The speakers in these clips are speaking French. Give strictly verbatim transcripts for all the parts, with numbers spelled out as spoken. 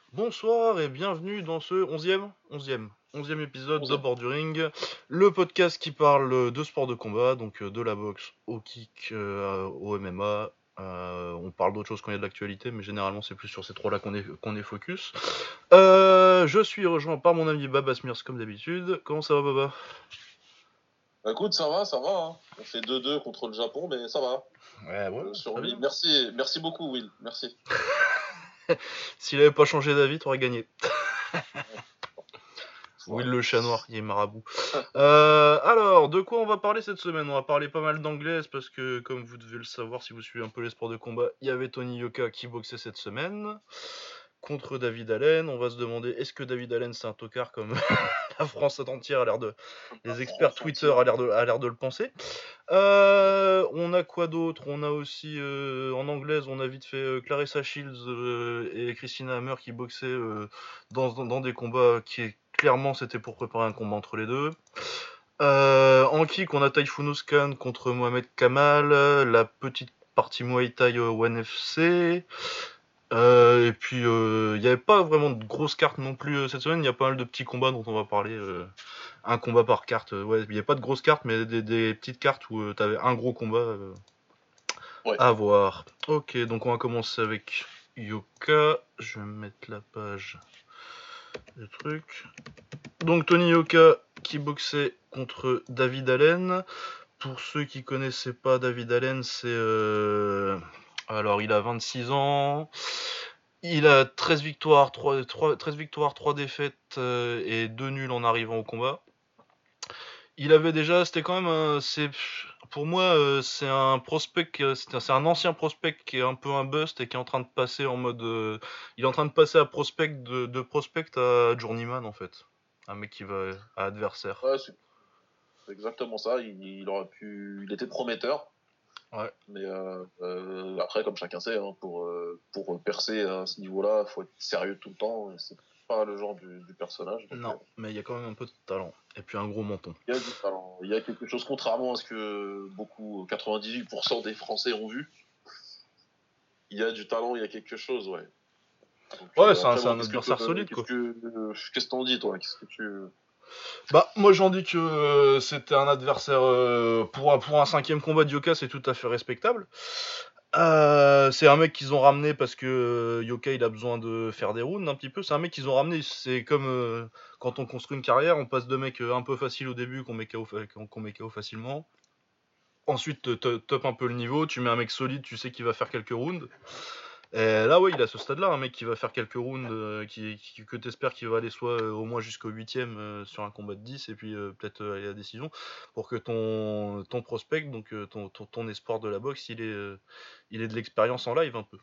Bonsoir et bienvenue dans ce onzième, onzième, onzième épisode de onzième. Bord du Ring, le podcast qui parle de sport de combat, donc euh, de la boxe au kick, euh, au M M A. Euh, on parle d'autres choses quand il y a de l'actualité, mais généralement c'est plus sur ces trois-là qu'on est, qu'on est focus. Euh, je suis rejoint par mon ami Baba Smears comme d'habitude. Comment ça va, Baba? Bah écoute, ça va, ça va. Hein. On fait deux deux contre le Japon, mais ça va. Ouais, ouais, On très survit. bien. Merci, merci beaucoup, Will. Merci. S'il avait pas changé d'avis, t'aurais gagné. Will Ouais. le chat noir, il est marabout. Euh, alors, de quoi on va parler cette semaine? On va parler pas mal d'anglaise parce que, comme vous devez le savoir si vous suivez un peu les sports de combat, il y avait Tony Yoka qui boxait cette semaine contre David Allen. On va se demander est-ce que David Allen c'est un tocard comme la France entière a l'air de, La les experts France Twitter entière. a l'air de, a l'air de le penser. Euh, on a quoi d'autre? On a aussi euh, en anglaise, on a vite fait euh, Clarissa Shields euh, et Christina Hammer qui boxaient euh, dans, dans, dans des combats qui clairement c'était pour préparer un combat entre les deux. Euh, en kick, on a Typhoon Khan contre Mohamed Kamal, la petite partie Muay Thai euh, One F C. Euh, et puis, il euh, n'y avait pas vraiment de grosses cartes non plus euh, cette semaine. Il y a pas mal de petits combats dont on va parler. Euh, un combat par carte. Euh, ouais, il n'y a pas de grosses cartes, mais des, des petites cartes où euh, tu avais un gros combat euh, Ouais. à voir. Ok, donc on va commencer avec Yoka. Je vais mettre la page de truc. Donc Tony Yoka qui boxait contre David Allen. Pour ceux qui connaissaient pas David Allen, c'est euh... alors il a vingt-six ans. Il a treize victoires, trois, trois, treize victoires, trois défaites euh, et deux nuls en arrivant au combat. Il avait déjà, c'était quand même un, c'est, pour moi, euh, c'est un prospect, c'est un, c'est un ancien prospect qui est un peu un bust et qui est en train de passer en mode, euh, il est en train de passer à prospect de, de prospect à journeyman en fait, un mec qui va à adversaire. Ouais, c'est c'est exactement ça. Il, il aurait pu. Il était prometteur, Ouais. mais euh, euh, après, comme chacun sait, hein, pour euh, pour percer à ce niveau-là, faut être sérieux tout le temps. Et c'est pas le genre du, du personnage. Donc, euh, Non, mais il y a quand même un peu de talent et puis un gros menton. il y a du talent. Il y a quelque chose, contrairement à ce que beaucoup, quatre-vingt-dix-huit pour cent des Français ont vu. Il y a du talent, il y a quelque chose, ouais. Donc, Ouais, euh, c'est un, après, c'est bon, un qu'est-ce que adversaire te- solide qu'est-ce quoi. que euh, qu'est-ce que t'en dis, toi? Qu'est-ce que tu Bah, moi j'en dis que euh, c'était un adversaire euh, pour, un- pour un cinquième combat de Yoka, c'est tout à fait respectable. Euh, c'est un mec qu'ils ont ramené parce que euh, Yoka il a besoin de faire des rounds un petit peu. C'est un mec qu'ils ont ramené. C'est comme euh, quand on construit une carrière, on passe de mecs euh, un peu faciles au début qu'on met K O, fa- qu'on qu'on met K O facilement. Ensuite, te- te- top un peu le niveau, tu mets un mec solide, tu sais qu'il va faire quelques rounds. Et là, ouais, il a ce stade-là, un mec qui va faire quelques rounds, euh, qui, qui- que t'espères qu'il va aller soit euh, au moins jusqu'au huitième euh, sur un combat de dix, et puis euh, peut-être euh, aller à la décision, pour que ton, ton prospect, donc euh, ton, ton, ton espoir de la boxe, il ait, euh, il ait de l'expérience en live un peu.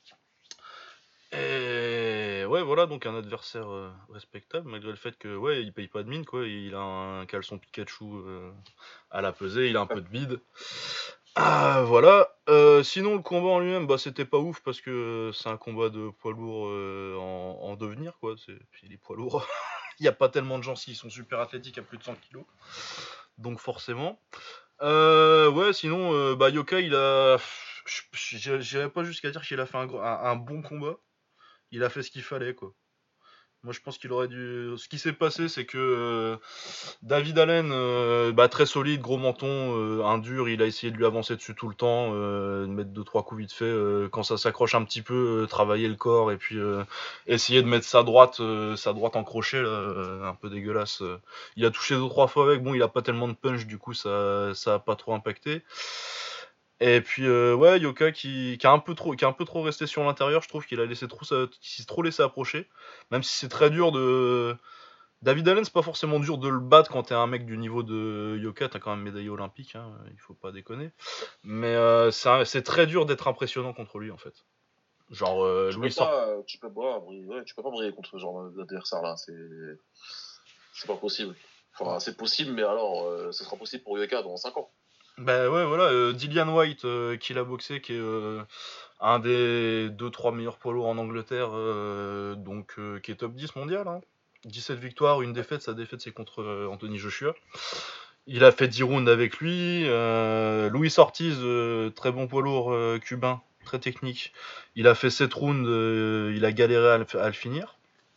Et ouais, voilà, donc un adversaire euh, respectable, malgré le fait que, ouais, il paye pas de mine, quoi. Il a un caleçon Pikachu euh, à la pesée, il a un peu de bide. Ah, voilà. Euh, sinon, le combat en lui-même, bah, c'était pas ouf parce que c'est un combat de poids lourd euh, en, en devenir, quoi. C'est... Puis les poids lourds, il n'y a pas tellement de gens qui sont super athlétiques à plus de cent kilos. Donc forcément. Euh, ouais, sinon, euh, bah, Yoka, il a. J'irais pas jusqu'à dire qu'il a fait un, un, un bon combat. Il a fait ce qu'il fallait, quoi. Moi, je pense qu'il aurait dû. Ce qui s'est passé, c'est que euh, David Allen, euh, bah, très solide, gros menton, euh, un dur, il a essayé de lui avancer dessus tout le temps, euh, de mettre deux trois coups vite fait. Euh, quand ça s'accroche un petit peu, euh, travailler le corps et puis euh, essayer de mettre sa droite, euh, sa droite en crochet, là, euh, un peu dégueulasse. euh. Il a touché deux trois fois avec. Bon, il a pas tellement de punch, du coup, ça, ça a pas trop impacté. Et puis euh, ouais, Yoka qui, qui a un peu trop, qui a un peu trop resté sur l'intérieur. Je trouve qu'il a laissé trop, ça, qu'il s'est trop laissé approcher. Même si c'est très dur de. David Allen, c'est pas forcément dur de le battre quand t'es un mec du niveau de Yoka. T'as quand même médaillé olympique, hein, il faut pas déconner. Mais euh, c'est, un- c'est très dur d'être impressionnant contre lui en fait. Genre euh, Tu peux Louis Sort. pas, tu peux pas briller, ouais, tu peux pas briller contre ce genre d'adversaire-là. C'est, c'est pas possible. Enfin, c'est possible, mais alors, euh, ce sera possible pour Yoka dans cinq ans. Bah ouais, voilà, euh, Dillian White euh, qui l'a boxé, qui est euh, un des deux trois meilleurs poids lourds en Angleterre, euh, donc euh, qui est top dix mondial. Hein. dix-sept victoires, une défaite. Sa défaite c'est contre euh, Anthony Joshua. Il a fait dix rounds avec lui. Euh, Luis Ortiz, euh, très bon poids lourd euh, cubain, très technique. Il a fait sept rounds, euh, il a galéré à le, à le finir.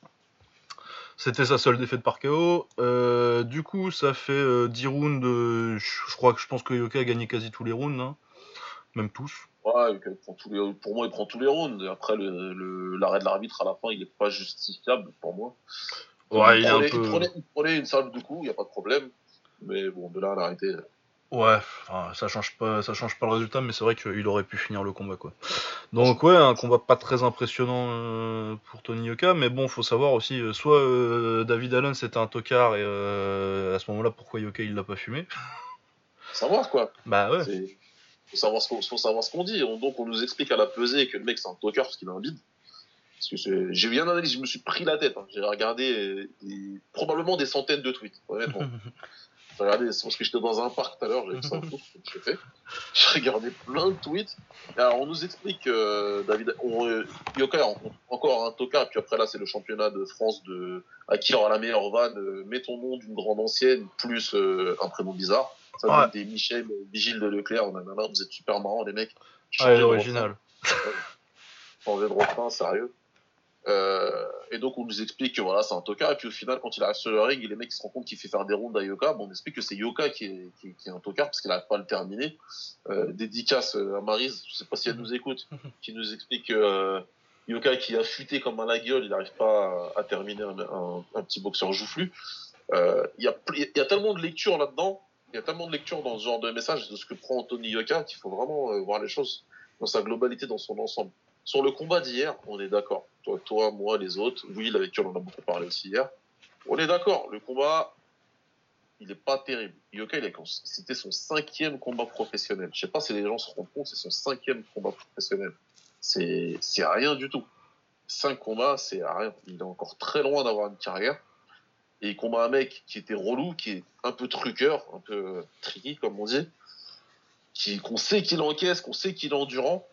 C'était sa seule défaite par K O. Euh, du coup, ça fait euh, dix rounds. Euh, je crois que je pense que Yoka a gagné quasi tous les rounds, hein, même tous. Ouais, il prend tous les, pour moi, il prend tous les rounds. Et après, le, le, l'arrêt de l'arbitre à la fin, il est pas justifiable pour moi. Ouais, il, il, prenait, est un peu... il, prenait, il prenait une salve de coups, il n'y a pas de problème. Mais bon, de là à l'arrêter. Ouais, enfin, ça change pas, ça change pas le résultat, mais c'est vrai qu'il aurait pu finir le combat, quoi. Donc ouais, un combat pas très impressionnant euh, pour Tony Yoka, mais bon, faut savoir aussi, euh, soit euh, David Allen c'était un tocard et euh, à ce moment-là, pourquoi Yoka il l'a pas fumé? Savoir quoi. Bah ouais. C'est... Faut savoir ce qu'on, faut savoir ce qu'on dit. On, donc on nous explique à la pesée que le mec c'est un toker parce qu'il a un bide. Parce que c'est... j'ai bien analysé, je me suis pris la tête. Hein. J'ai regardé euh, des... probablement des centaines de tweets, honnêtement. J'ai regardé, c'est parce que j'étais dans un parc tout à l'heure, j'avais que ça à foutre, comme j'ai fait. J'ai regardé plein de tweets. Et alors on nous explique, euh, David, on, euh, Yoka rencontre encore un toka, puis après là c'est le championnat de France de à qui aura la meilleure vanne. Euh, mets ton nom d'une grande ancienne plus euh, un prénom bizarre. Ça Ouais. donne des Michel, Vigile de Leclerc, nanana, vous êtes super marrants les mecs. Ouais, l'original. Changer de refrain, sérieux. Euh, et donc on nous explique que voilà c'est un toka et puis au final quand il arrive sur le ring et les mecs se rendent compte qu'il fait faire des rounds à Yoka, bon, on explique que c'est Yoka qui est, qui, qui est un toka parce qu'il n'arrive pas à le terminer. Euh, dédicace à Maryse, je sais pas si elle nous écoute, qui nous explique que euh, Yoka qui a fuité comme un la gueule, il n'arrive pas à, à terminer un, un, un petit boxeur joufflu. Il euh, y, a, y a tellement de lectures là-dedans, il y a tellement de lectures dans ce genre de message de ce que prend Anthony Yoka qu'il faut vraiment euh, voir les choses dans sa globalité, dans son ensemble. Sur le combat d'hier, on est d'accord. Toi, toi, moi, les autres. Will, avec qui on en a beaucoup parlé aussi hier. On est d'accord. Le combat, il est pas terrible. Yoka, il est, c'était son cinquième combat professionnel. Je sais pas si les gens se rendent compte, c'est son cinquième combat professionnel. C'est, c'est rien du tout. Cinq combats, c'est rien. Il est encore très loin d'avoir une carrière. Et il combat un mec qui était relou, qui est un peu truqueur, un peu tricky, comme on dit. Qui, qu'on sait qu'il encaisse, qu'on sait qu'il est endurant.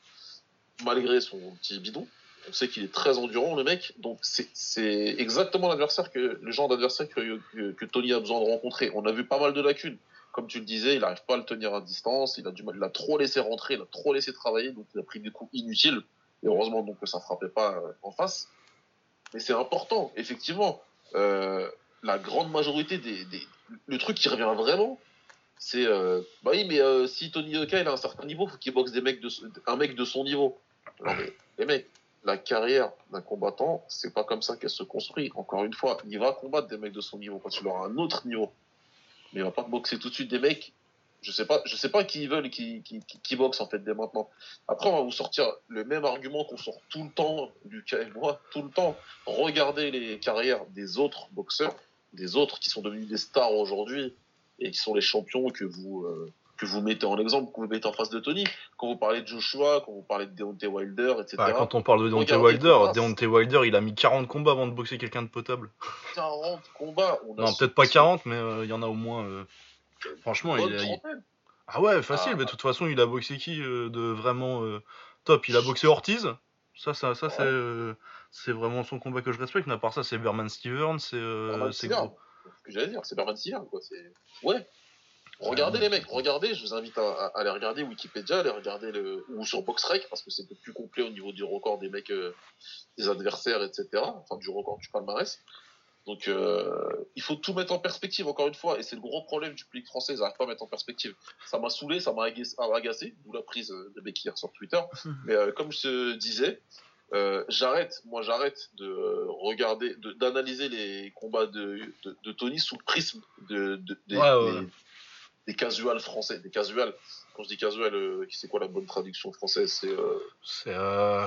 Malgré son petit bidon, on sait qu'il est très endurant le mec, donc c'est, c'est exactement l'adversaire que le genre d'adversaire que, que, que Tony a besoin de rencontrer. On a vu pas mal de lacunes, comme tu le disais, il n'arrive pas à le tenir à distance, il a du mal, il a trop laissé rentrer, il a trop laissé travailler, donc il a pris des coups inutiles. Et heureusement donc que ça frappait pas en face. Mais c'est important, effectivement. Euh, la grande majorité des, des, le truc qui revient vraiment, c'est euh, bah oui, mais euh, si Tony Yoka il a un certain niveau, faut qu'il boxe des mecs de un mec de son niveau. Non mais les mecs, la carrière d'un combattant, c'est pas comme ça qu'elle se construit. Encore une fois, il va combattre des mecs de son niveau quand il aura un autre niveau. Mais il va pas boxer tout de suite des mecs. Je sais pas, je sais pas qui ils veulent qui qui, qui, qui boxent en fait dès maintenant. Après, on va vous sortir le même argument qu'on sort tout le temps, Lucas et moi, tout le temps. Regardez les carrières des autres boxeurs, des autres qui sont devenus des stars aujourd'hui et qui sont les champions que vous euh, que vous mettez en exemple, que vous mettez en face de Tony. Quand vous parlez de Joshua, quand vous parlez de Deontay Wilder, et cetera. Bah, quand on parle de Deontay Wilder, Deontay Wilder, il a mis quarante combats avant de boxer quelqu'un de potable. quarante combats. On a non, peut-être pas quarante, mais il euh, y en a au moins. Euh... Franchement, il a. Il... Ah ouais, facile. Ah, mais de toute façon, il a boxé qui euh, de vraiment euh, top? Il a boxé Ortiz. Ça, ça, ça, ouais. c'est, euh, c'est vraiment son combat que je respecte. Mais à part ça, c'est Berman Stevens, c'est, euh, c'est gros. Ce que j'allais dire, c'est Berman Stevens, quoi. C'est... Ouais. Regardez les mecs, regardez, je vous invite à, à aller regarder Wikipédia, aller regarder le, ou sur BoxRec, parce que c'est le plus complet au niveau du record des mecs, euh, des adversaires, et cetera. Enfin, du record du palmarès. Donc, euh, il faut tout mettre en perspective, encore une fois, et c'est le gros problème du public français, ils n'arrivent pas à mettre en perspective. Ça m'a saoulé, ça m'a agacé, d'où la prise de Becky hier sur Twitter. Mais euh, comme je te disais, euh, j'arrête, moi j'arrête de regarder, de, d'analyser les combats de, de, de Tony sous le prisme de, de, des, ouais, ouais. Des, des casuals français, des casuals. Quand je dis casual, euh, c'est quoi la bonne traduction française? C'est. Euh... C'est. Euh...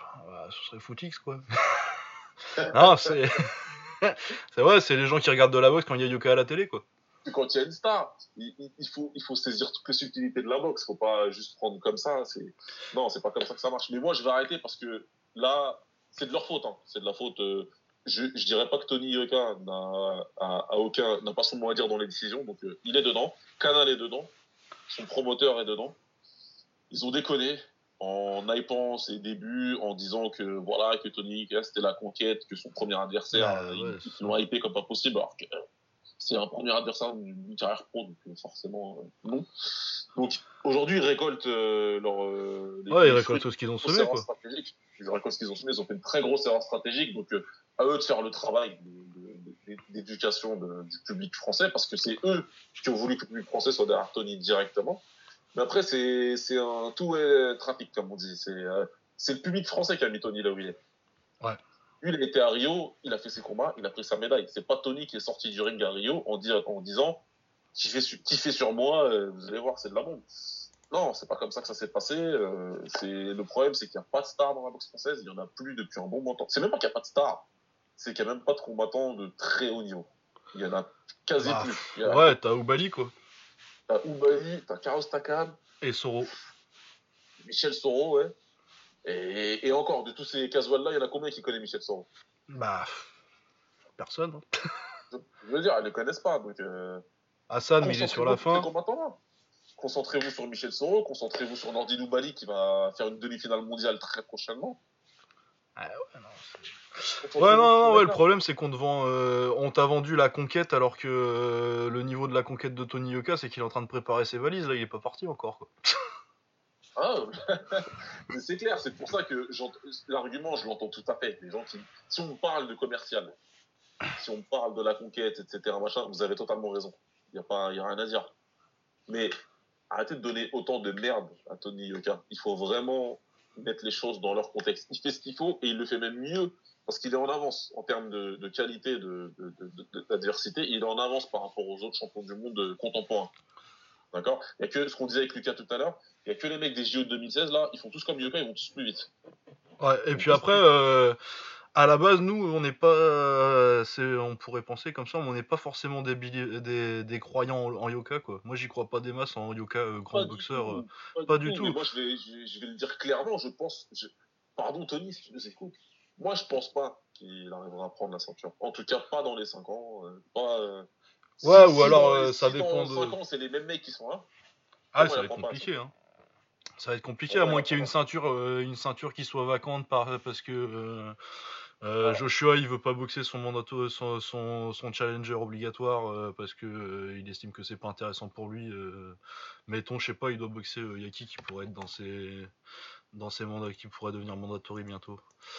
Ce serait footix, quoi. non, c'est. c'est vrai, c'est les gens qui regardent de la boxe quand il y a Yoka à la télé, quoi. Quand il y a une star, il, il, faut, il faut saisir toutes les subtilités de la boxe. Faut pas juste prendre comme ça. C'est... Non, c'est pas comme ça que ça marche. Mais moi, je vais arrêter parce que là, c'est de leur faute. Hein. C'est de la faute. Euh... Je, je dirais pas que Tony Yoka n'a, a, a aucun, n'a pas son mot à dire dans les décisions. Donc, euh, il est dedans. Canal est dedans. Son promoteur est dedans. Ils ont déconné en hypant ses débuts, en disant que voilà, que Tony Yoka c'était la conquête, que son premier adversaire, bah, ouais, ils, ils l'ont hypé comme pas possible. Alors que, c'est un premier adversaire d'une carrière pro, donc euh, forcément, euh, non. Donc aujourd'hui, ils récoltent euh, leur, euh, les, Ouais, ils les récoltent fruits tout ce qu'ils ont de semé, erreurs quoi. stratégiques. Ils récoltent ce qu'ils ont semé, ils ont fait une très grosse erreur stratégique, donc euh, à eux de faire le travail de, de, d'éducation de, du public français, parce que c'est eux qui ont voulu que le public français soit derrière Tony directement. Mais après, c'est, c'est un tout est trafic, comme on dit. C'est, euh, c'est le public français qui a mis Tony là où il est. Ouais. Lui, il était à Rio, il a fait ses combats, il a pris sa médaille. C'est pas Tony qui est sorti du ring à Rio en, dire, en disant kiffez sur, sur moi, euh, vous allez voir, c'est de la bombe. Non, c'est pas comme ça que ça s'est passé. Euh, c'est, le problème, c'est qu'il n'y a pas de star dans la boxe française, il y en a plus depuis un bon moment. C'est même pas qu'il n'y a pas de star, c'est qu'il n'y a même pas de combattants de très haut niveau. Il y en a quasi Bah, plus. pff, Il y a, ouais, t'as Oubali, quoi. T'as Oubaali, t'as Carlos Takam, Et Soro. Michel Soro, ouais. Et, et encore, de tous ces casuals-là, il y en a combien qui connaissent Michel Soro? Bah, pff, personne. Hein. je, je veux dire, ils ne le connaissent pas. Donc, euh, Hassan, mais il est sur la concentrez-vous sur ces fin. combattants-là. Concentrez-vous sur Michel Soro, concentrez-vous sur Nordin Oubaali qui va faire une demi-finale mondiale très prochainement. Ah ouais, non, c'est... Ouais, non, non, ouais, le problème c'est qu'on te vend, euh, on t'a vendu la conquête alors que euh, le niveau de la conquête de Tony Yoka, c'est qu'il est en train de préparer ses valises, là, il est pas parti encore, quoi. Ah, mais c'est clair, c'est pour ça que l'argument, je l'entends tout à fait. Les gens qui, si on parle de commercial, si on parle de la conquête, et cetera, machin, vous avez totalement raison. Il n'y a pas, il y a rien à dire. Mais arrêtez de donner autant de merde à Tony Yoka. Il faut vraiment mettre les choses dans leur contexte. Il fait ce qu'il faut et il le fait même mieux parce qu'il est en avance en termes de, de qualité, de, de, de, de, d'adversité. Il est en avance par rapport aux autres champions du monde contemporains. D'accord? Il y a que ce qu'on disait avec Lucas tout à l'heure. Il y a que les mecs des J O de deux mille seize là, ils font tous comme Yoka, ils vont tous plus vite. Ouais, et puis après, euh, à la base, nous, on n'est pas, euh, c'est, on pourrait penser comme ça, mais on n'est pas forcément des, des, des croyants en, en Yoka, quoi. Moi, j'y crois pas des masses en Yoka, euh, grand Pas du boxeur, euh, tout. Pas, pas du, du tout. Mais tout. moi, je vais, je, je vais le dire clairement. Je pense. Je... Pardon, Tony, si tu nous écoutes. Moi, je pense pas qu'il arrivera à prendre la ceinture. En tout cas, pas dans les cinq ans. Euh, pas, euh... Ouais, Si, ou si alors, dans, les, euh, ça si dépend dans de. cinq ans, c'est les mêmes mecs qui sont là, Ah, pour moi, ça il va la être prend pas la compliqué, ceinture. hein. Ça va être compliqué, Pour à moi, il moins la qu'il y ait prend une pas. ceinture, euh, une ceinture qui soit vacante par, parce que euh, euh, Voilà. Joshua il veut pas boxer son mandato, son, son, son challenger obligatoire euh, parce que euh, il estime que c'est pas intéressant pour lui. Euh, mettons, je sais pas, il doit boxer. Il euh, y a qui qui pourrait être dans ses dans ses mandats, qui pourrait devenir mandatory bientôt.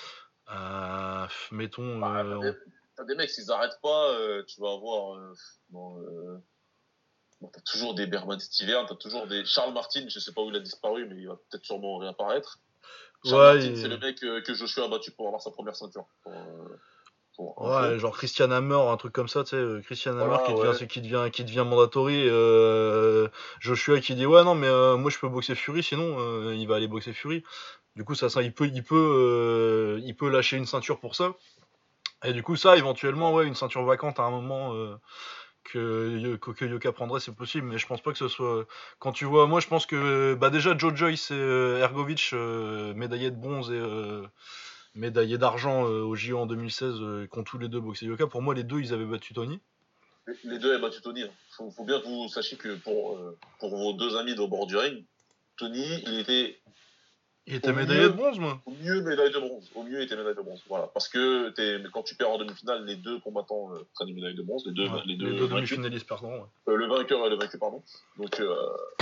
Euh, mettons. Bah, Euh, t'as, on... des, t'as des mecs, s'ils arrêtent pas, euh, tu vas avoir. Euh, bon, euh, bon, t'as toujours des Berman Stiverne, t'as toujours des. Charles Martin, je sais pas où il a disparu, mais il va peut-être sûrement réapparaître. Charles Ouais, Martin, il... c'est le mec euh, que Joshua a battu pour avoir sa première ceinture. Pour, euh, pour ouais, info. genre Christian Hammer, un truc comme ça, tu sais, euh, Christian Hammer Voilà, qui devient, ouais. qui devient, qui devient mandatory, euh, Joshua qui dit ouais non mais euh, moi je peux boxer Fury, sinon euh, il va aller boxer Fury. Du coup ça, ça il peut, il peut, euh, il peut lâcher une ceinture pour ça. Et du coup ça éventuellement ouais une ceinture vacante à un moment euh, que, que, que Yoka prendrait c'est possible, mais je pense pas que ce soit. Quand tu vois, moi je pense que bah déjà Joe Joyce et euh, Ergovic euh, médaillés de bronze et euh, médaillés d'argent euh, au J O en deux mille seize, euh, qui ont tous les deux boxé Yoka. Pour moi, les deux, ils avaient battu Tony. Les deux avaient battu Tony. Il faut, faut, bien que vous sachiez que pour, euh, pour vos deux amis au bord du ring, Tony, il était. Il était Au médaillé de mieux, bronze, moi. au mieux médaille de bronze. Au mieux, il était médaille de bronze. Voilà. Parce que t'es, quand tu perds en demi-finale, les deux combattants euh, prennent une médaille de bronze. Les deux, Ouais, les deux, les deux vaincus. demi-finalistes, pardon. Ouais. Euh, le vainqueur et le vaincu, pardon. Donc, euh,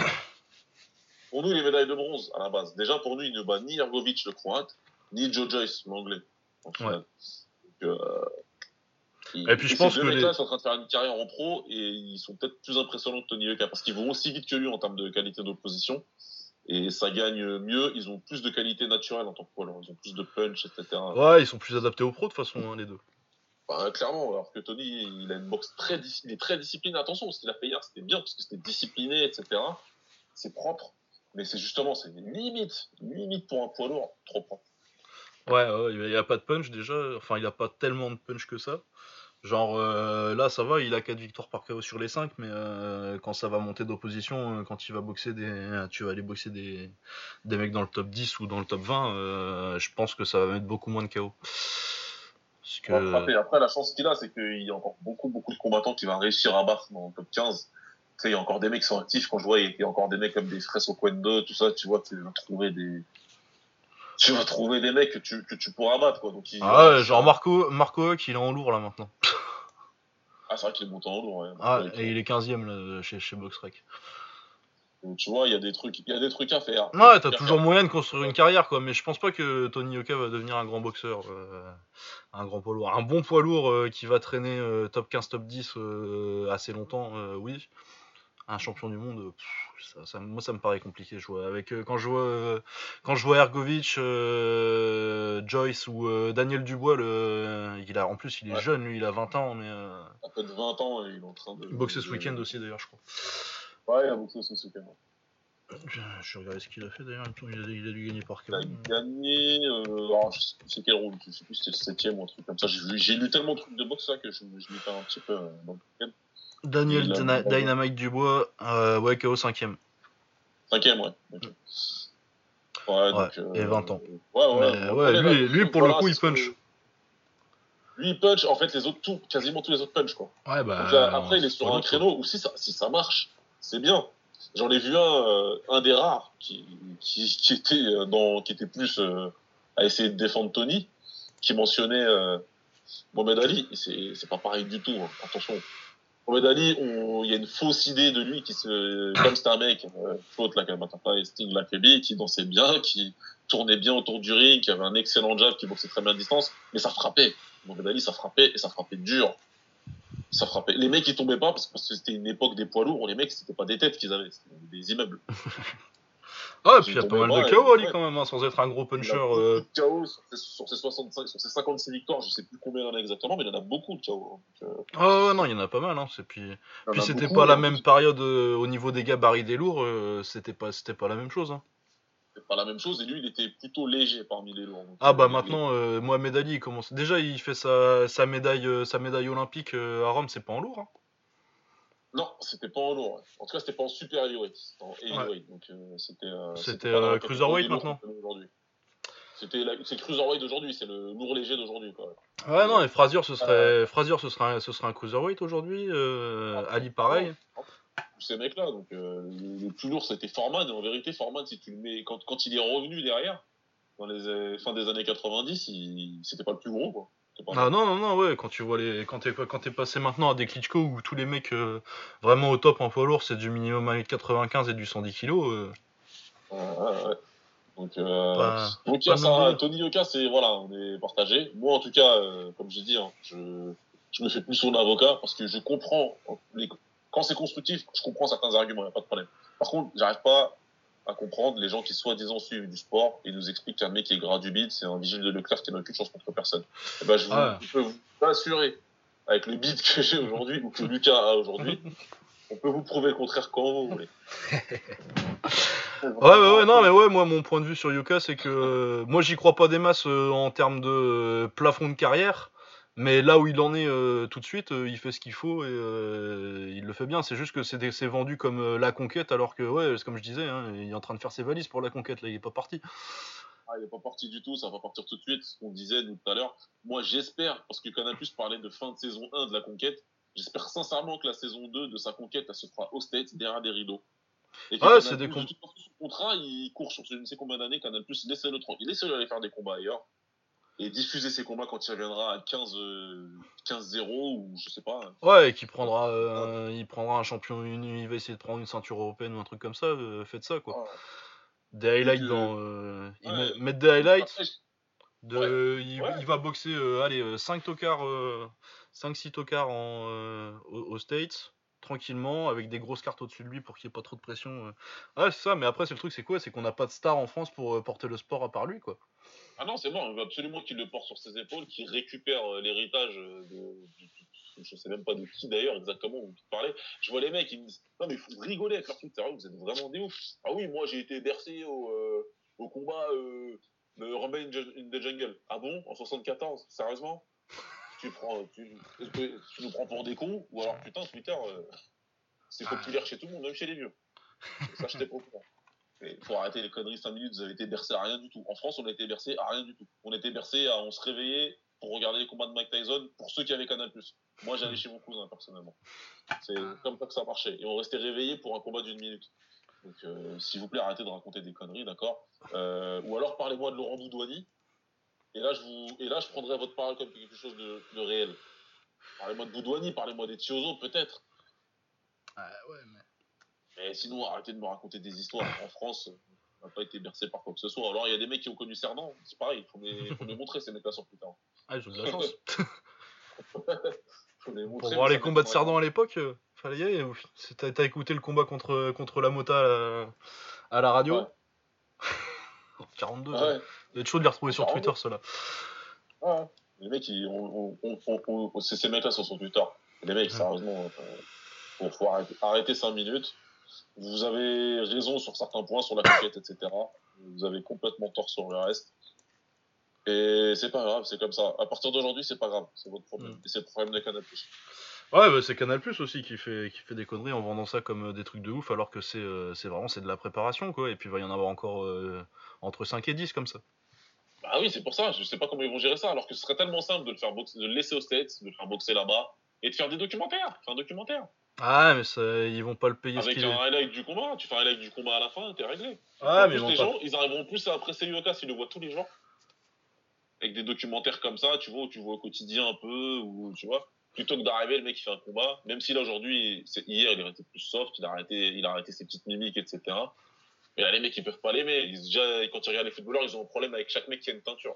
pour nous, les médailles de bronze, à la base. Déjà, pour nous, il ne bat ni Ergovic, le croate, ni Joe Joyce, l'anglais. En finale. Ouais. Donc, euh, Et, et puis, je et pense ces deux que mecs-là les. sont en train de faire une carrière en pro et ils sont peut-être plus impressionnants que Tony Yoka parce qu'ils vont aussi vite que lui en termes de qualité d'opposition. Et ça gagne mieux, ils ont plus de qualité naturelle en tant que poids lourd, ils ont plus de punch, et cetera. Ouais, ils sont plus adaptés aux pros, de toute façon, hein, les deux. Bah, clairement, alors que Tony, il a une boxe très, il est très discipliné. Attention, ce qu'il a fait hier, c'était bien parce que c'était discipliné, et cetera. C'est propre, mais c'est justement, c'est limite, limite pour un poids lourd, trop propre. Ouais, ouais, il n'y a pas de punch déjà. Enfin, il a pas tellement de punch que ça. Genre euh, là, ça va, il a quatre victoires par K O sur les cinq, mais euh, quand ça va monter d'opposition, euh, quand il va boxer des. Tu vas aller boxer des, des mecs dans le top dix ou dans le top vingt, euh, je pense que ça va mettre beaucoup moins de K O. Parce que... Après, la chance qu'il a, c'est qu'il y a encore beaucoup, beaucoup de combattants qui vont réussir à battre dans le top quinze. Tu sais, il y a encore des mecs qui sont actifs. Quand je vois, il y a encore des mecs comme des Fresso Quendo, tout ça, tu vois, tu vas trouver des, tu vas trouver des mecs que tu, que tu pourras battre, quoi. Donc, il ah ouais, genre Marco, Marco Huck, il est en lourd là maintenant. Ah, c'est vrai qu'il est monté en lourd, ouais. Ah, Donc, et il est quinzième là, chez, chez BoxRec. donc, tu vois, il y a des trucs, il y a des trucs à faire. Ouais, t'as À toujours faire. moyen de construire une carrière, quoi, mais je pense pas que Tony Yoka va devenir un grand boxeur, euh, un grand poids lourd. Un bon poids lourd euh, qui va traîner euh, top quinze, top dix euh, assez longtemps, euh, oui. Un champion du monde, pff, ça, ça, moi ça me paraît compliqué. Je vois. Avec, euh, quand, je vois, euh, quand je vois Ergovic, euh, Joyce ou euh, Daniel Dubois, le, il a, en plus il est Ouais. jeune, lui il a vingt ans, mais euh, À peu de vingt ans, il est en train de. boxé ce de... week-end aussi d'ailleurs, je crois. Ouais, il a boxé aussi ce week-end. Je, je regardais ce qu'il a fait d'ailleurs, il a, il a dû gagner par K O. Il a gagné, euh, alors, je sais plus c'est quel round, je sais plus si c'était le septième ou un truc comme ça. J'ai, vu, j'ai lu tellement de trucs de boxe là que je, je m'y perds un petit peu euh, dans le week-end. Daniel Il a, Dyna- il a... Dynamite Dubois, euh, ouais, K O cinquième. Cinquième, ouais. Okay. Ouais, Ouais, donc. Euh, et vingt ans. ouais, ouais, Mais ouais. ouais, On est lui, lui pour voilà, le coup il c'est ce punch. que... Lui, il punch, en fait, les autres, tout, quasiment tous les autres punch, quoi. Ouais, bah. Donc là, après, il est sur un l'autre, créneau où si ça, si ça marche, c'est bien. J'en ai vu un, euh, un des rares qui, qui, qui était dans, qui était plus euh, à essayer de défendre Tony, qui mentionnait euh, Mohamed Ali. Et c'est, c'est pas pareil du tout. Hein. Attention. Mohamed Ali, il y a une fausse idée de lui qui se, comme c'est un mec, euh, faute la Kamatata et Sting Lakebi, qui dansait bien, qui tournait bien autour du ring, qui avait un excellent jab, qui boxait très bien à distance, mais ça frappait. Mohamed Ali, ça frappait et ça frappait dur. Ça frappait. Les mecs, ils tombaient pas parce que c'était une époque des poids lourds. Les mecs, c'était pas des têtes qu'ils avaient, c'était des immeubles. Ah, et Ils puis il y a pas tombaient mal de pas K O et, Ali ouais, quand même, hein, sans être un gros il a puncher. beaucoup Euh... de K O sur ses, sur ses soixante-cinq, sur ses cinquante-six victoires. Je sais plus combien il en a exactement, mais il en a beaucoup de K O. Donc, euh, Ah ouais, non, il y en a pas mal. Hein. C'est puis, il en puis a c'était beaucoup. pas Et la en même plus, période euh, au niveau des gabarits des lourds. Euh, c'était pas, c'était pas la même chose. Hein. c'est pas la même chose. Et lui, il était plutôt léger parmi les lourds. Donc, Ah euh, bah les, les... maintenant, euh, Mohamed Ali, il commence. Déjà, il fait sa, sa médaille, euh, sa médaille olympique euh, à Rome. C'est pas en lourd. Hein. Non, c'était pas en lourd. Ouais. En tout cas, c'était pas en super heavyweight. C'était en Ouais. heavyweight. Donc, euh, c'était, euh, C'était c'était pas dans euh, la catégorie cruiserweight des lourds qu'on maintenant. connaît aujourd'hui. C'était la, c'est le cruiserweight d'aujourd'hui. C'est le lourd léger d'aujourd'hui, quoi. Ouais, non, et Cruiserweight. Frazier, ce Euh, serait, Frazier, ce serait, un, ce serait un cruiserweight aujourd'hui. Euh, Ali, pareil. tous ces mecs-là. Donc, euh, le, le plus lourd, c'était Foreman. Et en vérité, Foreman, si tu le mets, quand, quand il est revenu derrière, dans les euh, fin des années quatre-vingt-dix, il, c'était pas le plus gros, quoi. C'était pas Ah mal. non, non, non, ouais, quand tu vois les. Quand t'es, quand t'es passé maintenant à des Klitschko où tous les mecs euh, vraiment au top en poids lourd, c'est du minimum un mètre quatre-vingt-quinze et du cent dix kilos. Euh, Ouais, ouais, ouais. Donc, euh, pas, donc il y pas a le même ça. délire. Tony Yoka, c'est voilà, on est partagé. Moi, en tout cas, euh, comme j'ai dit, hein, je, je me fais plus son avocat parce que je comprends les, quand c'est constructif, je comprends certains arguments, y a pas de problème. Par contre, j'arrive pas à comprendre les gens qui soi-disant suivent du sport et nous expliquent qu'un mec qui est gras du bide, c'est un vigile de Leclerc qui n'a aucune chance contre personne. Et ben, je, vous, Ah, je peux vous assurer, avec le bide que j'ai aujourd'hui ou que Lucas a aujourd'hui, on peut vous prouver le contraire quand vous voulez. ouais, ouais, ouais, non, mais ouais, moi, mon point de vue sur Yuka, c'est que euh, moi, j'y crois pas des masses euh, en termes de euh, plafond de carrière. Mais là où il en est euh, tout de suite, euh, il fait ce qu'il faut et euh, il le fait bien. C'est juste que c'est, des- c'est vendu comme euh, la conquête, alors que, ouais, c'est comme je disais, hein, il est en train de faire ses valises pour la conquête, là, il est pas parti. Ah, il est pas parti du tout, ça va partir tout de suite, ce qu'on disait nous tout à l'heure. Moi, j'espère, parce que Canal+ parlait de fin de saison un de la conquête, j'espère sincèrement que la saison deux de sa conquête, elle se fera au States, derrière des rideaux. Et que Ouais, c'est Canal+, des de com- toute façon, son contrat, il court sur je ne sais combien d'années, Canal+, laissez-le tranquille, laissez-le aller faire des combats ailleurs, et diffuser ses combats quand il reviendra à quinze, euh, quinze zéro, ou je sais pas. Ouais, et qui prendra, euh, il prendra un champion, une, il va essayer de prendre une ceinture européenne ou un truc comme ça. Euh, faites ça, quoi. Ah, Des vu highlights que, dans, euh, il met, ouais, mettre des highlights. après, je- ouais, De, il, ouais, il va boxer euh, allez, euh, cinq tocards, euh, cinq six tocards en, euh, aux, aux States, tranquillement, avec des grosses cartes au-dessus de lui pour qu'il n'y ait pas trop de pression. euh. Ouais, c'est ça, mais après, c'est le truc, c'est quoi? C'est qu'on n'a pas de star en France pour euh, porter le sport à part lui, quoi. ah non, c'est bon, on veut absolument qu'il le porte sur ses épaules, qu'il récupère euh, l'héritage euh, de, de, de- je sais même pas de qui d'ailleurs exactement vous parlez. Je vois les mecs, ils me disent, non mais faut rigoler avec leur truc, sérieux, vous êtes vraiment des ouf. Ah oui, moi j'ai été bercé au, euh, au combat euh, de Rumble in, Ju- in the Jungle. Ah bon, en soixante-quatorze, sérieusement? Tu prends, tu, est-ce que tu nous prends pour des cons? Ou alors putain, Twitter, euh, c'est populaire chez tout le monde, même chez les vieux. Ça, j'étais pas au courant. Il faut arrêter les conneries, cinq minutes, vous avez été bercé à rien du tout. En France, on a été bercé à rien du tout. On était bercé à, on se réveillait pour regarder les combats de Mike Tyson pour ceux qui avaient Canal+. Moi, j'allais chez mon cousin, personnellement. C'est comme ça que ça marchait. Et on restait réveillé pour un combat d'une minute. Donc, euh, s'il vous plaît, arrêtez de raconter des conneries, d'accord euh, Ou alors, parlez-moi de Laurent Doudouani. Et là, je vous, et là, je prendrai votre parole comme quelque chose de, de réel. Parlez-moi de Boudouani, parlez-moi des Tiozo, peut-être. Ah ouais, mais. Mais sinon, arrêtez de me raconter des histoires. En France, on n'a pas été bercé par quoi que ce soit. Alors, il y a des mecs qui ont connu Cerdan, c'est pareil, il faut me, faut me montrer ces mecs-là sur Twitter. Ah, ils ont de la chance. Faut les Pour montrer, voir mais les ça combats de m'étonnerait Cerdan pas. à l'époque, euh, fallait y aller. C'est- T'as t'as écouté le combat contre, contre la Mota à, à la Ouais, radio en quarante-deux. ouais, euh. ouais. Ça va être chaud de les retrouver En sur Twitter, quarante-deux. ceux-là. Ouais, ouais. Les mecs, ils, on, on, on, on- on- c'est ces mecs-là sur son Twitter. Les mecs, Ouais. sérieusement, euh, faut, faut arrêter, arrêter cinq minutes. Vous avez raison sur certains points, sur la conquête, et cetera. Vous avez complètement tort sur le reste. Et c'est pas grave, c'est comme ça. À partir d'aujourd'hui, c'est pas grave. C'est votre problème. Mm. Et c'est le problème de Canal+. Ouais, bah, c'est Canal Plus aussi qui fait, qui fait des conneries en vendant ça comme euh, des trucs de ouf, alors que c'est euh, c'est vraiment c'est de la préparation, quoi. Et puis il va y en avoir encore euh, entre cinq et dix comme ça. Bah oui, c'est pour ça. Je sais pas comment ils vont gérer ça. Alors que ce serait tellement simple de le faire boxer, de le laisser aux States, de le faire boxer là-bas, et de faire des documentaires. Faire un documentaire. Ah, mais ça, ils vont pas le payer ce Avec qu'il un est. highlight du combat. Tu fais un highlight du combat à la fin, t'es réglé. Et puis Ah, en mais ils plus, vont les pas. gens, ils arriveront plus à apprécier Yoka s'ils le voient tous les jours. Avec des documentaires comme ça, tu vois, où tu vois au quotidien un peu, ou tu vois. Plutôt que d'arriver, le mec il fait un combat, même si là aujourd'hui, c'est, hier il est resté plus soft, il a arrêté, il a arrêté ses petites mimiques, et cetera. Mais là, les mecs ils peuvent pas l'aimer. Ils, déjà, quand ils regardent les footballeurs, ils ont un problème avec chaque mec qui a une teinture.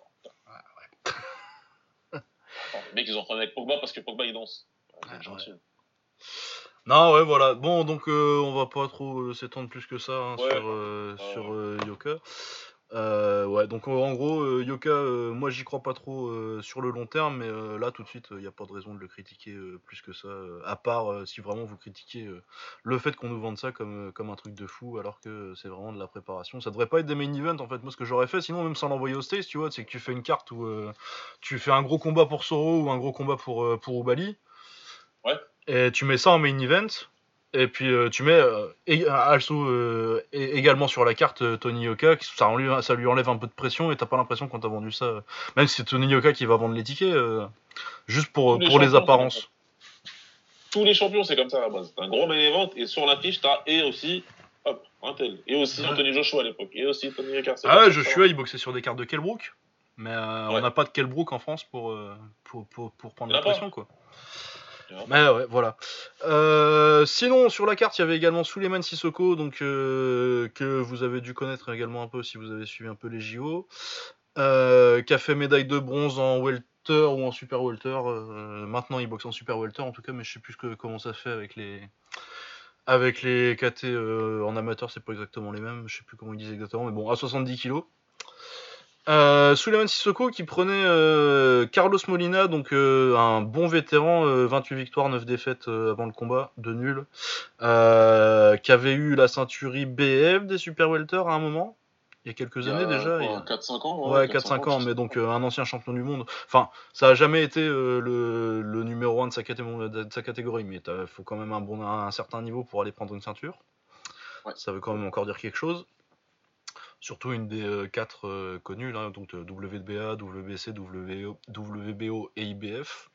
Attends, les mecs ils ont un problème avec Pogba parce que Pogba il danse. Ah, Ah, gentil. ouais. Non, ouais, voilà. Bon, donc euh, on va pas trop euh, s'étendre plus que ça hein, Ouais. sur, euh, Ah, sur ouais. euh, Yoka. Euh, ouais, donc en gros, euh, Yoka, euh, moi j'y crois pas trop euh, sur le long terme, mais euh, là tout de suite, il n'y a pas de raison de le critiquer euh, plus que ça, euh, à part euh, si vraiment vous critiquez euh, le fait qu'on nous vende ça comme, euh, comme un truc de fou, alors que c'est vraiment de la préparation. Ça devrait pas être des main events en fait. Moi, ce que j'aurais fait, sinon, même sans l'envoyer au States, tu vois, c'est que tu fais une carte où euh, tu fais un gros combat pour Soro ou un gros combat pour, euh, pour Ubali, Ouais. et tu mets ça en main event. Et puis euh, tu mets euh, et, also, euh, et- également sur la carte euh, Tony Yoka, ça, lui, ça lui enlève un peu de pression et t'as pas l'impression quand t'as vendu ça, euh, même si c'est Tony Yoka qui va vendre les tickets, euh, juste Tous pour, les pour les champions, c'est comme ça. apparences. Tous les champions, c'est comme ça à la base. T'as un gros main event et sur l'affiche, t'as et aussi, hop, un tel. Et aussi Ouais. Anthony Joshua à l'époque. Et aussi Tony Yoka. Ah ouais, Joshua il boxait sur des cartes de Kelbrook, mais euh, Ouais. on n'a pas de Kelbrook en France pour, euh, pour, pour, pour prendre Il y en la a pas. pression quoi. Il y en a Mais pas. ouais, voilà. Euh, sinon, sur la carte, il y avait également Souleymane Sissoko, donc euh, que vous avez dû connaître également un peu si vous avez suivi un peu les J O. Euh, qui a fait médaille de bronze en welter ou en super welter. Euh, maintenant, il boxe en super welter en tout cas, mais je sais plus que, comment ça se fait avec les avec les K T euh, en amateur, c'est pas exactement les mêmes. Je sais plus comment ils disent exactement, mais bon, à soixante-dix kilos. Euh, Souleymane Sissoko qui prenait euh, Carlos Molina, donc euh, un bon vétéran, euh, vingt-huit victoires, neuf défaites euh, avant le combat, de nul, euh, qui avait eu la ceinture B F des super welter à un moment, il y a quelques Il y années a déjà. quoi, quatre cinq ans, ouais, Ouais, quatre quatre cinq cinq ans, ans, je sais mais donc pas. euh, un ancien champion du monde. Enfin, ça a jamais été euh, le, le numéro un de sa, catégorie, de sa catégorie, mais il faut quand même un, bon, un certain niveau pour aller prendre une ceinture. Ouais. Ça veut quand même encore dire quelque chose. Surtout une des euh, quatre euh, connues, là, donc euh, W B A, W B C, W B O et I B F.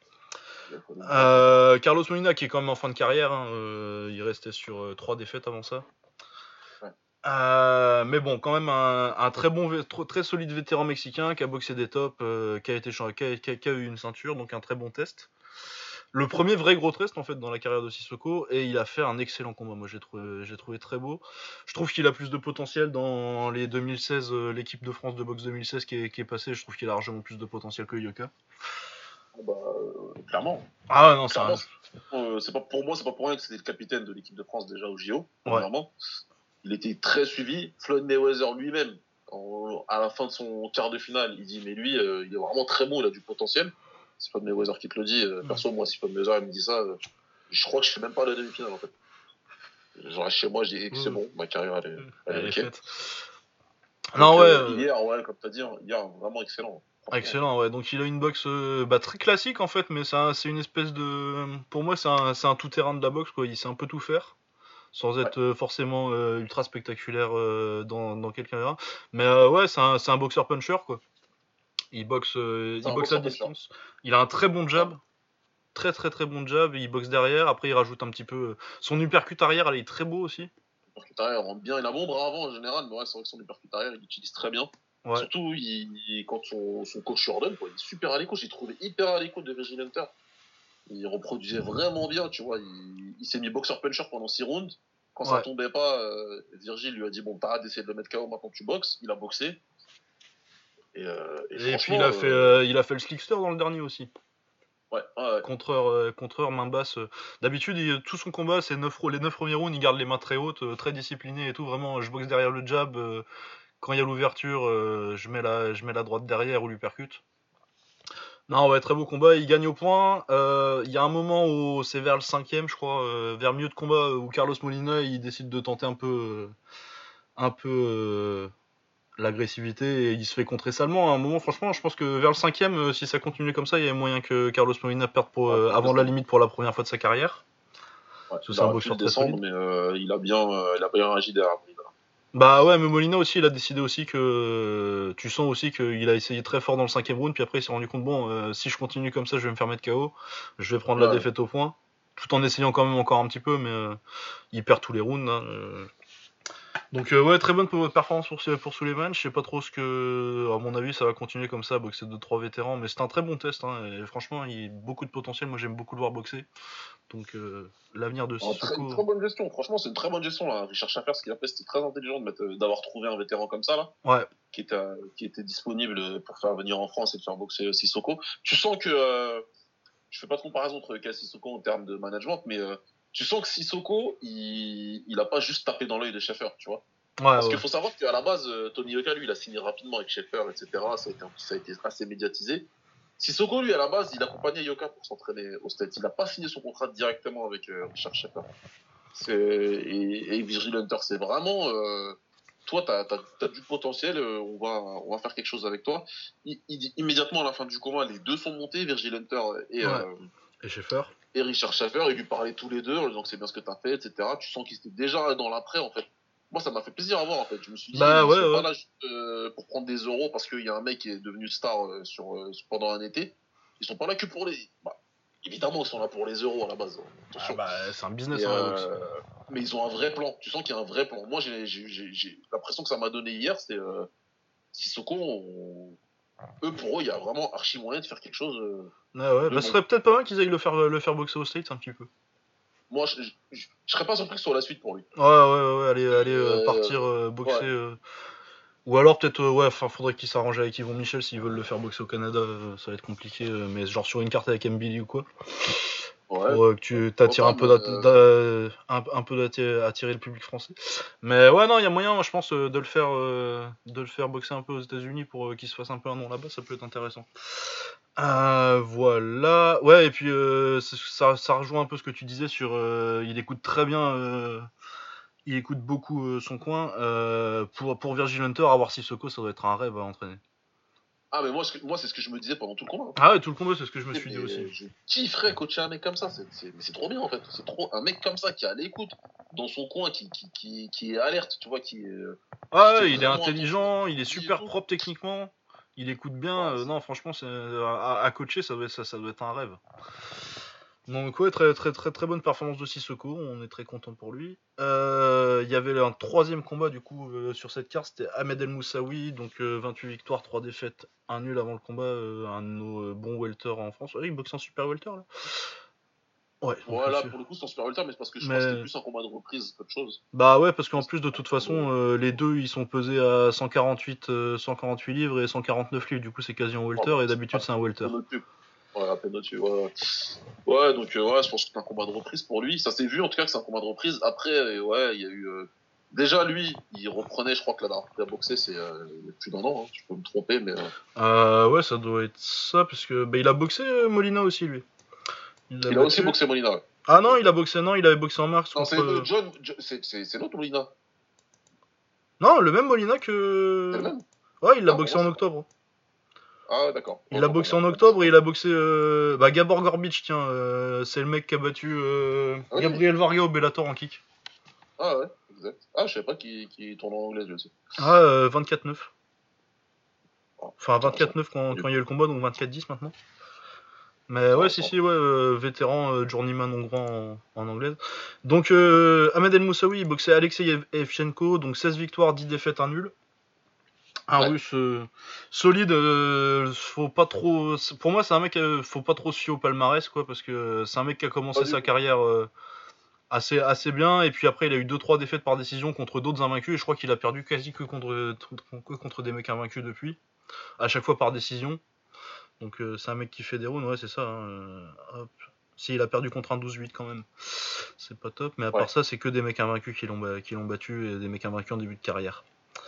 Euh, Carlos Molina qui est quand même en fin de carrière, hein, euh, il restait sur euh, trois défaites avant ça. Ouais. Euh, mais bon, quand même un, un très bon, vé- très solide vétéran mexicain qui a boxé des tops, euh, qui a été, qui a, qui a- qui a eu une ceinture, donc un très bon test. Le premier vrai gros test en fait dans la carrière de Sissoko, et il a fait un excellent combat. Moi j'ai trouvé, j'ai trouvé très beau. Je trouve qu'il a plus de potentiel dans les deux mille seize, euh, l'équipe de France de boxe deux mille seize qui est, qui est passée. Je trouve qu'il a largement plus de potentiel que Yoka. Bah, euh, clairement. Ah non, c'est Clairement, un... c'est, euh, c'est pas pour moi, c'est pas pour rien que c'était le capitaine de l'équipe de France déjà au J O, Ouais. premièrement. Il était très suivi. Floyd Mayweather lui-même, en- à la fin de son quart de finale, il dit mais lui, euh, il est vraiment très bon, il a du potentiel. C'est Floyd Mayweather qui te le dit. Euh, Mm. perso, moi, si Floyd Mayweather il me dit ça, euh, je crois que je fais même pas la demi-finale en fait. Je reste chez moi, je dis que c'est Mm. bon, ma carrière elle est, elle Elle est est ok. faite. Donc, Non, ouais. euh, euh, hier, ouais, comme t'as dit, hein, hier, vraiment excellent. Franchement. Excellent, ouais. Donc il a une boxe euh, bah, très classique en fait, mais c'est, un- c'est une espèce de. Pour moi, c'est un, c'est un tout-terrain de la boxe, quoi. Il sait un peu tout faire, sans être euh, forcément euh, ultra spectaculaire euh, dans, dans quel caméra. Mais euh, ouais, c'est un, c'est un boxeur puncher, quoi. Il boxe, euh, C'est il un boxe à boxeur puncher. distance. Il a un très bon jab, Ouais. très très très bon jab. Il boxe derrière. Après, il rajoute un petit peu. euh, Son uppercut arrière, elle est très beau aussi. L'uppercut arrière rentre bien. Il a un bon bras avant en général, mais ouais, c'est vrai que son uppercut arrière, il l'utilise très bien. Ouais. Surtout il, il- quand son, son coach lui ordonne, quoi, il est super à l'écoute. J'ai trouvé hyper à l'écoute de Reggie Hunter. il reproduisait vraiment bien, tu vois. Il, il s'est mis boxer-puncher pendant six rounds. Quand ça Ouais. tombait pas, euh, Virgile lui a dit bon, t'arrêtes d'essayer de le mettre K O, maintenant tu boxes. Il a boxé. Et, euh, et Et puis il franchement, a fait, euh, euh, il a fait le slickster dans le dernier aussi. ouais, ouais, Contreur, euh, contreur main basse. euh. D'habitude, il- tout son combat, c'est neuf, les neuf premiers rounds, il garde les mains très hautes, euh, très discipliné et tout. Vraiment, je boxe derrière le jab. euh, quand il y a l'ouverture, euh, je, mets la, je mets la droite derrière ou lui percute. Non, ouais, très beau combat. Il gagne au point. Euh, Il y a un moment où c'est vers le cinquième, je crois, euh, vers milieu de combat, euh, où Carlos Molina il décide de tenter un peu, euh, un peu euh, l'agressivité et il se fait contrer salement. À un moment, franchement, je pense que vers le cinquième, euh, si ça continue comme ça, il y a moyen que Carlos Molina perde pour, ouais, euh, pour avant la descendre. limite pour la première fois de sa carrière. Ouais, Parce que il c'est un aurait pu le boxeur très descendre, solide. mais euh, il a bien, euh, il a bien agi derrière. Bah ouais, mais Molina aussi, il a décidé aussi que. Tu sens aussi qu'il a essayé très fort dans le cinquième round, puis après il s'est rendu compte, bon, euh, si je continue comme ça, je vais me faire mettre K O, je vais prendre la Ouais. défaite au point, tout en essayant quand même encore un petit peu, mais euh, il perd tous les rounds. Hein, euh. Donc euh, ouais, très bonne performance pour, pour Suleiman. Je sais pas trop ce que, à mon avis, ça va continuer comme ça, boxer deux trois vétérans, mais c'est un très bon test. Hein, et franchement, il y a beaucoup de potentiel. Moi, j'aime beaucoup le voir boxer. Donc euh, l'avenir de En très, Sissoko. très bonne gestion. Franchement, c'est une très bonne gestion là. Richard Schaffer, ce qu'il a fait, c'était très intelligent de mettre, euh, d'avoir trouvé un vétéran comme ça là, Ouais, qui était, euh, qui était disponible pour faire venir en France et de faire boxer euh, Sissoko. Tu sens que, euh, je fais pas de comparaison entre K Sissoko en termes de management, mais euh, tu sens que Sissoko, il, il a pas juste tapé dans l'œil de Schaffer, tu vois. ouais, Parce ouais. qu'il faut savoir qu'à la base, euh, Tony Yoka, lui, il a signé rapidement avec Schaffer, et cetera. Ça a été, ça a été assez médiatisé. Sissoko, lui, à la base, il accompagnait Yoka pour s'entraîner au States. Il n'a pas signé son contrat directement avec euh, Richard Schaffer. C'est, et, et Virgil Hunter, c'est vraiment, euh, toi, t'as, t'as, t'as du potentiel, euh, on va, on va faire quelque chose avec toi. I, i, immédiatement à la fin du combat, les deux sont montés, Virgil Hunter et, Ouais. euh, Et Schaeffer. et Richard Schaffer, ils lui parlaient tous les deux, en disant que c'est bien ce que t'as fait, et cetera. Tu sens qu'ils étaient déjà dans l'après, en fait. Moi, ça m'a fait plaisir à voir, en fait. Je me suis dit, Bah ils ouais, sont pas ouais. là juste, euh, pour prendre des euros parce qu'il y a un mec qui est devenu star euh, sur, euh, pendant un été. Ils sont pas là que pour les, bah, évidemment, ils sont là pour les euros à la base. Ah Attention. bah c'est un business Mais, hein, la boxe. euh, mais ils ont un vrai plan. Tu sens qu'il y a un vrai plan. Moi, j'ai, j'ai, j'ai, j'ai... l'impression que ça m'a donné hier, c'est euh, Sissoko, on... eux, pour eux, il y a vraiment archi moyen de faire quelque chose euh, Ouais, ouais. de Bah ce bon. serait peut-être pas mal qu'ils aillent le faire, le faire boxer au States un petit peu. Moi, je, je, je, je serais pas surpris sur la suite pour lui. Ouais, ouais, ouais, aller, aller euh, Euh, partir euh, boxer. ouais. euh. Ou alors peut-être, euh, ouais, enfin, faudrait qu'ils s'arrangent avec Yvon Michel s'ils veulent le faire boxer au Canada, euh, ça va être compliqué, euh, mais genre sur une carte avec Mbili ou quoi. Ouais. Pour euh, que tu Pourquoi t'attires un pas, peu, mais d'at- euh, d'a- un, un peu d'attirer attirer le public français. Mais ouais, non, il y a moyen, je pense, euh, de le faire, euh, de le faire boxer un peu aux États-Unis pour euh, qu'il se fasse un peu un nom là-bas, ça peut être intéressant. Euh, voilà. Ouais, et puis euh, c'est- ça, ça rejoint un peu ce que tu disais sur. euh, il écoute très bien. euh, il écoute beaucoup euh, son coin. Euh, pour, pour Virgil Hunter, avoir Sissoko, ça doit être un rêve à entraîner. ah, mais moi, ce que- moi, c'est ce que je me disais pendant tout le combat. Ah ouais, tout le combat, c'est ce que je me Mais suis dit aussi. je kifferais coacher un mec comme ça. C'est, c'est, mais c'est trop bien en fait. C'est trop un mec comme ça qui est à l'écoute dans son coin, qui, qui, qui, qui est alerte, tu vois, qui, euh, qui Ah fait ouais, il est vraiment attention à ce intelligent, il qu'il est dit et super tout. propre techniquement. Il écoute bien. Ouais, euh, c'est... non, franchement, c'est, à, à coacher, ça doit, être, ça, ça doit être un rêve. Donc ouais, très très très très bonne performance de Sissoko, on est très content pour lui. Euh, Il y avait un troisième combat du coup euh, sur cette carte, c'était Ahmed El Moussaoui, donc euh, vingt-huit victoires, trois défaites, un nul avant le combat, euh, un de nos euh, bons welter en France. Ouais, il boxe en super welter là. Ouais, donc Ouais, euh, là, sûr. pour le coup, c'est en super ultra, mais c'est parce que je crois que c'était Mais plus un combat de reprise qu'autre chose. bah ouais, parce Là, qu'en c'était plus de un toute combat façon, de... euh, les deux ils sont pesés à cent quarante-huit, euh, cent quarante-huit livres et cent quarante-neuf livres, du coup c'est quasi un Oh, welter bah, et c'est d'habitude à c'est un welter. peine au-dessus. Ouais, à peine au-dessus, ouais. Ouais, donc, euh, ouais, je pense que c'est un combat de reprise pour lui. Ça s'est vu, en tout cas, que c'est un combat de reprise. Après, euh, ouais, il y a eu, euh, déjà, lui, il reprenait, je crois que la dernière fois qu'il a boxé, c'est, euh, il y a plus d'un an, hein. Je peux me tromper, mais, euh, Euh, ouais, ça doit être ça, parce que bah, il a boxé euh, Molina aussi lui. Il l'a il a aussi battu. boxé Molina, ouais. Ah non, Exact. il a boxé, non, il avait boxé en mars Non, c'est contre. euh, euh, John, Jo- c'est, c'est, c'est l'autre Molina. Non, le même Molina C'est le que. même? Ouais, il l'a Ah, pour boxé moi, en c'est pas. octobre. Ah, ouais, d'accord. Il Ouais, l'a bon, boxé bah, en bah, c'est octobre et pas. il a boxé. Euh... Bah, Gabor Gorbic, tiens, euh, c'est le mec qui a battu euh, Ah, oui. Gabriel Varga au Bellator en kick. Ah, ouais, exact. Ah, je savais pas qu'il, qu'il tourne en anglais, lui aussi. Ah, euh, vingt-quatre neuf. Ah, Enfin, intéressant. vingt-quatre neuf quand, Et- quand il y a eu le combat, donc vingt-quatre dix maintenant. Mais ouais, si, Intéressant. si, ouais, euh, vétéran, euh, journeyman hongrois en, en anglaise. Donc, euh, Ahmed El Moussaoui, il boxait Alexei Ev- Evchenko, donc seize victoires, dix défaites, un nul. Un Ouais. russe euh, solide, euh, faut pas trop. c'est- Pour moi, c'est un mec, euh, faut pas trop se fier au palmarès, quoi, parce que c'est un mec qui a Pas commencé du sa tout. carrière euh, assez, assez bien, et puis après, il a eu deux trois défaites par décision contre d'autres invaincus, et je crois qu'il a perdu quasi que contre, que contre des mecs invaincus depuis, à chaque fois par décision. Donc euh, c'est un mec qui fait des rounds, ouais, c'est ça. Hein, euh, hop. Si, il a perdu contre un douze huit quand même. C'est pas top, mais à part Ouais. ça, c'est que des mecs invaincus qui l'ont, qui l'ont battu, et des mecs invaincus en début de carrière.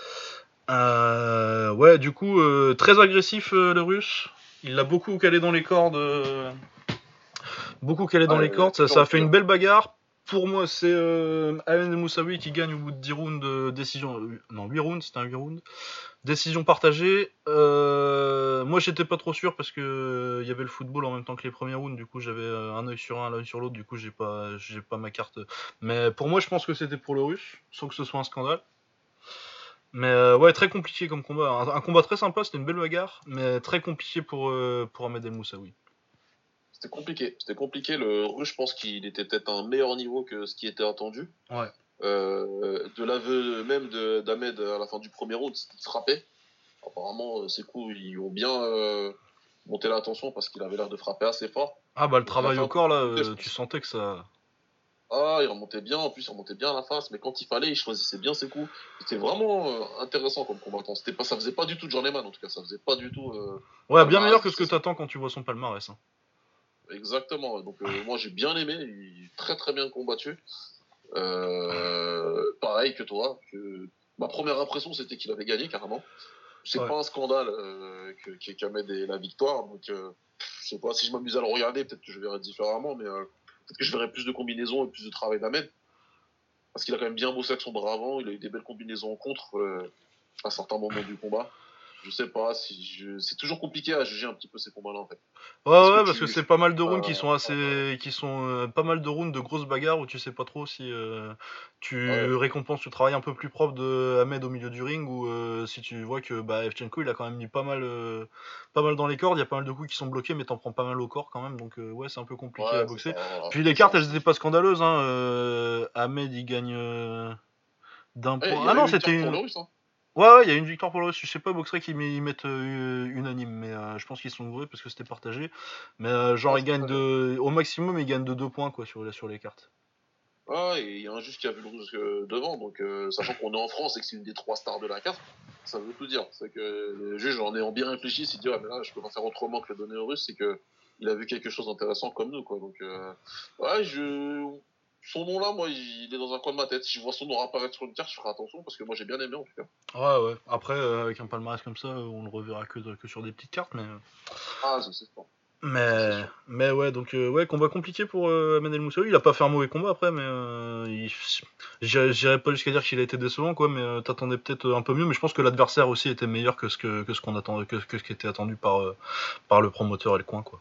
Euh, ouais, du coup, euh, très agressif euh, le russe. Il l'a beaucoup calé dans les cordes. euh, beaucoup calé dans Ouais, les euh, cordes. Ça, dur ça au a fait une cuir. belle bagarre. Pour moi, c'est euh, Ahmed Moussaoui qui gagne au bout de dix rounds de décision. euh, Non, huit rounds, c'était un huit rounds. Décision partagée. Euh, moi, j'étais pas trop sûr parce que il y avait le football en même temps que les premiers rounds. Du coup, j'avais euh, un œil sur un, un œil sur l'autre. Du coup, j'ai pas, j'ai pas ma carte. Mais pour moi, je pense que c'était pour le russe, sans que ce soit un scandale. Mais euh, ouais, très compliqué comme combat. Un, un combat très sympa, c'était une belle bagarre, mais très compliqué pour, euh, pour Ahmed El Moussaoui. C'était compliqué. C'était compliqué. Le russe, je pense qu'il était peut-être à un meilleur niveau que ce qui était attendu. Ouais. Euh, de l'aveu même de- d'Ahmed à la fin du premier round, il frappait. Apparemment, euh, ses coups, ils ont bien euh, monté la tension parce qu'il avait l'air de frapper assez fort. Ah bah le Donc à la travail fin, au quand il corps là, remontait, je euh, tu pense, sentais que ça. ah, il remontait bien, en plus il remontait bien à la face, mais quand il fallait, il choisissait bien ses coups. C'était vraiment euh, intéressant comme combattant. C'était pas, ça faisait pas du tout Journeyman en tout cas, ça faisait pas du tout euh, Ouais, bien meilleur palmarès que de ce que saison. t'attends quand tu vois son palmarès. Hein. Exactement. Donc euh, moi j'ai bien aimé, il est très très bien combattu. Euh, pareil que toi. Que... Ma première impression c'était qu'il avait gagné carrément. C'est Ouais. pas un scandale euh, que, que qu'Ahmed ait la victoire. Donc euh, je sais pas si je m'amuse à le regarder, peut-être que je verrai différemment, mais euh, peut-être que je verrai plus de combinaisons et plus de travail d'Ahmed. Parce qu'il a quand même bien bossé avec son bras avant, il a eu des belles combinaisons en contre euh, à certains moments du combat. Je sais pas si je... c'est toujours compliqué à juger un petit peu ces combats-là en fait. Ouais, Est-ce que ouais, parce que tu c'est pas mal de rounds qui euh, sont assez, qui sont euh, pas mal de rounds de grosses bagarres où tu sais pas trop si euh, tu ouais, récompenses le travail un peu plus propre de Ahmed au milieu du ring ou euh, si tu vois que bah Evchenko il a quand même mis pas mal, euh, pas mal dans les cordes, il y a pas mal de coups qui sont bloqués mais t'en prends pas mal au corps quand même donc euh, ouais c'est un peu compliqué à ouais, c'est ça, boxer. voilà, Puis les c'est ça. cartes elles étaient pas scandaleuses hein. euh, Ahmed il gagne euh, d'un Ouais, point. il y Ah a non eu une c'était carte pour une. le russe, hein. Ouais, ouais, il y a une victoire pour le Russe. Je sais pas, boxerait qu'ils met- ils mettent euh, unanime, mais euh, je pense qu'ils sont heureux parce que c'était partagé. Mais euh, genre, Ouais, ils c'est gagnent partagé. de. Au maximum, ils gagnent de deux points quoi, sur, les, sur les cartes. Ouais, et il y a un juge qui a vu le russe euh, devant, donc euh, sachant qu'on est en France et que c'est une des trois stars de la carte, ça veut tout dire. C'est que le juge, en ayant bien réfléchi, s'est dit, ouais, mais là, je peux pas faire autrement que le donner au russe, c'est que il a vu quelque chose d'intéressant comme nous, quoi. Donc, euh, ouais, je, son nom là, moi, il est dans un coin de ma tête. Si je vois son nom apparaître sur une carte, je ferai attention parce que moi, j'ai bien aimé en tout cas. Ouais, ouais. Après, euh, avec un palmarès comme ça, euh, on le reverra que, de- que sur des petites cartes, mais. euh, Ah, ça, c'est sûr. Ça, c'est Mais, sûr. mais ouais, donc euh, ouais, combat compliqué pour euh, Ahmed El Moussaoui. Il a pas fait un mauvais combat après, mais euh, il- j'irais j'irais pas jusqu'à dire qu'il a été décevant, quoi. Mais euh, t'attendais peut-être un peu mieux. Mais je pense que l'adversaire aussi était meilleur que ce que, que ce qu'on attendait, que, que ce qui était attendu par euh, par le promoteur et le coin, quoi.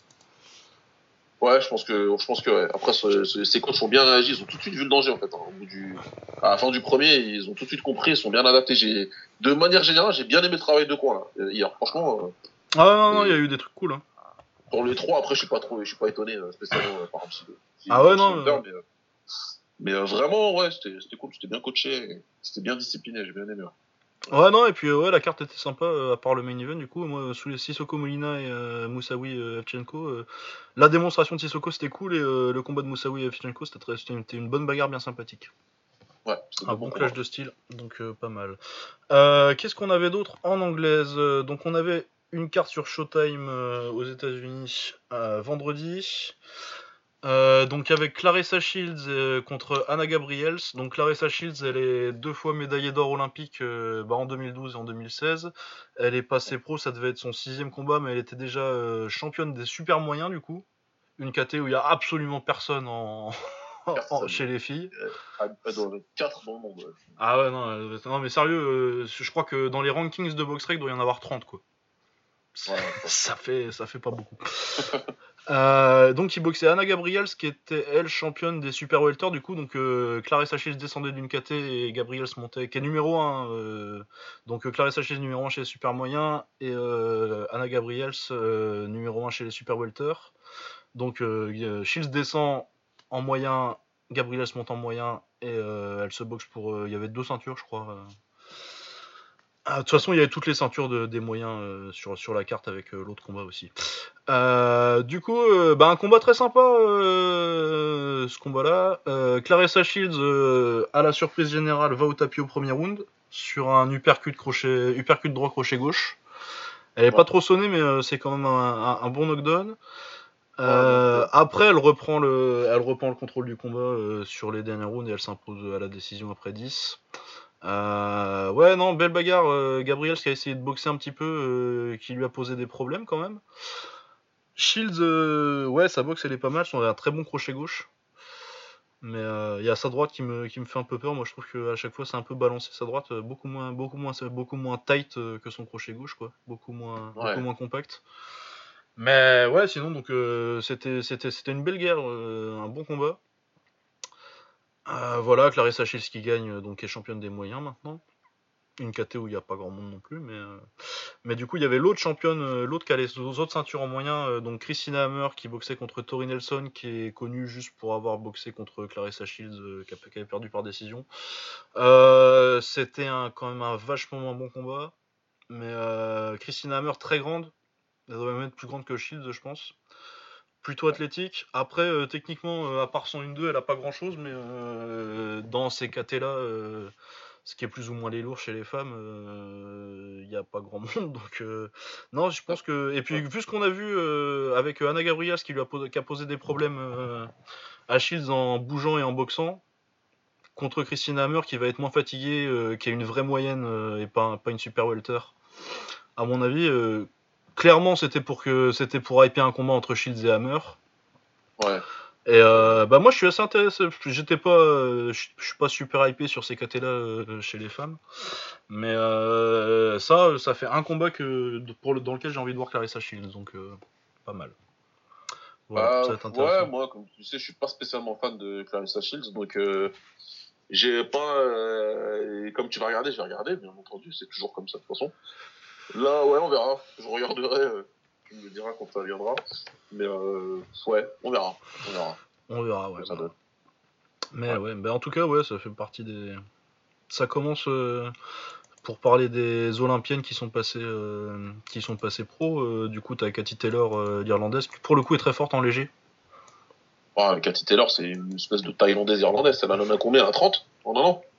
Ouais, je pense que, je pense que, ouais. Après, ce- ce- ces coachs ont bien réagi. Ils ont tout de suite vu le danger, en fait. Hein. Au bout du, à la fin du premier, ils ont tout de suite compris. Ils sont bien adaptés. J'ai, de manière générale, j'ai bien aimé le travail de coin, là, euh, hier. Franchement, euh, Ah non, non, il y a et eu des trucs cool. Hein. pour les trois, après, je suis pas trop, je suis pas étonné, euh, spécialement, euh, par exemple, si, Ah si ouais, Josh non. Hunter, euh, mais, euh, mais euh, vraiment, ouais, c'était, c'était cool. C'était bien coaché. et C'était bien discipliné. J'ai bien aimé. Ouais. Ouais, non, et puis euh, ouais, la carte était sympa, euh, à part le main event, du coup. Moi, sous les Sissoko Molina et euh, Moussaoui euh, Evchenko, euh, la démonstration de Sissoko c'était cool, et euh, le combat de Moussaoui et Evchenko c'était très- c'était une, c'était une bonne bagarre bien sympathique. Ouais, c'était Un deux bons bon combats. clash de style, donc euh, pas mal. Euh, Qu'est-ce qu'on avait d'autre en anglaise? Euh, Donc on avait une carte sur Showtime euh, aux États-Unis euh, vendredi. Euh, donc avec Clarissa Shields euh, contre Anna Gabriels. Donc Clarissa Shields, elle est deux fois médaillée d'or olympique euh, bah, en deux mille douze et en deux mille seize. Elle est passée pro, ça devait être son sixième combat, mais elle était déjà euh, championne des super moyens du coup. Une caté où il y a absolument personne en... en- Personne. chez les filles. Euh, elle elle doit être quatre dans le monde. Ouais. Ah ouais non, euh, non mais sérieux, euh, je crois que dans les rankings de BoxRec, il doit y en avoir trente quoi. Ouais, ça. Ça fait, ça fait pas beaucoup. Euh, donc il boxait Anna Gabriels qui était elle championne des super welter du coup donc euh, Clarissa Shields descendait d'une K T et Gabriels montait qui est numéro un euh, donc euh, Clarissa Shields numéro un chez les super moyens et euh, Anna Gabriels euh, numéro un chez les super welter donc euh, Shields descend en moyen, Gabriels monte en moyen et euh, elle se boxe pour il euh, y avait deux ceintures je crois euh, Ah, de toute façon, il y avait toutes les ceintures de, des moyens euh, sur, sur la carte avec euh, l'autre combat aussi. Euh, du coup, euh, bah, un combat très sympa, euh, ce combat-là. Euh, Clarissa Shields, euh, à la surprise générale, va au tapis au premier round sur un uppercut, crochet, uppercut droit, crochet gauche. Elle est Ouais. pas trop sonnée, mais euh, c'est quand même un, un, un bon knockdown. Ouais, donc, Euh, euh, après, elle reprend le, elle reprend le contrôle du combat euh, sur les derniers rounds et elle s'impose à la décision après dix. Euh, ouais, non, belle bagarre. Euh, Gabriel qui a essayé de boxer un petit peu, euh, qui lui a posé des problèmes quand même. Shields, euh, ouais, sa boxe elle est pas mal. On a un très bon crochet gauche. Mais il euh, y a sa droite qui me, qui me fait un peu peur. Moi, je trouve qu'à chaque fois, c'est un peu balancé sa droite, euh, beaucoup moins, beaucoup moins, beaucoup moins tight euh, que son crochet gauche, quoi. Beaucoup moins, beaucoup ouais. moins compact. Mais ouais, sinon, donc euh, c'était, c'était, c'était une belle guerre, euh, un bon combat. Euh, voilà, Clarissa Shields qui gagne, euh, donc est championne des moyens maintenant. Une K T où il n'y a pas grand monde non plus, mais euh, mais du coup il y avait l'autre championne, euh, l'autre qui a les autres ceintures en moyen, euh, donc Christina Hammer qui boxait contre Tori Nelson, qui est connue juste pour avoir boxé contre Clarissa Shields, euh, qui, a, qui avait perdu par décision. Euh, c'était un, quand même un vachement un bon combat, mais euh, Christina Hammer très grande, elle doit même être plus grande que Shields je pense. Plutôt athlétique. Après, euh, techniquement, euh, à part son un deux, elle a pas grand chose, mais euh, dans ces K T là, euh, ce qui est plus ou moins les lourds chez les femmes, il euh, n'y a pas grand monde. Donc, euh, non, je pense que. Et puis, vu ce qu'on a vu euh, avec Anna Gabriel, qui, lui a posé, qui a posé des problèmes euh, à Shields en bougeant et en boxant, contre Christina Hammer, qui va être moins fatiguée, euh, qui a une vraie moyenne euh, et pas, pas une super welter, à mon avis. Euh, clairement, c'était pour que c'était pour hyper un combat entre Shields et Hammer. Ouais. Et euh, bah moi je suis assez intéressé. J'étais pas, euh, je suis pas super hypé sur ces K T là euh, chez les femmes, mais euh, ça, ça fait un combat que pour le, dans lequel j'ai envie de voir Clarissa Shields, donc euh, pas mal. Voilà, ça Bah, va être ouais, intéressant. moi, comme tu sais, je suis pas spécialement fan de Clarissa Shields, donc euh, j'ai pas. Euh, et comme tu vas regarder, je vais regarder, bien entendu, c'est toujours comme ça de toute façon. Là, ouais, on verra. Je regarderai. Euh, tu me diras quand ça viendra. Mais euh, ouais, on verra. On verra. On verra, ouais. Que ça Bah. donne. Mais Ouais. ouais, bah en tout cas, ouais, ça fait partie des. Ça commence euh, pour parler des Olympiennes qui sont passées, euh, qui sont passées pro. Euh, du coup, t'as Cathy Taylor, euh, l'Irlandaise, qui pour le coup est très forte en léger. Ah, Cathy Taylor, c'est une espèce de Thaïlandaise irlandaise. Elle en a combien? À trente en un an?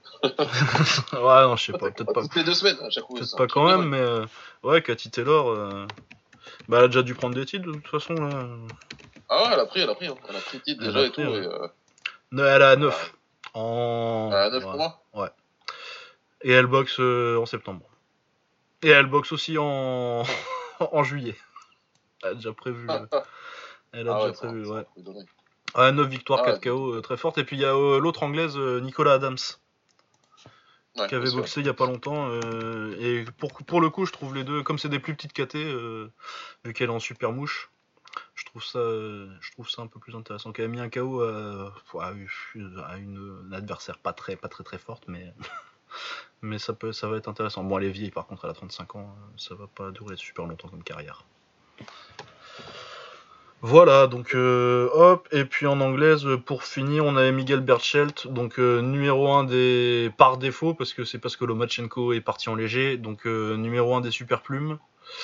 Ouais, non, je sais Ah, pas, t'as peut-être combat pas, toutes les deux semaines à chaque fois. peut-être C'est un pas truc quand de même, dingue. mais euh, ouais, Cathy Taylor. Euh, Bah, elle a déjà dû prendre des titres de toute façon là. Ah ouais, elle a pris, elle a pris. Hein. Elle a pris titre Elle déjà a et pris, tout. ouais. Et, euh, Non, elle a voilà. neuf. En. Elle a neuf Ouais. combats. Ouais. Et elle boxe euh, en septembre. Et elle boxe aussi en. en juillet. Elle a déjà prévu. euh, Elle a Ah déjà ouais, c'est un, prévu, c'est un ouais. truc de dingue. Ah, neuf victoires, Ah ouais, quatre donc, K O, euh, euh, très forte. Et puis il y a euh, l'autre anglaise, euh, Nicolas Adams, ouais, qui avait aussi, ouais. boxé il y a pas longtemps. euh, et pour, pour le coup, je trouve les deux, comme c'est des plus petites K T, euh, vu qu'elle est en super mouche, je trouve ça, euh, je trouve ça un peu plus intéressant. Qu'elle a mis un K O à, à une, à une adversaire pas très, pas très très forte, mais mais ça peut, ça va être intéressant. Bon, elle est vieille par contre, elle a trente-cinq ans, ça va pas durer super longtemps comme carrière. Voilà, donc euh, hop, et puis en anglaise, pour finir, on avait Miguel Berchelt, donc euh, numéro un des par défaut, parce que c'est parce que Lomachenko est parti en léger, donc euh, numéro un des super plumes.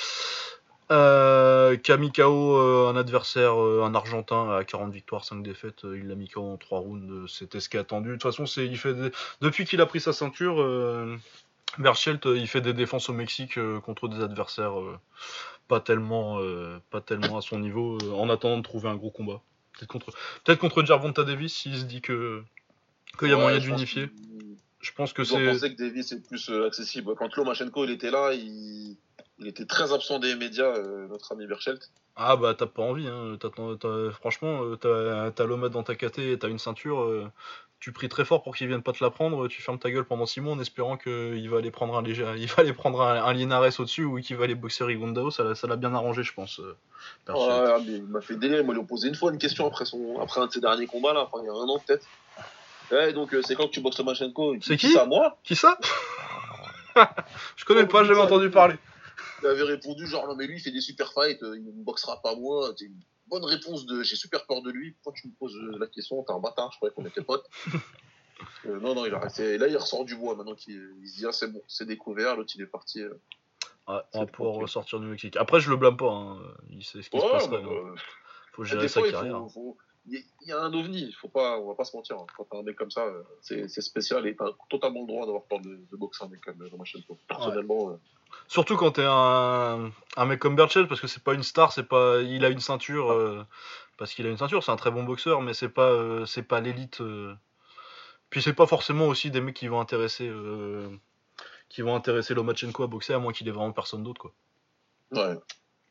Euh, qui a mis K O euh, un adversaire, euh, un Argentin à quarante victoires, cinq défaites, euh, il l'a mis K O en trois rounds, euh, c'était ce qui est attendu. De toute façon, c'est, il fait des... depuis qu'il a pris sa ceinture, euh, Berchelt, euh, il fait des défenses au Mexique euh, contre des adversaires euh, pas tellement, euh, pas tellement à son niveau, euh, en attendant de trouver un gros combat. Peut-être contre, peut-être contre Gervonta Davis, s'il se dit que qu'il y a moyen Ouais, je pense qu'il d'unifier. Je pense que il doit c'est. penser que Davis est plus euh, accessible. Quand Lomachenko il était là, il, il était très absent des médias, euh, notre ami Berchelt. Ah bah t'as pas envie, hein. T'as, t'as, franchement, euh, t'as, t'as Loma dans ta K T, t'as une ceinture, euh, tu pries très fort pour qu'il vienne pas te la prendre, tu fermes ta gueule pendant six mois en espérant qu'il va aller prendre un léger, il va aller prendre un, un Linares au-dessus ou qu'il va aller boxer Rigondao, ça, l'a- ça l'a bien arrangé je pense, euh, Berchelt. Ouais, mais il m'a fait délire. Moi, lui ai posé une fois une question après, son, après un de ses derniers combats, là, enfin, il y a un an peut-être. Ouais, donc euh, c'est quand que tu boxes Lomachenko? Il C'est dit, qui qui ça, moi? Qui ça Je connais Pourquoi vous pas, me j'ai dites jamais ça? entendu Lui, parler. il avait répondu genre, non, mais lui, il fait des super fights, euh, il ne me boxera pas moi. C'est une bonne réponse de j'ai super peur de lui. Pourquoi tu me poses euh, la question? T'es un bâtard, je croyais qu'on était potes. Euh, non, non, il a resté. Et là, il ressort du bois maintenant qu'il il se dit, ah, c'est bon, c'est découvert. L'autre, il est parti. euh, Ouais, on va c'est pouvoir tranquille. ressortir du Mexique. Après, je le blâme pas, hein. Il sait ce qui se Ouais, bah, passerait, hein. bah, Faut Et gérer des sa fois, il carrière. faut, faut- il y a- il y a un ovni, il faut pas, on va pas se mentir. Hein. Quand t'as un mec comme ça, euh, c'est c'est spécial et t'as totalement le droit d'avoir peur de, de boxer un mec comme euh, Lomachenko. Ouais. Personnellement, euh, Surtout quand t'es un, un mec comme Berchel, parce que c'est pas une star, c'est pas, il a une ceinture, ah, euh, parce qu'il a une ceinture, c'est un très bon boxeur, mais c'est pas, euh, c'est pas l'élite. euh. Puis c'est pas forcément aussi des mecs qui vont intéresser, euh, qui vont intéresser Lomachenko à boxer, à moins qu'il ait vraiment personne d'autre, quoi. ouais.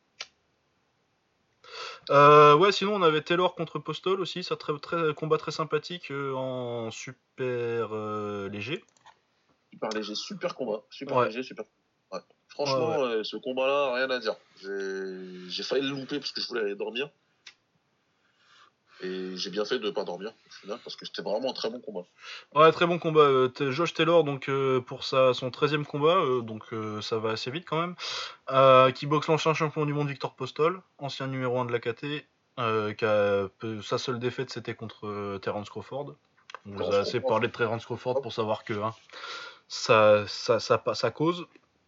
Euh, ouais, sinon on avait Taylor contre Postol aussi, ça très, très combat très sympathique euh, en super euh, léger. Super léger, super combat, super Ouais, léger, super. Ouais. ouais, ouais. Franchement, euh, ce combat-là, rien à dire. J'ai j'ai failli le louper parce que je voulais aller dormir. Et j'ai bien fait de pas dormir au final parce que c'était vraiment un très bon combat. Ouais, très bon combat. Euh, T- Josh Taylor, donc euh, pour sa, son treizième combat, euh, donc euh, ça va assez vite quand même. Euh, qui boxe l'ancien champion du monde Victor Postol, ancien numéro un de la K T. Euh, qui a, peu- sa seule défaite c'était contre euh, Terence Crawford. On vous a Terence assez Crawford, parlé de Terence Crawford hop, pour savoir que hein, ça, ça, ça, ça, ça cause.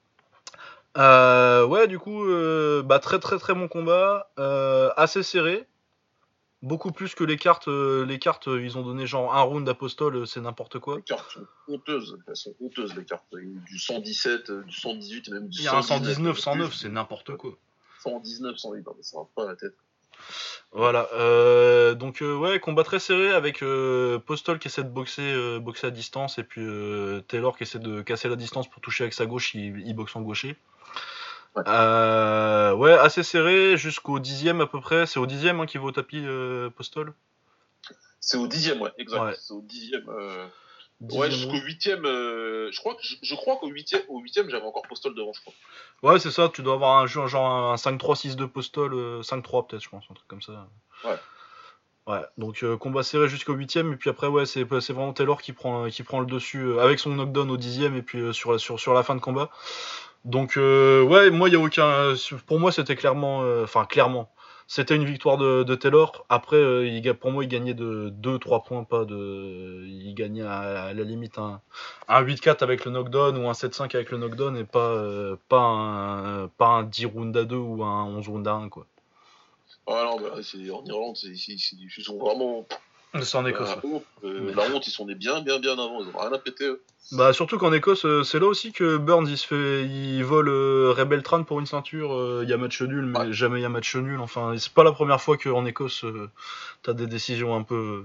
Euh, ouais, du coup, euh, bah, très très très bon combat, euh, assez serré, beaucoup plus que les cartes. euh, les cartes, euh, ils ont donné genre un round d'Apostol, euh, c'est n'importe quoi. les cartes sont honteuses, elles sont honteuses les cartes. Il y a eu du cent dix-sept, euh, du cent dix-huit et même du Il y a un cent dix-neuf, même cent dix-neuf, cent neuf, plus. c'est n'importe quoi. cent dix-neuf, cent huit, non, mais ça va pas la tête. Voilà. Euh, donc euh, ouais, combat très serré avec euh, Postol qui essaie de boxer, euh, boxer à distance et puis euh, Taylor qui essaie de casser la distance pour toucher avec sa gauche, il, il boxe en gaucher. Ouais. Euh, ouais, assez serré jusqu'au dixième à peu près. C'est au dixième hein, qu'il va au tapis euh, Postol. C'est au dixième, ouais, exact. Ouais, C'est au dixième. Euh... Ouais, dixième jusqu'au round. huitième. Euh... Je crois que je, je crois qu'au huitième, au huitième, j'avais encore Postol devant, je crois. Ouais, c'est ça. Tu dois avoir un jeu genre un cinq trois six deux Postol, euh, cinq trois peut-être, je pense, un truc comme ça. Ouais. Ouais, donc euh, combat serré jusqu'au huitième et puis après ouais c'est c'est vraiment Taylor qui prend qui prend le dessus euh, avec son knockdown au dixième et puis euh, sur sur sur la fin de combat. Donc euh, ouais moi il y a aucun pour moi c'était clairement euh, enfin clairement c'était une victoire de, de Taylor. Après euh, il, pour moi il gagnait de deux trois points pas de il gagnait à, à la limite un un huit quatre avec le knockdown ou un sept cinq avec le knockdown et pas euh, pas un pas un dix rounds à deux ou un onze rounds à un quoi. Ah non, bah, c'est, en Irlande, c'est, c'est, c'est- ils sont vraiment. C'est en Écosse La ouais. honte, euh, Mais... la honte, ils sont nés bien, bien, bien avant. Ils ont rien à péter. Eux. Bah surtout qu'en Écosse, euh, c'est là aussi que Burns il se fait, il vole euh, Rebel Tran pour une ceinture. Il euh, y a match nul, Ouais. mais jamais il y a match nul. Enfin, c'est pas la première fois qu'en Écosse euh, t'as des décisions un peu,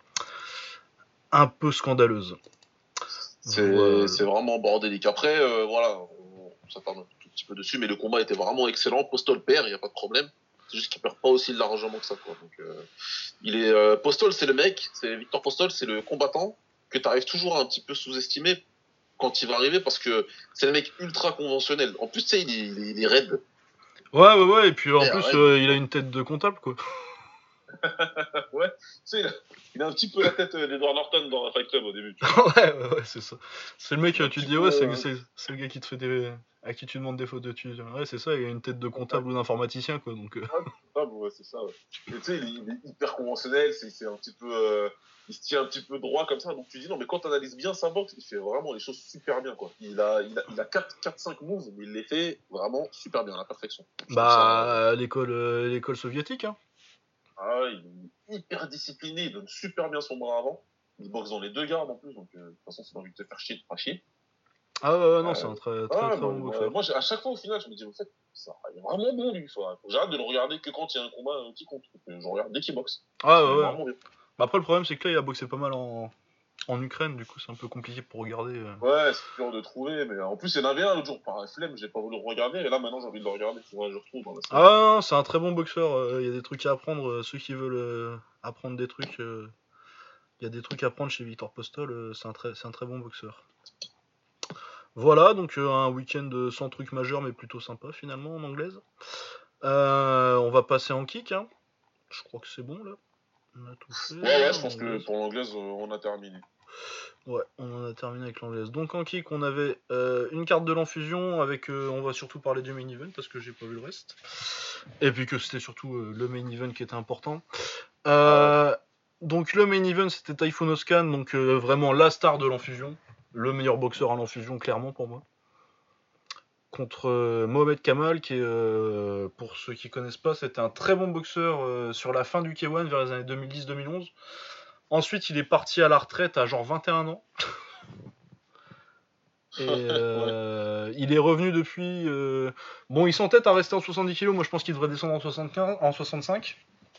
un peu scandaleuses. C'est, Voilà. c'est vraiment bordélique. Après, euh, voilà, on, on s'attarde un tout petit peu dessus, mais le combat était vraiment excellent. Postol perd, il n'y a pas de problème. C'est juste qu'il perd pas aussi largement que ça, quoi. Donc, euh, il est, euh, Postol, c'est le mec, c'est Victor Postol, c'est le combattant que tu arrives toujours à un petit peu sous-estimer quand il va arriver parce que c'est le mec ultra conventionnel. En plus, tu sais, il, est- il, est- il est raide. Ouais, ouais, ouais. Et puis en Eh, plus, raide. euh, il a une tête de comptable quoi. Ouais, tu sais, il a, il a un petit peu la tête d'Edward Norton dans Fight Club au début. Tu vois. ouais, ouais, ouais, c'est ça. C'est le mec, Il a euh, un tu te petit dis peu. ouais, c'est Euh, c'est c'est le gars qui te fait des, à qui tu demandes des photos. Tu... Ouais, c'est ça. Il a une tête de comptable ou d'informaticien quoi. Donc. Euh... Ah, bon, ouais, c'est ça. Ouais. Et tu sais, il, il est hyper conventionnel, c'est, c'est un petit peu. Euh, il se tient un petit peu droit comme ça, donc tu dis non, mais quand tu analyses bien sa boxe, il fait vraiment les choses super bien, quoi. Il a, il a, il a quatre cinq moves, mais il les fait vraiment super bien, à la perfection. Je trouve ça. Euh, Bah l'école, euh, l'école soviétique hein. ah, ouais, il est hyper discipliné, il donne super bien son bras avant. Il boxe dans les deux gardes en plus, donc euh, de toute façon, si t'as envie de te faire chier, tu te feras chier. Ah ouais, ouais, non, c'est Euh, un très très ah, très bah, bon moi, boxeur. moi, à chaque fois, au final, je me dis, en fait, ça, il est vraiment bon, lui. Faut, faut j'arrête de le regarder que quand il y a un combat euh, qui compte. Je regarde dès qu'il boxe. Ah C'est ouais, ouais. vraiment bien. Bah, après, le problème, c'est que là, il a boxé pas mal en, en Ukraine, du coup, c'est un peu compliqué pour regarder. euh. Ouais, c'est dur de trouver, mais en plus, il y en avait un l'autre jour par la flemme, j'ai pas voulu le regarder, et là, maintenant, j'ai envie de le regarder. Tu vois, je retrouve dans la Ah semaine. ouais, non, c'est un très bon boxeur. euh, Il y a des trucs à apprendre. euh, Ceux qui veulent euh, apprendre des trucs, euh, il y a des trucs à apprendre chez Victor Postol. euh, c'est un très, c'est un très bon boxeur. Voilà, donc euh, un week-end euh, sans truc majeur, mais plutôt sympa finalement en anglaise. Euh, on va passer en kick. Hein. Je crois que c'est bon là. On a tout fait. Ouais, ouais, je En pense que anglaise. pour l'anglaise, euh, on a terminé. Ouais, on en a terminé avec l'anglaise. Donc en kick, on avait euh, une carte de l'enfusion avec, euh, on va surtout parler du main event parce que j'ai pas vu le reste. Et puis que c'était surtout euh, le main event qui était important. Ah ouais. Euh, donc le main event c'était Typhoon Oscan, donc euh, vraiment la star de l'enfusion, le meilleur boxeur à l'enfusion clairement pour moi, contre euh, Mohamed Kamal qui est, euh, pour ceux qui connaissent pas, c'était un très bon boxeur euh, sur la fin du K un vers les années deux mille dix deux mille onze. Ensuite il est parti à la retraite à genre vingt et un ans. Et euh, ouais. Il est revenu depuis. Euh... Bon, il s'entête à rester en soixante-dix kilos. Moi, je pense qu'il devrait descendre en soixante-quinze, en soixante-cinq.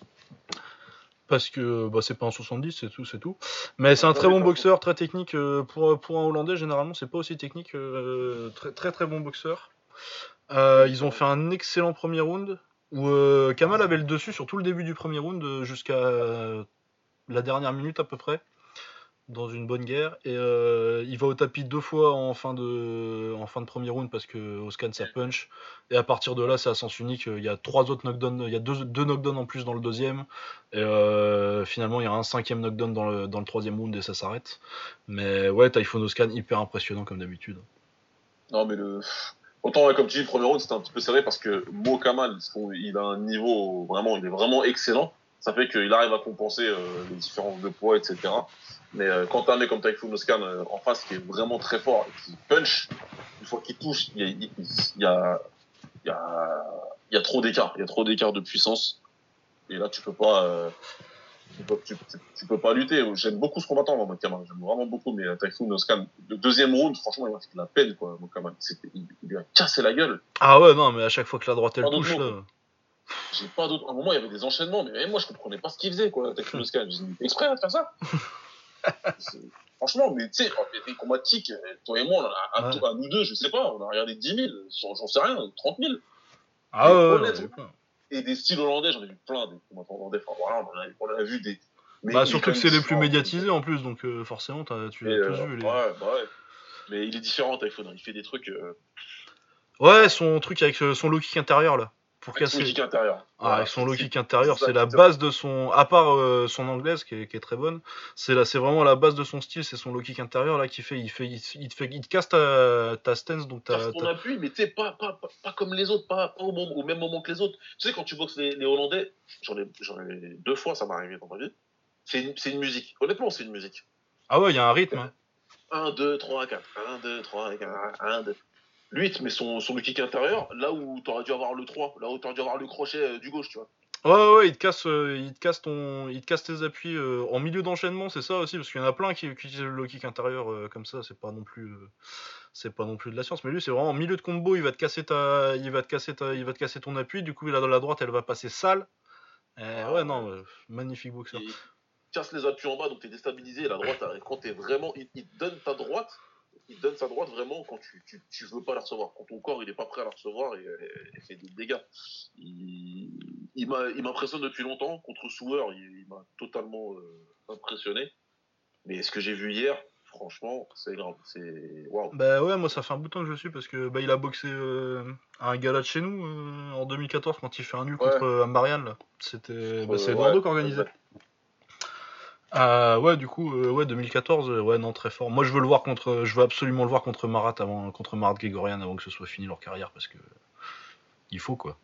Parce que bah, c'est pas en soixante-dix, c'est tout, c'est tout. Mais c'est un très bon boxeur, très technique. Euh, pour, pour un Hollandais, généralement, c'est pas aussi technique. Euh, très, très très bon boxeur. Euh, ils ont fait un excellent premier round où euh, Kamal avait le dessus sur tout le début du premier round jusqu'à euh, la dernière minute à peu près. Dans une bonne guerre, et euh, il va au tapis deux fois en fin de, en fin de premier round parce que Oscan ça punch, et à partir de là c'est à sens unique, il y a trois autres knockdowns, il y a deux, deux knockdowns en plus dans le deuxième, et euh, finalement il y a un cinquième knockdown dans le, dans le troisième round et ça s'arrête. Mais ouais, Typhoon Oscan hyper impressionnant comme d'habitude. Non mais le... Autant ouais, comme tu dis, le premier round c'était un petit peu serré parce que Mo Kamal, il a un niveau vraiment, il est vraiment excellent. Ça fait qu'il arrive à compenser euh, les différences de poids, et cetera. Mais euh, quand t'as un mec comme Typhoon Oscan euh, en face qui est vraiment très fort et qui punch, une fois qu'il touche, il y a, il y a, il y a, il y a trop d'écart, il y a trop d'écart de puissance. Et là, tu peux pas, euh, tu, peux, tu, tu, tu peux pas lutter. J'aime beaucoup ce combattant, moi, Mokaman. J'aime vraiment beaucoup, mais Typhoon Oscan, le deuxième round, franchement, il m'a fait de la peine, quoi, Mokaman. Il, il lui a cassé la gueule. Ah ouais, non, mais à chaque fois que la droite elle touche, mots, là. J'ai pas d'autre. À un moment, il y avait des enchaînements, mais même moi, je comprenais pas ce qu'il faisait, quoi, Typhoon Oscan. J'ai dit, exprès à faire ça. Franchement, mais tu sais, les combats de kick, toi et moi, on en a, à, ouais. à nous deux, je sais pas, on a regardé dix mille, j'en sais rien, trente mille. Ah ouais, honnêtement. Et des styles hollandais, j'en ai vu plein, des combattants hollandais. Enfin, voilà, on, a, on a vu des. Mais bah, surtout que c'est les plus médiatisés en plus, donc euh, forcément, as, tu as tous euh, vu. Les... Ouais, bah ouais. Mais il est différent, Typhoon, il fait des trucs. Euh... Ouais, son truc avec son low kick intérieur là. Pour avec casser. Son low kick intérieur. Ah, voilà, avec son low kick intérieur, c'est la base de son. À part euh, son anglaise qui est, qui est très bonne, c'est là, c'est vraiment la base de son style, c'est son low kick intérieur là qui fait, il fait, il, il te fait, il te casse ta, ta stance, donc ta. Casse ton appui, mais tu sais pas, pas, pas, pas comme les autres, pas, pas au, moment, au même moment que les autres. Tu sais quand tu boxes les, les Hollandais, j'en ai, j'en ai deux fois, ça m'est arrivé dans ma vie. C'est une, c'est une musique. Honnêtement, c'est une musique. Ah ouais, il y a un rythme. un, deux, trois, quatre. un, deux, trois, quatre. un, deux. Lui, il te met son, son kick intérieur là où t'aurais dû avoir le trois, là où t'aurais dû avoir le crochet euh, du gauche, tu vois. Ouais, ouais, il te casse, euh, il te casse ton, il te casse tes appuis euh, en milieu d'enchaînement, c'est ça aussi, parce qu'il y en a plein qui, qui utilisent le low kick intérieur euh, comme ça, c'est pas non plus, euh, c'est pas non plus de la science. Mais lui, c'est vraiment en milieu de combo, il va te casser ta, il va te casser ta, il va te casser ton appui. Du coup, là, dans la droite, elle va passer sale. Euh, ah, ouais, ouais, non, euh, magnifique boxeur. Il casse les appuis en bas, donc t'es déstabilisé. Et la droite, quand t'es vraiment, il, il te donne ta droite. Il te donne sa droite vraiment quand tu, tu, tu veux pas la recevoir. Quand ton corps il est pas prêt à la recevoir et, et, et fait des dégâts. Il, il, m'a, il m'impressionne depuis longtemps. Contre Souwer, il, il m'a totalement euh, impressionné. Mais ce que j'ai vu hier, franchement, c'est grave. C'est waouh. Bah ouais, moi ça fait un bout de temps que je le suis parce que bah, il a boxé euh, à un gala de chez nous euh, en deux mille quatorze quand il fait un nul ouais. contre euh, Marianne. Là. C'était, bah, c'est Eduardo ouais, qui organisait. Ouais. Euh, ouais, du coup, euh, ouais, deux mille quatorze, euh, ouais, non, très fort. Moi, je veux le voir contre, je veux absolument le voir contre Marat avant, contre Marat Grigorian avant que ce soit fini leur carrière parce que il faut quoi.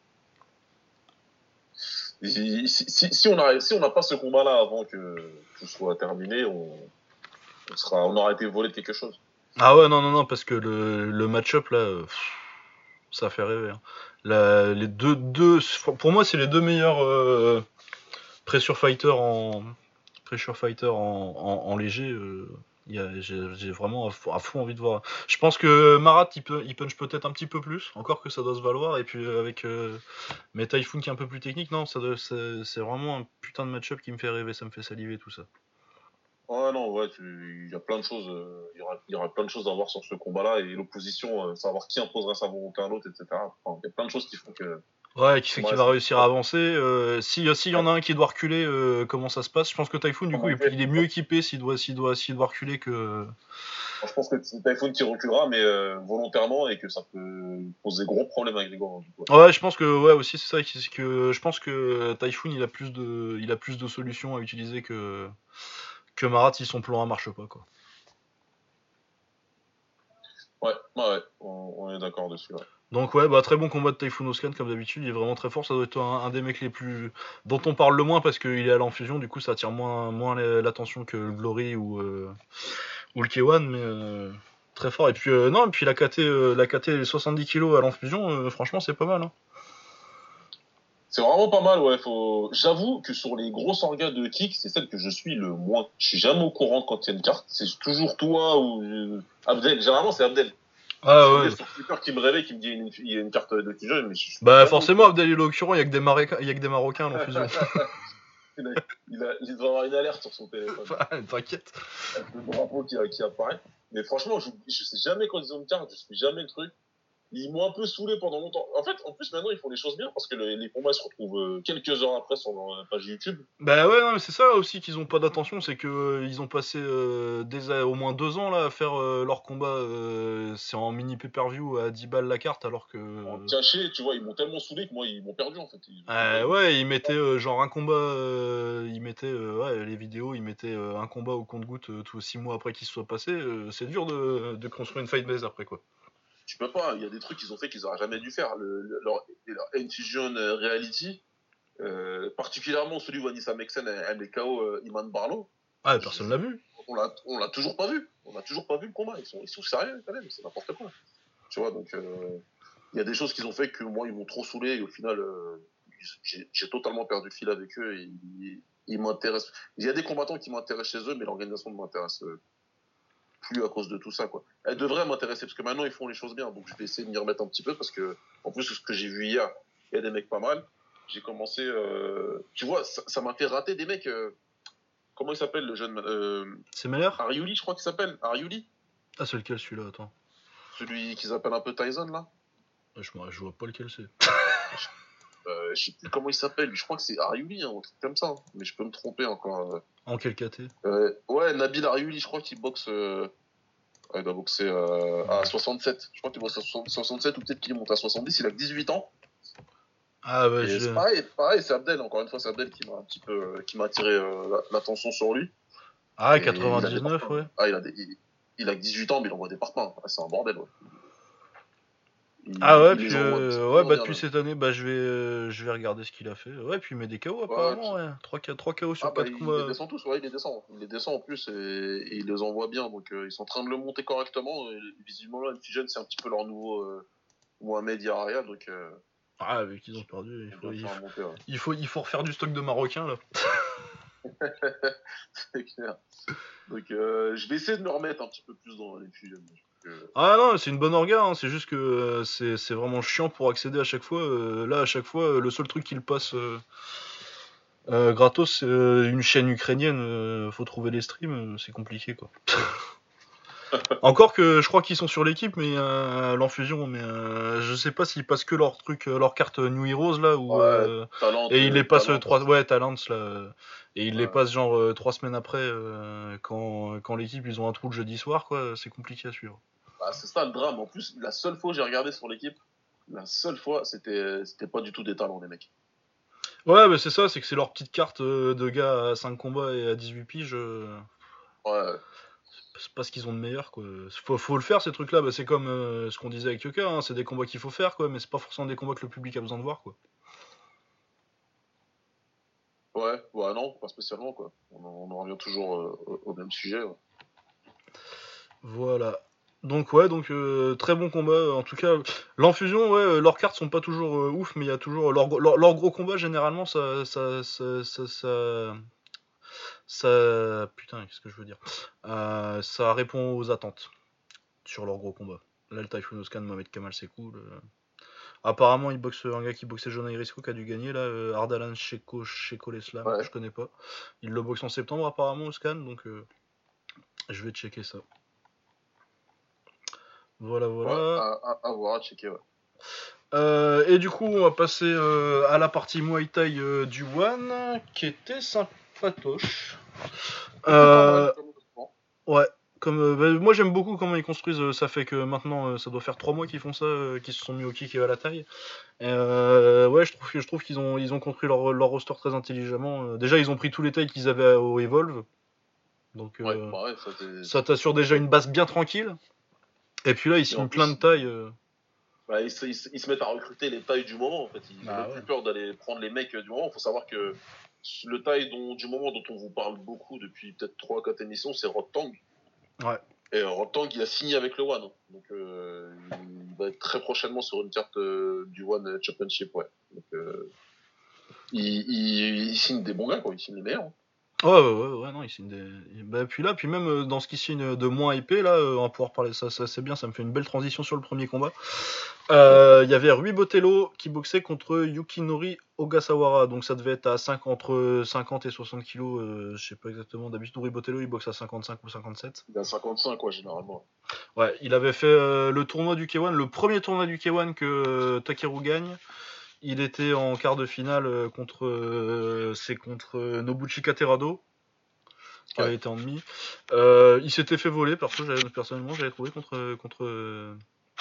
Si, si, si on a, si on n'a pas ce combat-là avant que tout soit terminé, on, on sera, on aura été volé de quelque chose. Ah ouais, non, non, non, parce que le, le match-up là, pff, ça fait rêver. Hein. La, les deux, deux, pour moi, c'est les deux meilleurs euh, pressure fighters en pressure fighter en, en, en léger, euh, y a, j'ai, j'ai vraiment à fond, à fond envie de voir. Je pense que Marat il, peut, il punch peut-être un petit peu plus, encore que ça doit se valoir, et puis avec euh, mais Typhoon qui est un peu plus technique, non, ça doit, c'est, c'est vraiment un putain de match-up qui me fait rêver, ça me fait saliver tout ça. Ouais, non, ouais, il y a plein de choses, il euh, y, aura, y aura plein de choses à voir sur ce combat-là, et l'opposition, euh, savoir qui imposerait sa volonté à l'autre, et cetera. Enfin, il y a plein de choses qui font que. Ouais, qui, qui va réussir à avancer. Euh, S'il si y en a un qui doit reculer, euh, comment ça se passe? Je pense que Typhoon, du coup, il, il est mieux équipé s'il doit, s'il doit, s'il doit reculer que. Je pense que c'est Typhoon qui reculera, mais euh, volontairement, et que ça peut poser gros problèmes avec Grigor. Ouais, je pense que ouais aussi c'est ça, c'est que je pense que Typhoon il a plus de, il a plus de solutions à utiliser que que Marat si son plan A marche pas quoi. Ouais, ouais, ouais, on, on est d'accord dessus. Ouais. Donc ouais, bah très bon combat de Typhoon Oscan comme d'habitude, il est vraiment très fort, ça doit être un, un des mecs les plus dont on parle le moins parce qu'il est à l'enfusion, du coup ça attire moins, moins l'attention que le Glory ou, euh, ou le K un, mais euh, très fort. Et puis euh, non, et puis la K T, euh, la K T soixante-dix kilos à l'enfusion, euh, franchement c'est pas mal. Hein. C'est vraiment pas mal, ouais. Faut... J'avoue que sur les grosses orgas de kick, c'est celle que je suis le moins. Je suis jamais au courant quand il y a une carte. C'est toujours toi ou euh, Abdel. Généralement, c'est Abdel. Ah C'est ouais. Abdel sur Twitter qui me réveille, qui me dit une- il y a une carte de Kijun, mais je suis Bah jamais au forcément courant. Abdel il est au courant, il y a que des, Marocains- il y a que des Marocains à l'enfusion. il, a, il, a, il doit avoir une alerte sur son téléphone. T'inquiète. Avec le drapeau qui, qui apparaît. Mais franchement, je, je sais jamais quand ils ont une carte, je sais jamais le truc. Ils m'ont un peu saoulé pendant longtemps. En fait, en plus, maintenant, ils font les choses bien parce que le- les combats se retrouvent euh, quelques heures après sur leur page YouTube. Bah ouais, non, mais c'est ça aussi qu'ils ont pas d'attention, c'est que euh, ils ont passé euh, des, au moins deux ans là à faire euh, leur combat, euh, c'est en mini pay-per-view à dix balles la carte alors que... En caché, tu vois, ils m'ont tellement saoulé que moi, ils m'ont perdu en fait. Ils ont Euh, perdu. ouais, ils mettaient euh, genre un combat, euh, ils mettaient, euh, ouais, les vidéos, ils mettaient euh, un combat au compte-goutte euh, tous six mois après qu'il se soit passé, euh, c'est dur de, de construire une fight base après quoi. Tu peux pas, il y a des trucs qu'ils ont fait qu'ils auraient jamais dû faire. Le, le- leur, leur Infusion euh, Reality, euh, particulièrement celui où Anissa Mexen elle met K O euh, Iman Barlow, Ah, je- personne je- l'a vu. on l'a on l'a toujours pas vu. On a toujours pas vu le combat. Ils sont, ils sont sérieux quand même, c'est n'importe quoi. Tu vois, donc euh, il y a des choses qu'ils ont fait que moi, ils m'ont trop saoulé et au final, euh, j'ai j'ai totalement perdu le fil avec eux et ils, ils m'intéressent. Il y a des combattants qui m'intéressent chez eux, mais l'organisation ne m'intéresse euh, plus à cause de tout ça, quoi. Elle devrait m'intéresser parce que maintenant ils font les choses bien, donc je vais essayer de m'y remettre un petit peu parce que, en plus, ce que j'ai vu hier, il y a des mecs pas mal. J'ai commencé, euh... tu vois, ça, ça m'a fait rater des mecs. Euh... Comment il s'appelle le jeune euh... C'est meilleur. Ariuli, je crois qu'il s'appelle. Ariuli, Ah, c'est lequel celui-là, attends. celui qu'ils appellent un peu Tyson là. Je, je vois pas lequel c'est. Euh, je sais plus comment il s'appelle. Je crois que c'est Ariuli, hein, un truc comme ça. Mais je peux me tromper encore. En quel K T? Euh, ouais, Nabil Ariuli, je crois qu'il boxe. Euh... Ouais, il doit boxer euh, à soixante-sept. Je crois qu'il boxe à soixante-sept ou peut-être qu'il monte à soixante-dix. Il a que dix-huit ans. Ah bah Et je... c'est pareil, pareil c'est Abdel, encore une fois, c'est Abdel qui m'a un petit peu, euh, qui m'a attiré euh, l'attention sur lui. Ah, Et il a des quatre-vingt-dix-neuf, parpaings. ouais. Ah, il a, des, il, il a que dix-huit ans, mais il envoie des parpaings. Ah, c'est un bordel, ouais. Il, Ah ouais, il puis les envoie euh, ouais, vraiment bah bien, depuis même. cette année, bah je vais, euh, je vais regarder ce qu'il a fait. Ouais, puis il met des K O Ouais, ouais, apparemment, puis- ouais. trois K O Ah, sur bah, quatre il les combats. descend tous, ouais, il les descend. Il les descend en plus et, et il les envoie bien. Donc, euh, ils sont en train de le monter correctement. Et, visiblement, là, Infusion, c'est un petit peu leur nouveau euh, Mohamed Yaraya. Donc, euh, Ah, vu qu'ils ont perdu, il ils faut, vont il faire faut, monter, ouais. il faut, il faut refaire du stock de Marocains là. C'est clair. Donc, euh, je vais essayer de me remettre un petit peu plus dans l'Infusion. Euh, Ah non, c'est une bonne orga, hein, c'est juste que euh, c'est c'est vraiment chiant pour accéder à chaque fois. euh, là, à chaque fois, euh, le seul truc qu'il passe euh, euh, gratos, c'est euh, une chaîne ukrainienne. euh, faut trouver les streams, euh, c'est compliqué quoi. Encore que je crois qu'ils sont sur l'équipe, mais euh, l'enfusion, mais euh, je sais pas s'ils passent que leur truc, euh, leur carte New Heroes là, ou Ouais, euh, talent, et ils les euh, passent euh, talent. trois, ouais, Talents là, euh, et ils les Ouais. passent genre euh, trois semaines après, euh, quand quand l'équipe ils ont un trou le jeudi soir quoi, c'est compliqué à suivre. Bah, c'est ça le drame. En plus, la seule fois que j'ai regardé sur l'équipe, la seule fois, c'était, c'était pas du tout des talents, les mecs. Ouais, bah c'est ça, c'est que c'est leur petite carte euh, de gars à cinq combats et à dix-huit piges. euh, Ouais, c'est pas ce qu'ils ont de meilleur quoi. Faut, faut le faire ces trucs là, bah, c'est comme euh, ce qu'on disait avec Yoka, hein, c'est des combats qu'il faut faire quoi, mais c'est pas forcément des combats que le public a besoin de voir quoi. ouais, ouais, non, pas spécialement, quoi. On, en- on en revient toujours euh, au, au même sujet. Ouais. Voilà. Donc ouais, donc euh, très bon combat. En tout cas, l'enfusion, ouais, euh, leurs cartes sont pas toujours euh, ouf, mais il y a toujours leur, leur, leur gros combat généralement, ça, ça, ça, ça, ça, ça- putain, qu'est-ce que je veux dire Euh, Ça répond aux attentes sur leur gros combat. Là, le Typhoon Oscan, Mohamed Kamal, c'est cool. euh. Apparemment, il boxe un gars qui boxait Jonah Irisco qui a dû gagner là, euh, Ardalan Sheko Sheko l'Islam, Ouais. je connais pas. Il le boxe en septembre apparemment Oscan, donc euh, je vais checker ça. Voilà, Ouais, voilà. à, à, à voir, à checker, ouais. Euh, et du coup, on va passer euh, à la partie Muay Thai euh, du One, qui était sympatoche. C'était pas mal, Euh, comme honnêtement. ouais, comme euh, bah, moi j'aime beaucoup comment ils construisent. euh, Ça fait que maintenant, euh, ça doit faire trois mois qu'ils font ça, euh, qu'ils se sont mis au kick et à la taille. Et, euh, ouais, je trouve, que- je trouve qu'ils ont, ils ont construit leur, leur roster très intelligemment. Euh, déjà, ils ont pris tous les tailles qu'ils avaient au Evolve, donc Ouais, euh, bah ouais, ça c'est. ça t'assure déjà une base bien tranquille. Et puis là, ils signent plein de tailles. Euh... Bah, ils, se, ils, se, ils se mettent à recruter les tailles du moment, en fait. Ils n'ont ah, ouais. plus peur d'aller prendre les mecs du moment. Il faut savoir que le taille dont, du moment dont on vous parle beaucoup depuis peut-être trois quatre émissions, c'est Rod Tang. Ouais. Et Rod Tang, il a signé avec le One. Donc, euh, il va être très prochainement sur une carte euh, du One Championship, ouais. Donc, euh, il, il, il signe des bons gars, quoi. Il signe les meilleurs. Hein. Ouais, ouais, ouais, ouais, non, il signe des. Bah, puis là, puis même euh, dans ce qui signe de moins épais, là, euh, on va pouvoir parler, ça, ça c'est bien, ça me fait une belle transition sur le premier combat. Il euh, y avait Rui Botello qui boxait contre Yukinori Ogasawara, donc ça devait être à cinq, entre cinquante et soixante kilos, euh, je sais pas exactement, d'habitude Rui Botello il boxe à cinquante-cinq ou cinquante-sept. Il a cinquante-cinq, quoi, généralement. Ouais, il avait fait euh, le tournoi du K un, le premier tournoi du K un que euh, Takeru gagne. Il était en quart de finale contre, euh, c'est contre Nobuchi Katerado, qui ouais. avait été ennemi. Euh, il s'était fait voler, perso, j'avais, personnellement, j'avais trouvé contre, contre,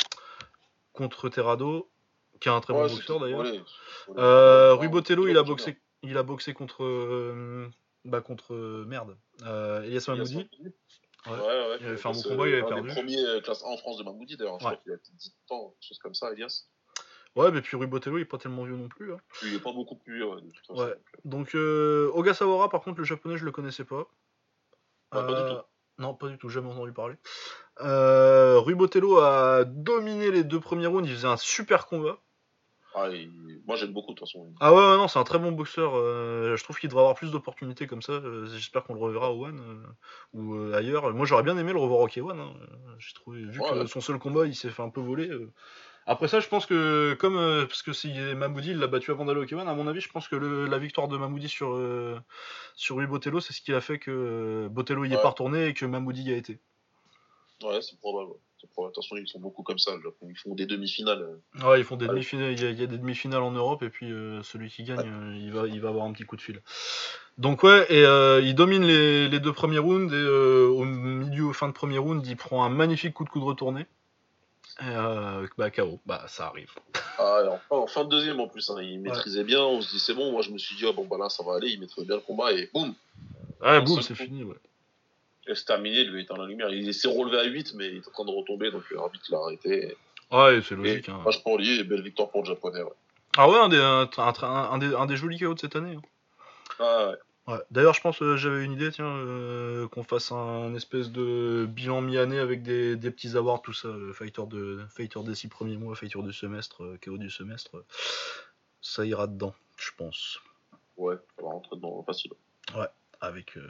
contre Terrado, qui est un très ouais, bon boxeur d'ailleurs. Volé. Volé. Euh, Rui Botello, il a boxé, il a boxé contre, euh, bah contre merde, euh, Elias Mahmoudi. Ouais, ouais, ouais. Il avait fait un bon combat, il avait un perdu. Un des premiers classe un en France de Mahmoudi d'ailleurs. Ouais. Je crois qu'il a peut-être dix ans, quelque chose comme ça, Elias. Ouais, mais puis Rui Botello, il est pas tellement vieux non plus. Hein. Il est pas beaucoup plus vieux, ouais, de toute façon. Ouais. Donc, euh, Ogasawara, par contre, le japonais, je le connaissais pas. Ouais, euh, pas du tout. Non, pas du tout, jamais entendu parler. Euh, Rui Botello a dominé les deux premiers rounds, il faisait un super combat. Ah, il... Moi j'aime beaucoup de toute façon. Ah ouais, ouais non, c'est un très bon boxeur. Euh, je trouve qu'il devrait avoir plus d'opportunités comme ça. Euh, j'espère qu'on le reverra au One euh, ou euh, ailleurs. Moi j'aurais bien aimé le revoir au K un. Hein. J'ai trouvé, vu ouais, que ouais. son seul combat il s'est fait un peu voler. Euh... Après ça, je pense que comme euh, parce que si Mahmoudi il l'a battu avant d'aller au K un, à mon avis, je pense que le, la victoire de Mahmoudi sur euh, sur Rui Botello, c'est ce qui a fait que euh, Botello y ouais. est pas retourné et que Mahmoudi y a été. Ouais, c'est probable. C'est probable. Attention, ils sont beaucoup comme ça. Là. Ils font des demi-finales. Ouais, ils font des demi-finales. Il y, a, il y a des demi-finales en Europe et puis euh, celui qui gagne, ouais. euh, il va, il va avoir un petit coup de fil. Donc ouais, et euh, il domine les, les deux premiers rounds et euh, au milieu, fin de premier round, il prend un magnifique coup de coude retourné. Et euh, bah K O, bah ça arrive. Ah, alors, en fin de deuxième en plus, hein, il maîtrisait ouais. bien. On se dit c'est bon. Moi je me suis dit ah, bon bah là ça va aller. Il maîtrisait bien le combat et boum. Ouais, boum, c'est coup. Fini, ouais. Et c'est terminé, lui étant la lumière. Il s'est relevé à huit, mais il est en train de retomber, donc l'arbitre l'a arrêté. Ouais, c'est logique. Et, hein. Vache pour lui et belle victoire pour le japonais. Ouais. Ah ouais, un des, un, un, un, des, un des jolis K O de cette année. Hein. Ah ouais. Ouais. D'ailleurs, je pense que euh, j'avais une idée, tiens, euh, qu'on fasse un espèce de bilan mi-année avec des, des petits awards, tout ça. Euh, fighter, de, fighter des six premiers mois, fighter du semestre, euh, K O du semestre. Euh, ça ira dedans, je pense. Ouais, ça va rentrer dedans facile. Ouais, avec. Euh...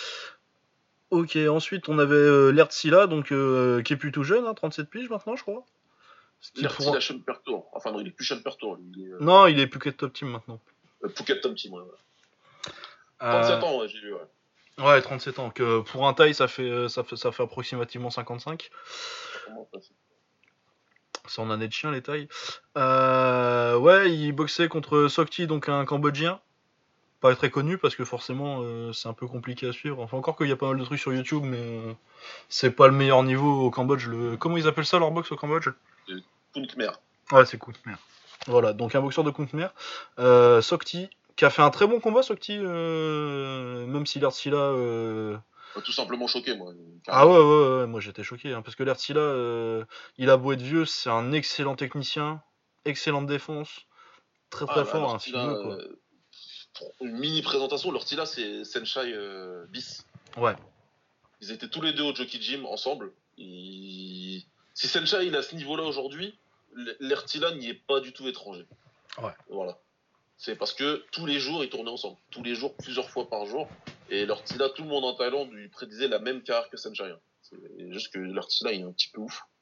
Ok, ensuite on avait euh, Lertzila, donc euh, qui est plutôt jeune, hein, trente-sept piges maintenant, je crois. Lertzila pour... Sean Pertour. Enfin non, il est plus Sean Pertour. Il est, euh... Non, il est Phuket Top Team maintenant. Euh, Phuket Top Team, ouais. ouais. trente-sept euh... ans, ouais, j'ai vu, ouais. Ouais, trente-sept ans. Que pour un taille, ça fait, ça fait, ça fait approximativement cinquante-cinq. Comment ça fait ? C'est en année de chien, les tailles. Euh... Ouais, il boxait contre Sokti, donc un Cambodgien. Pas très connu parce que forcément euh, c'est un peu compliqué à suivre. Enfin encore qu'il y a pas mal de trucs sur YouTube, mais euh, c'est pas le meilleur niveau au Cambodge. Le... Comment ils appellent ça leur boxe au Cambodge ? Kunt Khmer. Ouais, c'est Kunt Khmer. Voilà, donc un boxeur de Kunt Khmer. Euh, Sokti, qui a fait un très bon combat, Sokti, euh, même si Lertzila... Euh... Tout simplement choqué, moi. Ah ouais, ouais, ouais, moi j'étais choqué, hein, parce que Lertzila, euh, il a beau être vieux, c'est un excellent technicien, excellente défense, très très ah, fort, bah, un filmeux, quoi. Euh... Une mini présentation, Lertzila c'est Senshai euh, bis. Ouais. Ils étaient tous les deux au Jockey Gym ensemble. Ils... Si Senshai il est à ce niveau-là aujourd'hui, Lertzila n'y est pas du tout étranger. Ouais. Voilà. C'est parce que tous les jours ils tournaient ensemble, tous les jours, plusieurs fois par jour. Et Lertzila, tout le monde en Thaïlande lui prédisait la même carrière que Senshai. C'est juste que Lertzila il est un petit peu ouf.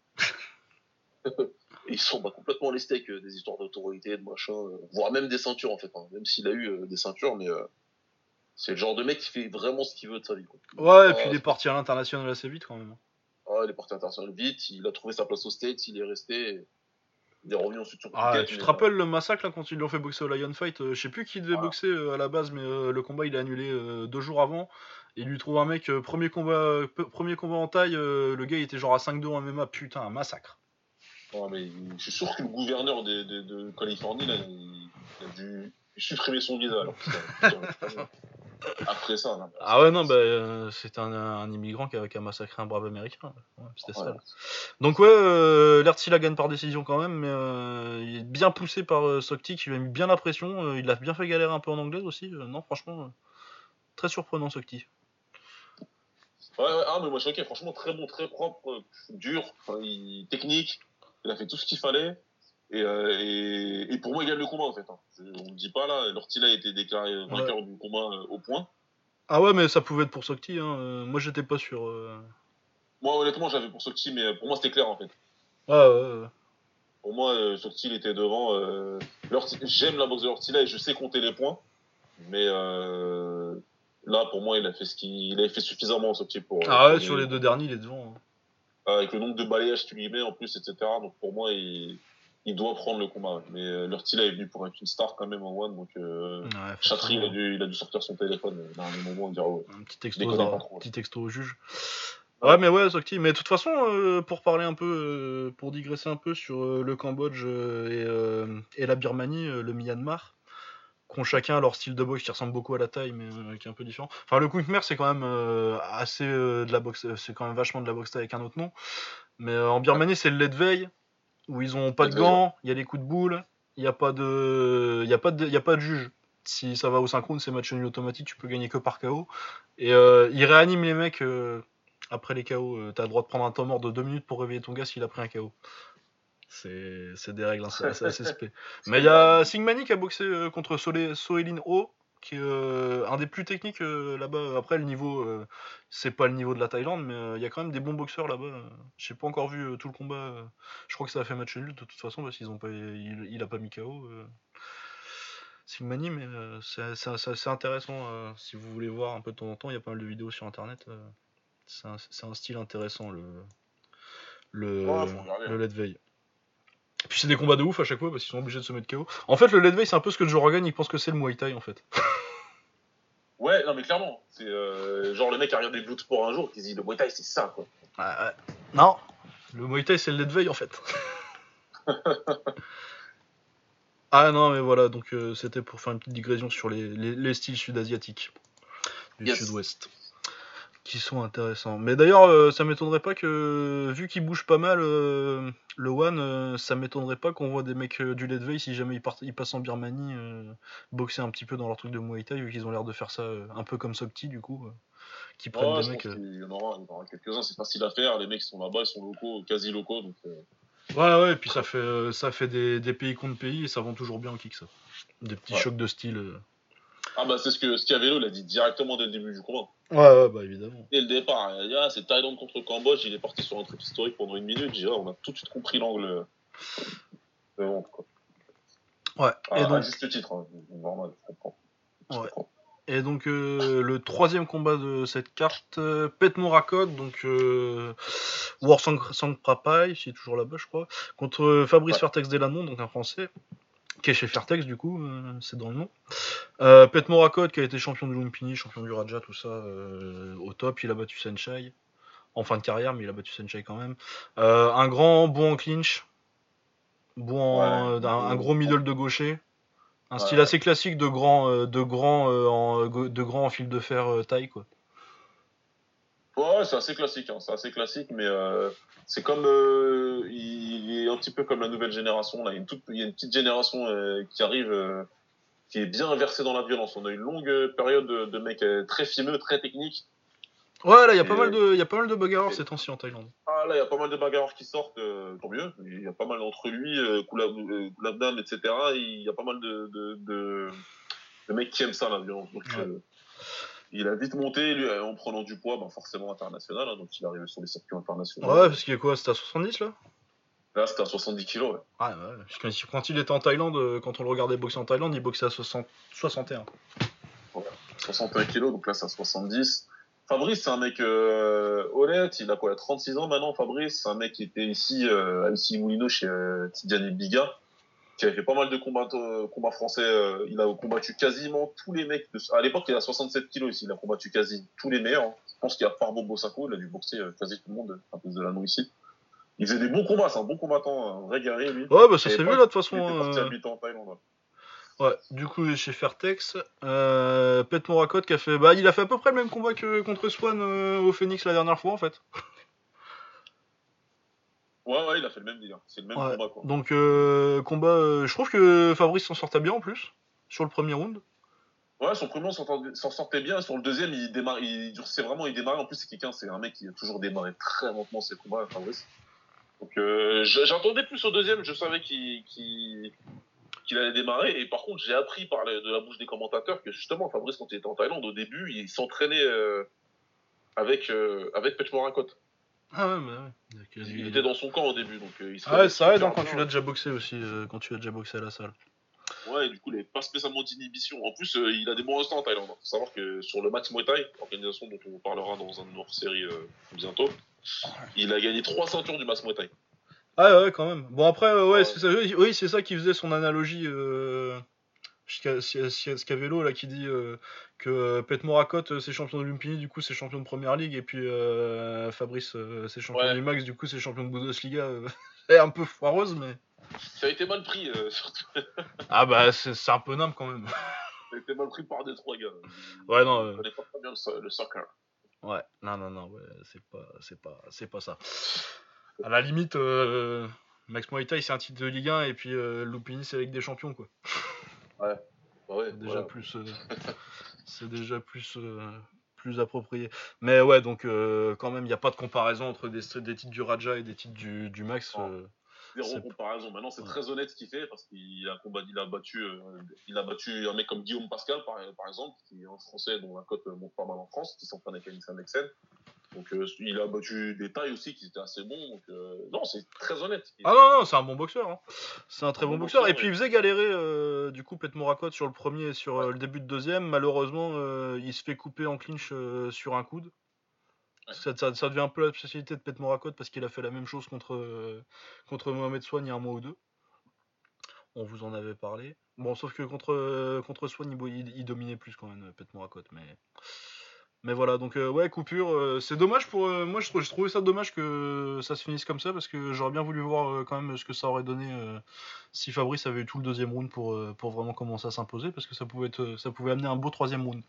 Et ils sont bah, complètement lestés avec euh, des histoires d'autorité, de machin, euh, voire même des ceintures en fait. Hein. Même s'il a eu euh, des ceintures, mais euh, c'est le genre de mec qui fait vraiment ce qu'il veut de sa vie. Quoi. Ouais, ah, et puis il est parti à l'international assez vite quand même. Ah, il est parti à l'international vite, il a trouvé sa place au States, il est resté, il est revenu ensuite sur ah, tu te rappelles le massacre là, quand ils l'ont fait boxer au Lion Fight euh, je sais plus qui devait ah. boxer euh, à la base, mais euh, le combat il est annulé euh, deux jours avant. Il lui trouve un mec, euh, premier, combat, euh, premier combat en taille, euh, le gars il était genre à cinq deux en M M A, putain, un massacre. Ouais, mais je suis sûr que le gouverneur de, de, de Californie, là, il, il a dû supprimer son visa. Alors, putain, putain, Après ça, non. Ah ouais, non, bah, euh, c'est un, un immigrant qui a, qui a massacré un brave américain. Ouais, c'était Ouais. ça. Là. Donc ouais, euh, Lertila gagne par décision quand même, mais euh, il est bien poussé par euh, Sokti qui lui a mis bien la pression. Euh, il l'a bien fait galérer un peu en anglaise aussi. Euh, non, franchement, euh, très surprenant Sokti. Ouais, ouais, ah, mais moi, je suis ok, franchement, très bon, très propre, euh, dur, enfin, il- technique. Il a fait tout ce qu'il fallait. Et, euh, et, et pour moi, il gagne le combat, en fait. Hein. Je- on ne dit pas, là. Lortila a été déclaré Ouais. vainqueur du combat euh, au point. Ah ouais, mais ça pouvait être pour Sokti. Hein. Euh, moi, j'étais pas sûr. Euh... Moi, honnêtement, j'avais pour Sokti, mais pour moi, c'était clair, en fait. Ah ouais, ouais. Pour moi, euh, Sokti, il était devant. Euh, Lorti- J'aime la boxe de Lortila et je sais compter les points. Mais euh, là, pour moi, il a fait ce qu'il il avait fait suffisamment, Sokti, pour, euh, Ah pour ouais, sur gagner le les deux combat. derniers, il est devant. Hein. Avec le nombre de balayages qu'il lui met en plus, et cetera. Donc pour moi, il, il doit prendre le combat. Mais euh, Lurtila est venu pour être une star quand même en one, donc euh, Ouais, Chatri, il a, forcément. dû, il a dû sortir son téléphone euh, à un moment et dire oh, Un petit texto, déconnez pas ça, trop. petit texto au juge. Ouais. Ouais, mais ouais, Sokti. Mais de toute façon, euh, pour parler un peu, euh, pour digresser un peu sur euh, le Cambodge euh, et, euh, et la Birmanie, euh, le Myanmar, qui ont chacun leur style de boxe qui ressemble beaucoup à la taille, mais euh, qui est un peu différent. Enfin, le Kung Khmer, c'est quand même euh, assez euh, de la boxe, c'est quand même vachement de la boxe taille avec un autre nom. Mais euh, en Ouais. Birmanie, c'est le lait de veille, où ils ont pas de Ledvey, ouais. gants, il y a les coups de boule, il y a pas de, il y a pas de, il y a pas de juge. Si ça va au synchrone, c'est match nul automatique, tu peux gagner que par K O. Et euh, ils réaniment les mecs euh, après les K O. Euh, T'as le droit de prendre un temps mort de deux minutes pour réveiller ton gars s'il a pris un K O. C'est, c'est des règles, hein, c'est assez, assez spé. Mais il y a Singmani qui a boxé euh, contre Solé- Soelin Ho, qui est euh, un des plus techniques euh, là-bas. Après, le niveau, euh, c'est pas le niveau de la Thaïlande, mais euh, il y a quand même des bons boxeurs là-bas. J'ai pas encore vu euh, tout le combat. euh. Je crois que ça a fait match nul de toute façon parce qu'ils ont pas, il, il a pas mis K O. Euh, Singmani, mais euh, c'est, c'est, c'est- c'est intéressant euh, si vous voulez voir un peu de temps en temps. Il y a pas mal de vidéos sur internet. euh, c'est, un, c'est un style intéressant le Ouais, le, faut regarder. le Hein. Let Veil. Puis c'est des combats de ouf à chaque fois parce qu'ils sont obligés de se mettre K O. En fait, le Ledvay, c'est un peu ce que Joe Rogan il pense que c'est le Muay Thai en fait. Ouais, non, mais clairement. C'est euh, genre le mec a regardé Bloodsport un jour qui se dit le Muay Thai, c'est ça, quoi. Ah, ouais. Non, le Muay Thai c'est le Ledvay en fait. Ah non, mais voilà, donc euh, c'était pour faire une petite digression sur les, les, les styles sud-asiatiques du Yes. sud-ouest. Qui sont intéressants. Mais d'ailleurs, euh, ça m'étonnerait pas que, vu qu'il bouge pas mal, euh, le One, euh, ça m'étonnerait pas qu'on voit des mecs euh, du Ledvay si jamais ils, partent, ils passent en Birmanie, euh, boxer un petit peu dans leur truc de Muay Thai, vu qu'ils ont l'air de faire ça euh, un peu comme Sokti du coup, euh, qui prennent Ouais, des je mecs. pense Euh... qu'il y en aura, il y en aura quelques-uns. C'est facile à faire. Les mecs sont là-bas, ils sont locaux, quasi locaux. Donc, euh... Ouais, ouais, et puis ça fait, euh, ça fait des, des pays contre pays et ça vend toujours bien en kick ça. Des petits ouais. chocs de style. Euh... Ah bah c'est ce que Schiavello l'a dit directement dès le début du combat. Ouais, ouais, bah évidemment. Dès le départ, il a dit, ah, c'est Thaïlande contre Cambodge, il est parti sur un truc historique pendant une minute, j'ai dit, ah, on a tout de suite compris l'angle de vente, quoi. Ouais, et À, à donc. juste titre, hein. Normal, je comprends. Je Ouais. comprends. Et donc euh, le troisième combat de cette carte, euh, Pet Morakot, donc euh, War Sang, Sang Prapai, c'est toujours là-bas je crois, contre euh, Fabrice Ouais. Fertex Delamont, donc un français, qui est chez Fertex du coup, euh, c'est dans le nom. Euh, Pet Morakot qui a été champion du Lumpini, champion du Raja, tout ça, euh, au top, il a battu Senchai, en fin de carrière, mais il a battu Senchai quand même. Euh, un grand bon en clinch, bon en, Ouais, un, un gros middle de gaucher. Un ouais, style ouais. assez classique de grand, euh, de grand, euh, en, de grand en fil de fer euh, taille quoi. Ouais, c'est assez classique, hein. C'est assez classique, mais euh, c'est comme euh, il est un petit peu comme la nouvelle génération. Là, il y a une, toute, il y a une petite génération euh, qui arrive, euh, qui est bien versée dans la violence. On a une longue période de, de mecs euh, très fimeux, très techniques. Ouais, là, il y a Et, pas mal de, il y a pas mal de bagarreurs et ces temps-ci en Thaïlande. ah là, il y a pas mal de bagarreurs qui sortent, euh, tant mieux. Il y a pas mal entre lui, euh, Koulab, euh, Koulabdam, et cetera. Il y a pas mal de, de, de, de mecs qui aiment ça, la violence. Donc, Ouais. euh, il a vite monté, lui, en prenant du poids, ben, forcément international. Hein, donc, il est arrivé sur les circuits internationaux. Ouais, parce qu'il y a quoi, c'était à soixante-dix là. Là, c'était à soixante-dix kilos. Ouais. Ah ouais, parce que quand il était en Thaïlande, euh, quand on le regardait boxer en Thaïlande, il boxait à soixante, soixante et un. Ouais. soixante et un kilos, donc là, c'est à soixante-dix. Fabrice, c'est un mec euh, honnête. Il a quoi, il a trente-six ans maintenant, Fabrice. C'est un mec qui était ici euh, à Issy Moulineaux chez euh, Tidiane Biga, qui avait fait pas mal de combats, euh, combats français. Euh, il a combattu quasiment tous les mecs. De... À l'époque, il a soixante-sept kilos ici. Il a combattu quasi tous les meilleurs. Hein. Je pense qu'il y a Farbo Bosako. Il a dû boxer euh, quasi tout le monde à cause de l'anneau ici. Il faisait des bons combats. C'est un bon combattant, un vrai guerrier, lui. Ouais, bah ça Je s'est savais vu pas là de toute qu'il façon. était parti Euh... habiter en Thaïlande. Ouais, du coup, chez Fairtex, euh, Pet Morakot qui a fait. Bah, il a fait à peu près le même combat que contre Swan euh, au Phoenix la dernière fois en fait. Ouais, ouais, il a fait le même délire. C'est le même Ouais. combat, quoi. Donc, euh, combat. euh, je trouve que Fabrice s'en sortait bien en plus, sur le premier round. Ouais, son premier s'en s'en sortait bien. Sur le deuxième, il démarre, il durcissait vraiment, il démarrait. En plus, c'est quelqu'un, c'est un mec qui a toujours démarré très lentement ses combats, Fabrice. Donc, euh, je- j'attendais plus au deuxième. Je savais qu'il qu'il qu'il allait démarrer. Et par contre, j'ai appris par le- de la bouche des commentateurs que justement, Fabrice, quand il était en Thaïlande, au début, il s'entraînait euh, avec euh, avec Pech Morakot. Ah ouais, bah ouais. Donc, Il il- était dans son camp au début, donc euh, il se Ah ouais, connaît ça aide hein, super quand bien. tu l'as déjà boxé aussi, euh, quand tu as déjà boxé à la salle. Ouais, et du coup, il n'avait pas spécialement d'inhibition. En plus, euh, il a des bons instants en Thaïlande. Faut savoir que sur le Max Muay Thai, organisation dont on parlera dans un hors série euh, bientôt, il a gagné trois ceintures du Max Muay Thai. Ah ouais, ouais, quand même. Bon après, euh, ouais, Ouais. c'est ça, oui, oui, c'est ça qui faisait son analogie. Euh... Sca- Sca- Sca- Scavello là qui dit euh, que euh, Pet Morakot euh, c'est champion de Lumpini, du coup c'est champion de Première Ligue, et puis euh, Fabrice euh, c'est champion Ouais. du Max, du coup c'est champion de Bundesliga. euh, Elle est un peu foireuse, mais. Ça a été mal pris, euh, surtout. Ah bah c'est c'est un peu nimble quand même. Ça a été mal pris par des trois gars. Ouais, Il, non. il euh, connaît pas très bien le, so- le soccer. Ouais, non, non, non, ouais, c'est pas, c'est pas, c'est pas ça. À la limite, euh, Max Muay Thai c'est un titre de Ligue un, et puis euh, Lumpini c'est la Ligue des Champions quoi. Ouais. Bah ouais, C'est déjà voilà. plus, euh, c'est déjà plus, euh, plus approprié. Mais ouais, donc euh, quand même, il n'y a pas de comparaison entre des, des titres du Raja et des titres du, du Max. Non. euh, Zéro c'est- comparaison. Maintenant, c'est ouais. très honnête ce qu'il fait parce qu'il a combat, il a battu, euh, il a battu un mec comme Guillaume Pascal, par, par exemple, qui est un Français dont la cote euh, monte pas mal en France, qui s'entraîne avec Anissa Mexen. Donc, euh, il a battu des tailles aussi qui étaient assez bons. Donc, euh, non, c'est très honnête. Il Ah est non, non, c'est un bon boxeur. Hein. C'est un un très bon bon boxeur. boxeur, Et puis mais il faisait galérer euh, du coup Pet Morakot sur le premier et sur ouais. euh, le début de deuxième. Malheureusement, euh, il se fait couper en clinch euh, sur un coude. Ouais. Ça, ça, ça devient un peu la spécialité de Pet Morakot parce qu'il a fait la même chose contre, euh, contre Mohamed Swan il y a un mois ou deux. On vous en avait parlé. Bon, sauf que contre, euh, contre Swan, il, il- il dominait plus quand même, Pet Morakot. Mais, mais voilà, donc euh, ouais, coupure. euh, c'est dommage pour. euh, moi, je, trou- je trouvais ça dommage que ça se finisse comme ça parce que j'aurais bien voulu voir euh, quand même ce que ça aurait donné euh, si Fabrice avait eu tout le deuxième round pour, euh, pour vraiment commencer à s'imposer, parce que ça pouvait, être, ça pouvait amener un beau troisième round.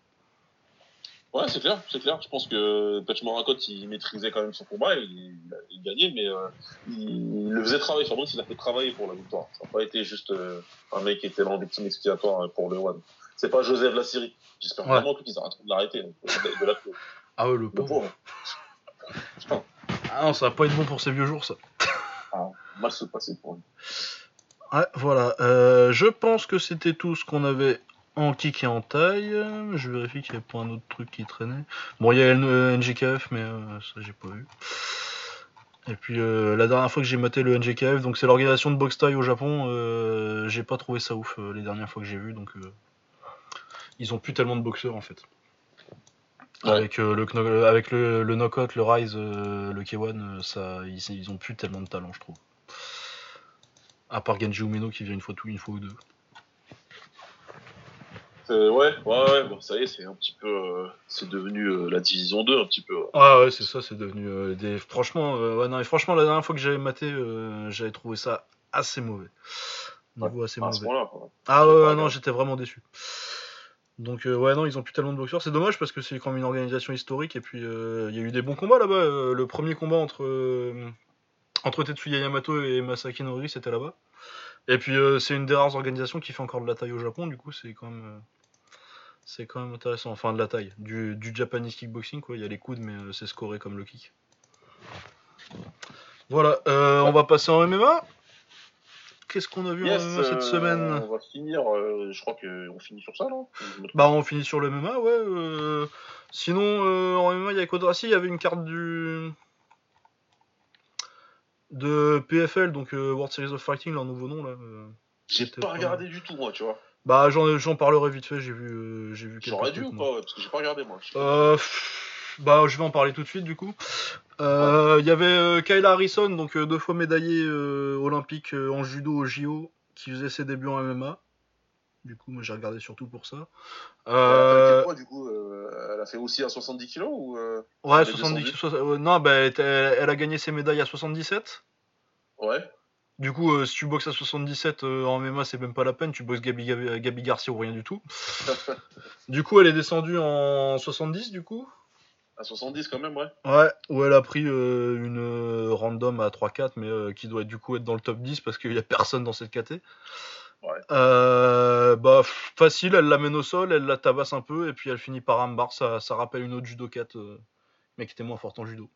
Ouais, c'est clair, c'est clair. Je pense que Patch Morakot, il maîtrisait quand même son combat, il, il, il gagnait, mais euh, il, il le faisait travailler. Fabrice, il a fait travailler pour la victoire. Ça n'a pas été juste euh, un mec qui était là en victime expiatoire pour le One. C'est pas Joseph Lassiri. J'espère Ouais. vraiment qu'ils arrêteront de l'arrêter, de, de l'appeler. Ah ouais, le Le pauvre. pauvre. Putain, Ah non, ça va pas être bon pour ses vieux jours, ça. ah, mal se passer pour lui. Ouais, voilà. Euh, je pense que c'était tout ce qu'on avait en kick et en taille. Je vérifie qu'il n'y avait pas un autre truc qui traînait. Bon, il y a le N G K F, mais euh, ça, j'ai pas vu. Et puis, euh, la dernière fois que j'ai maté le N G K F, donc c'est l'organisation de boxe taille au Japon, euh, j'ai pas trouvé ça ouf euh, les dernières fois que j'ai vu. Donc, euh, ils ont plus tellement de boxeurs en fait. Ouais. Avec, euh, le, avec le, le knockout, le rise, euh, le K un, ça, ils, ils ont plus tellement de talent, je trouve. À part Genji Umeno qui vient une fois tout, une fois ou deux. Euh, ouais, ouais, ouais, bon, ça y est, c'est un petit peu, euh, c'est devenu euh, la division deux, un petit peu. Ouais, Ah ouais, c'est ça, c'est devenu euh, des. Franchement, euh, ouais, non, et franchement, la dernière fois que j'avais maté, euh, j'avais trouvé ça assez mauvais. Niveau assez à ce mauvais. point-là. Quoi. Ah J'ai ouais, pas ouais, non, regardé. j'étais vraiment déçu. Donc euh, ouais, non, ils ont plus tellement de boxeurs. C'est dommage parce que c'est quand même une organisation historique, et puis euh, il y a eu des bons combats là-bas. Euh, le premier combat entre euh, entre Tetsuya Yamato et Masaki Nori, c'était là-bas. Et puis euh, c'est une des rares organisations qui fait encore de la taille au Japon. Du coup, c'est quand même euh, c'est quand même intéressant. Enfin, de la taille, du, du Japanese kickboxing quoi. Il y a les coudes, mais euh, c'est scoré comme le kick. Voilà, euh, Ouais. on va passer en M M A. Qu'est-ce qu'on a vu Yes, en M M A cette euh, semaine? on va finir, euh, je crois qu'on finit sur ça, non? Bah, on finit sur le M M A, ouais. Euh... Sinon, euh, en M M A, il y a quoi d'autre? Ah, si, il y avait une carte du. De P F L, donc euh, World Series of Fighting, leur nouveau nom là. Euh... J'ai C'était pas pas regardé mal. du tout, moi, tu vois. Bah, j'en, j'en parlerai vite fait, j'ai vu, euh, j'ai vu quelques J'aurais dû trucs ou moi. pas, ouais, parce que j'ai pas regardé, moi. Je sais pas. Euh. Bah, je vais en parler tout de suite du coup. Il euh, y avait euh, Kayla Harrison, donc euh, deux fois médaillée euh, olympique euh, en judo au J O, qui faisait ses débuts en M M A. Du coup, moi j'ai regardé surtout pour ça. Elle a fait quel Euh, poids, du coup euh, Elle a fait aussi à soixante-dix kilos ou euh, ouais, elle est soixante-dix, descendue soixante, euh, non, bah, elle, était- elle a gagné ses médailles à soixante-dix-sept. Ouais. Du coup, euh, si tu boxes à soixante-dix-sept euh, en M M A, c'est même pas la peine. Tu boxes Gabi, Gabi, Gabi Garcia ou rien du tout. Du coup, elle est descendue en soixante-dix, du coup. À soixante-dix quand même, ouais. Ouais, où elle a pris euh, une euh, random à trois quatre, mais euh, qui doit du coup être dans le top dix parce qu'il y a personne dans cette caté. Ouais. Euh, bah, f- facile, elle l'amène au sol, elle la tabasse un peu, et puis elle finit par un bar. Ça, ça rappelle une autre judokate, euh, mais qui était moins forte en judo.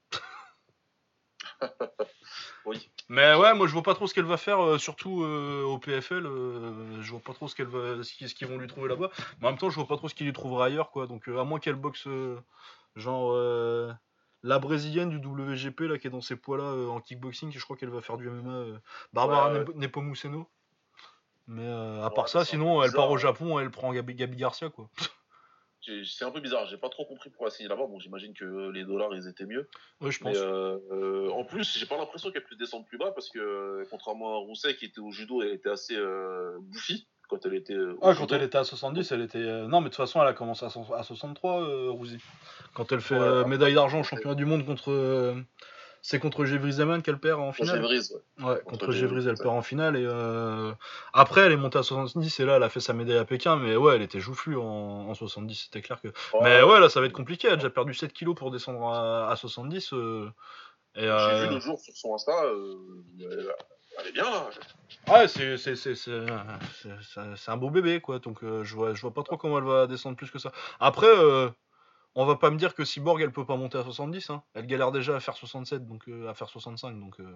Oui. Mais ouais, moi je vois pas trop ce qu'elle va faire, euh, surtout euh, au P F L. Euh, je vois pas trop ce qu'elle va, ce qu'ils ce qu'ils vont lui trouver là-bas. Mais en même temps, je vois pas trop ce qu'ils lui trouveraient ailleurs, quoi. Donc euh, à moins qu'elle boxe euh, genre euh, la brésilienne du W G P là, qui est dans ces poids-là euh, en kickboxing, je crois qu'elle va faire du M M A. euh, Ouais, Barbara ouais. Nep- Nepomuceno. Mais euh, à Ouais, part mais ça, c'est un peu sinon elle part au bizarre. hein. Japon, elle prend Gabi, Gabi Garcia, quoi. J'ai- C'est un peu bizarre. J'ai pas trop compris pourquoi elle signe là-bas. Bon, j'imagine que les dollars, ils étaient mieux. Ouais, je Mais pense. euh, euh, en plus, j'ai pas l'impression qu'elle puisse descendre plus bas parce que, euh, contrairement à Rousset qui était au judo, elle était assez euh, bouffi quand elle était euh, au Ah, quand elle judo. était à soixante-dix, elle était. euh, Non, mais de toute façon, elle a commencé à, so- à soixante-trois, euh, Rouzy. Quand elle fait Ouais, euh, après, médaille elle d'argent au montait. championnat du monde contre. euh, C'est contre Gevry Zeman qu'elle perd en Contre finale. Evries, ouais. Ouais, Contre contre Evries, Gevry, elle perd exact. en finale. Et euh, après, elle est montée à soixante-dix et là, elle a fait sa médaille à Pékin. Mais ouais, elle était joufflue en, en soixante-dix, c'était clair que. Ouais, Mais ouais. ouais, là, ça va être compliqué. Elle a déjà perdu sept kilos pour descendre à, à soixante-dix. euh, et J'ai vu euh, le jour sur son Insta, euh, elle, elle est bien là. Ouais, c'est c'est c'est c'est c'est- c'est- c'est un beau bébé, quoi. Donc euh, je vois je vois pas trop comment elle va descendre plus que ça. Après, euh, on va pas me dire que Cyborg, elle peut pas monter à soixante-dix. Hein. Elle galère déjà à faire soixante-sept, donc euh, à faire soixante-cinq. Donc, euh,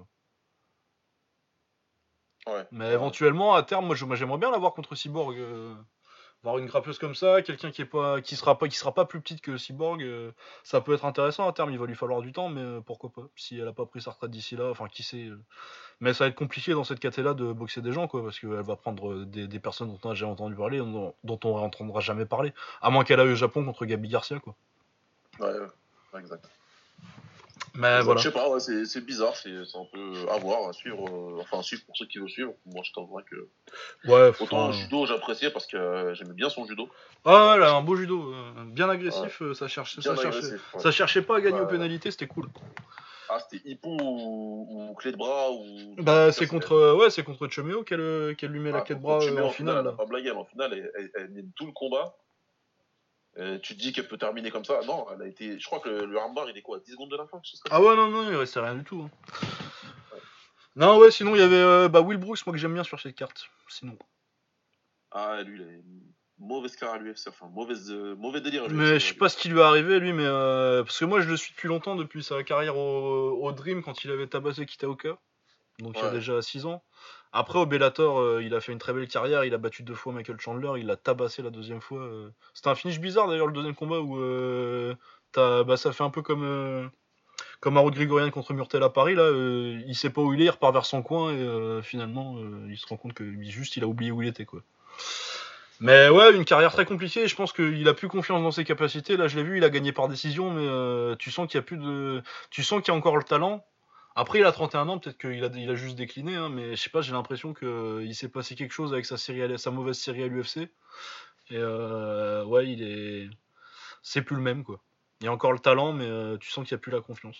Ouais, mais ouais. éventuellement, à terme, moi, je- moi, j'aimerais bien la voir contre Cyborg. euh, Voir une grappeuse comme ça, quelqu'un qui est pas, qui sera pas, qui sera pas plus petite que Cyborg, euh, ça peut être intéressant à terme. Il va lui falloir du temps, mais euh, pourquoi pas. Si elle a pas pris sa retraite d'ici là, enfin qui sait. euh. Mais ça va être compliqué dans cette caté là de boxer des gens, quoi, parce qu'elle va prendre euh, des, des personnes dont on a déjà entendu parler, dont, dont on n'entendra jamais parler, à moins qu'elle aille au Japon contre Gabi Garcia, quoi. Ouais, ouais, ouais, exact. Mais Exact. Je voilà. sais pas, ouais, c'est c'est bizarre, c'est c'est un peu à voir, à suivre. euh, enfin, à suivre pour ceux qui veulent suivre. Moi, je t'avoue que. Ouais, Autant au enfin. judo, j'appréciais parce que euh, j'aimais bien son judo. Ah, elle a un beau judo, euh, bien Ouais, agressif. euh, ça cherchait, ça bien cherchait, agressif, ouais. ça cherchait pas à gagner aux Bah, pénalités, c'était cool. ah, c'était Ippon ou, ou clé de bras ou. En Bah, tout cas, c'est c'est. contre, euh, ouais, c'est contre Chomeo qu'elle, euh, qu'elle lui met la Ah, clé de contre bras euh, Chumé, en en finale, finale, elle a là. pas blagué. Elle, en finale, elle, elle, elle mène tout le combat. Euh, tu te dis qu'elle peut terminer comme ça. Non, elle a été. Je crois que le, le armbar, il est quoi? dix secondes de la fin, quelque chose comme Ah ça. ouais, non, non, il restait rien du tout. Hein. Ouais. Non, ouais, sinon il y avait euh, bah, Will Brooks, moi que j'aime bien sur cette carte. Sinon. Ah, lui, il a une mauvaise carrière à l'U F C. Enfin, mauvaise, euh, mauvais délire à Mais l'U F C, je ouais, sais lui. pas ce qui lui est arrivé, lui, mais. Euh, parce que moi je le suis depuis longtemps, depuis sa carrière au, au Dream, quand il avait tabassé Kitaoka. Donc il y a Ouais. déjà six ans. Après, au Bellator, euh, il a fait une très belle carrière. Il a battu deux fois Michael Chandler. Il l'a tabassé la deuxième fois. euh. C'était un finish bizarre d'ailleurs, le deuxième combat où euh, t'as- bah, ça fait un peu comme. euh, Comme Harold Grigorian contre Murtel à Paris, là, euh, il sait pas où il est, il repart vers son coin et euh, finalement, euh, il se rend compte que lui, juste, il a oublié où il était, quoi. Mais ouais, une carrière très compliquée. Et je pense qu'il a plus confiance dans ses capacités. Là, je l'ai vu, il a gagné par décision, mais euh, tu sens qu'il y a plus de, tu sens qu'il y a encore le talent. Après, il a trente et un ans, peut-être qu'il a, il a juste décliné, hein, mais je sais pas, j'ai l'impression qu'il s'est passé quelque chose avec sa série, à- sa mauvaise série à l'U F C. Et euh, ouais, il est, c'est plus le même, quoi. Il y a encore le talent, mais euh, tu sens qu'il y a plus la confiance.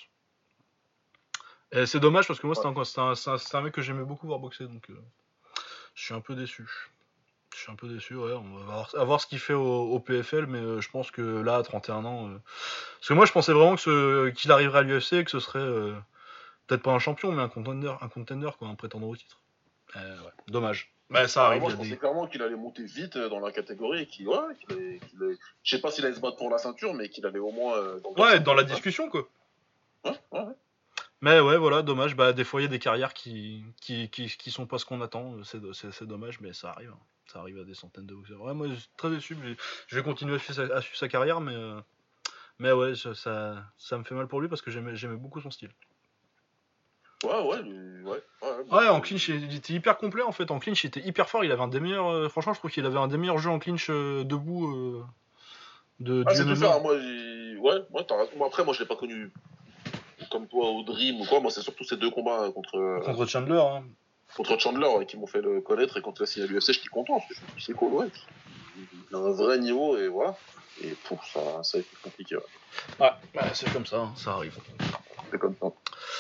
Et c'est dommage parce que moi, Ouais. c'était un, c'était un, c'est un, c'est un mec que j'aimais beaucoup voir boxer, donc euh, je suis un peu déçu. Je suis un peu déçu, ouais. On va voir, à voir ce qu'il fait au, au P F L, mais euh, je pense que là, à trente et un ans. euh, Parce que moi, je pensais vraiment que ce- qu'il arriverait à l'U F C et que ce serait euh, peut-être pas un champion, mais un contender, un contender, quoi, un prétendant au titre. Euh, ouais. Dommage. Bah, ça Bah, arrive, moi, il y je a pensais des. clairement qu'il allait monter vite euh, dans la catégorie et qu'il, ouais, qu'il allait, qu'il allait- je sais pas s'il allait se battre pour la ceinture, mais qu'il allait au moins euh, dans le top Ouais, cinq, dans quoi. la Ouais, discussion, quoi. ouais, ouais. ouais. Mais ouais, voilà, dommage. Bah, des fois, il y a des carrières qui, qui, qui, qui sont pas ce qu'on attend. C'est, c'est, c'est dommage, mais ça arrive. hein. Ça arrive à des centaines de boxeurs. Ouais, moi, je suis très déçu. mais Je vais continuer à suivre sa, à suivre sa carrière, mais, euh, mais ouais, ça, ça, ça me fait mal pour lui parce que j'aimais, j'aimais beaucoup son style. Ouais, ouais, lui, ouais, ouais, ouais, moi, Ouais, en c'est- clinch, il était hyper complet en fait. En clinch, il était hyper fort. Il avait un des meilleurs. euh, franchement, je trouve qu'il avait un des meilleurs jeux en clinch euh, debout euh, de, Ah, du c'est pu faire, M M A. hein, moi, j'ai... Ouais, ouais, t'as raison. Bon, après, moi, je l'ai pas connu comme toi au Dream ou quoi. Moi, c'est surtout ces deux combats euh, contre, euh, Contre Chandler. Hein. contre Chandler ouais, qui m'ont fait le connaître. Et quand il a signé à l'U F C, j'étais content. Parce que je me suis dit, c'est cool, ouais. Il a un vrai niveau et voilà. Et pour ça, ça a été compliqué. Ouais. Ouais, bah, c'est comme ça, hein, ça arrive. C'est comme ça.